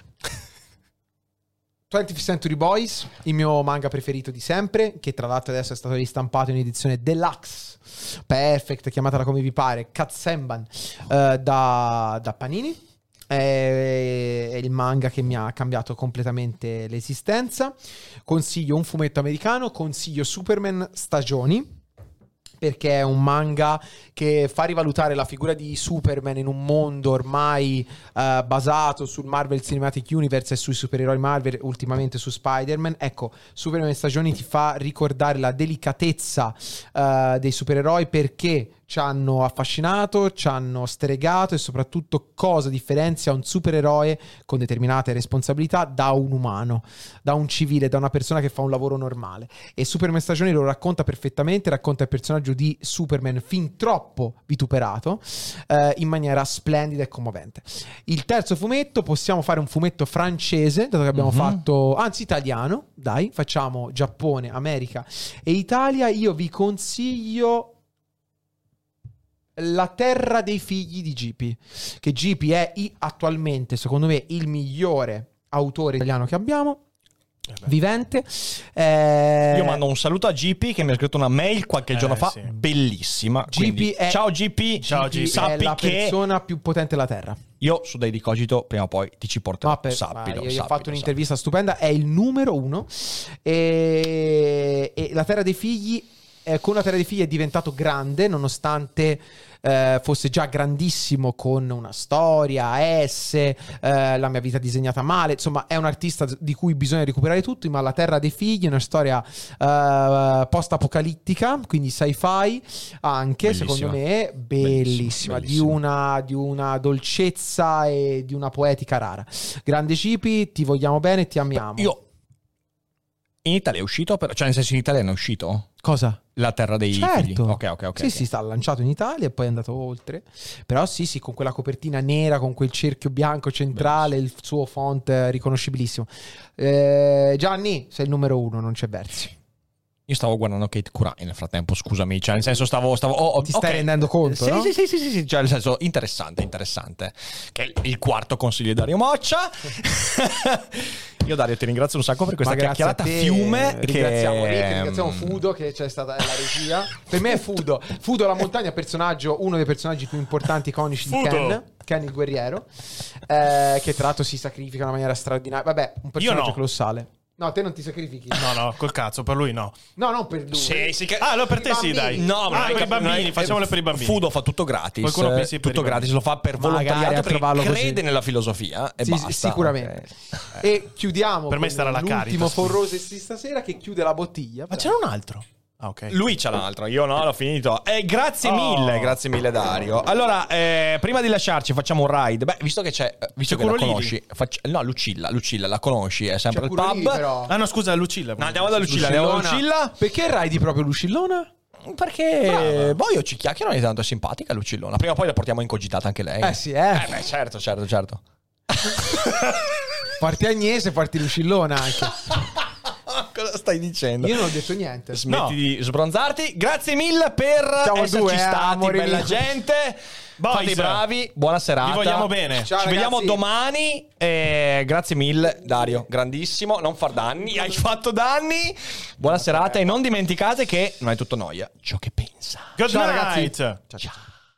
twentieth Century Boys, il mio manga preferito di sempre, che tra l'altro adesso è stato ristampato in edizione deluxe, perfect, chiamatela come vi pare, Katsenban, uh, da, da Panini. È il manga che mi ha cambiato completamente l'esistenza. Consiglio un fumetto americano, consiglio Superman Stagioni, perché è un manga che fa rivalutare la figura di Superman in un mondo ormai uh, basato sul Marvel Cinematic Universe e sui supereroi Marvel, ultimamente su Spider-Man. Ecco, Superman Stagioni ti fa ricordare la delicatezza uh, dei supereroi, perché ci hanno affascinato, ci hanno stregato e soprattutto cosa differenzia un supereroe con determinate responsabilità da un umano, da un civile, da una persona che fa un lavoro normale. E Superman Stagioni lo racconta perfettamente, racconta il personaggio di Superman fin troppo vituperato eh, in maniera splendida e commovente. Il terzo fumetto, possiamo fare un fumetto francese, dato che abbiamo mm-hmm. fatto, anzi italiano, dai, facciamo Giappone, America e Italia. Io vi consiglio La terra dei figli di G P, che G P è i, attualmente secondo me il migliore autore italiano che abbiamo eh vivente. eh... Io mando un saluto a G P che mi ha scritto una mail qualche eh, giorno fa sì. bellissima. G P è, ciao G P, ciao G P, sappi è la che persona più potente della terra. io su Dei di Cogito prima o poi ti ci porterò. Ma per, sappilo, ma io gli sappilo, ho fatto un'intervista sappilo. stupenda, è il numero uno e, e La terra dei figli eh, con La terra dei figli è diventato grande nonostante eh, fosse già grandissimo con una storia, A S, eh, La mia vita disegnata male, insomma è un artista di cui bisogna recuperare tutto, ma La terra dei figli è una storia eh, post-apocalittica, quindi sci-fi anche, Bellissima. secondo me bellissima, Bellissima, Di, una, di una dolcezza e di una poetica rara. Grande Cipi, ti vogliamo bene, ti amiamo. Io in Italia è uscito, però, cioè nel senso in italiano è uscito? Cosa? La terra dei Certo. figli. Ok, ok, ok. Sì, ok. sì, sta lanciato in Italia e poi è andato oltre. Però sì, sì, con quella copertina nera, con quel cerchio bianco centrale, il suo font eh, riconoscibilissimo. Eh, Gianni, sei il numero uno, non c'è versi. Io stavo guardando Kate Kurai nel frattempo, scusami, cioè nel senso stavo... stavo oh, oh, Ti stai ok. rendendo conto, sì, no? Sì, sì, sì, sì, sì, cioè nel senso interessante, interessante. Che è il quarto consiglio di Dario Moccia. Io Dario ti ringrazio un sacco per questa Ma grazie chiacchierata a te. fiume. Ringraziamo che... Rick, ringraziamo Fudo che c'è stata la regia. Per me è Fudo. Fudo la montagna, personaggio, uno dei personaggi più importanti, iconici di Fudo. Ken. Ken il guerriero, eh, che tra l'altro si sacrifica in una maniera straordinaria. Vabbè, un personaggio no. colossale. No, te non ti sacrifichi. No, no, col cazzo, per lui no. No, non per lui. Sì, sì, che... Ah, allora per I te sì, bambini. dai. No, ma ah, non hai per i cap- non bambini, hai- facciamolo per i bambini. Fudo fa tutto gratis. Qualcuno pensi per tutto i gratis, bambini. lo fa per Magari volontariato a perché trovarlo crede così. nella filosofia e Sì, basta. sicuramente. Ok. E chiudiamo Per me con starà la l'ultimo Caritas, Forrose di stasera che chiude la bottiglia. Ma c'era un altro. Ah, ok. Lui c'ha l'altro, io no, l'ho finito. E grazie Oh. mille, grazie mille Dario. Allora, eh, prima di lasciarci facciamo un ride. Beh, visto che c'è, visto C'è che la quello lì? conosci, faccia- no, Lucilla, Lucilla, la conosci, è sempre C'è il quello pub. lì, però. Ah, no, scusa, Lucilla. No, andiamo da Lucilla, andiamo da Lucilla. Perché Raidi proprio Lucillona? Perché boh, io ci chiacchiero ogni tanto, è simpatica Lucillona. Prima o poi la portiamo in cogitata anche lei. Eh sì, eh. Eh beh, certo, certo, certo. Parti Agnese, parti Lucillona anche. Cosa stai dicendo? Io non ho detto niente. Smetti No. di sbronzarti. Grazie mille per Siamo esserci due, eh, stati, amore bella mio. gente. Boys. Fate i bravi, buona serata. Vi vogliamo bene. Ciao, Ci ragazzi. vediamo domani. Eh, grazie mille, Dario. Grandissimo. Non far danni. Hai fatto danni. Buona serata. E non dimenticate che non è tutto noia ciò che pensa. Good Ciao, night. ragazzi. Ciao, ciao.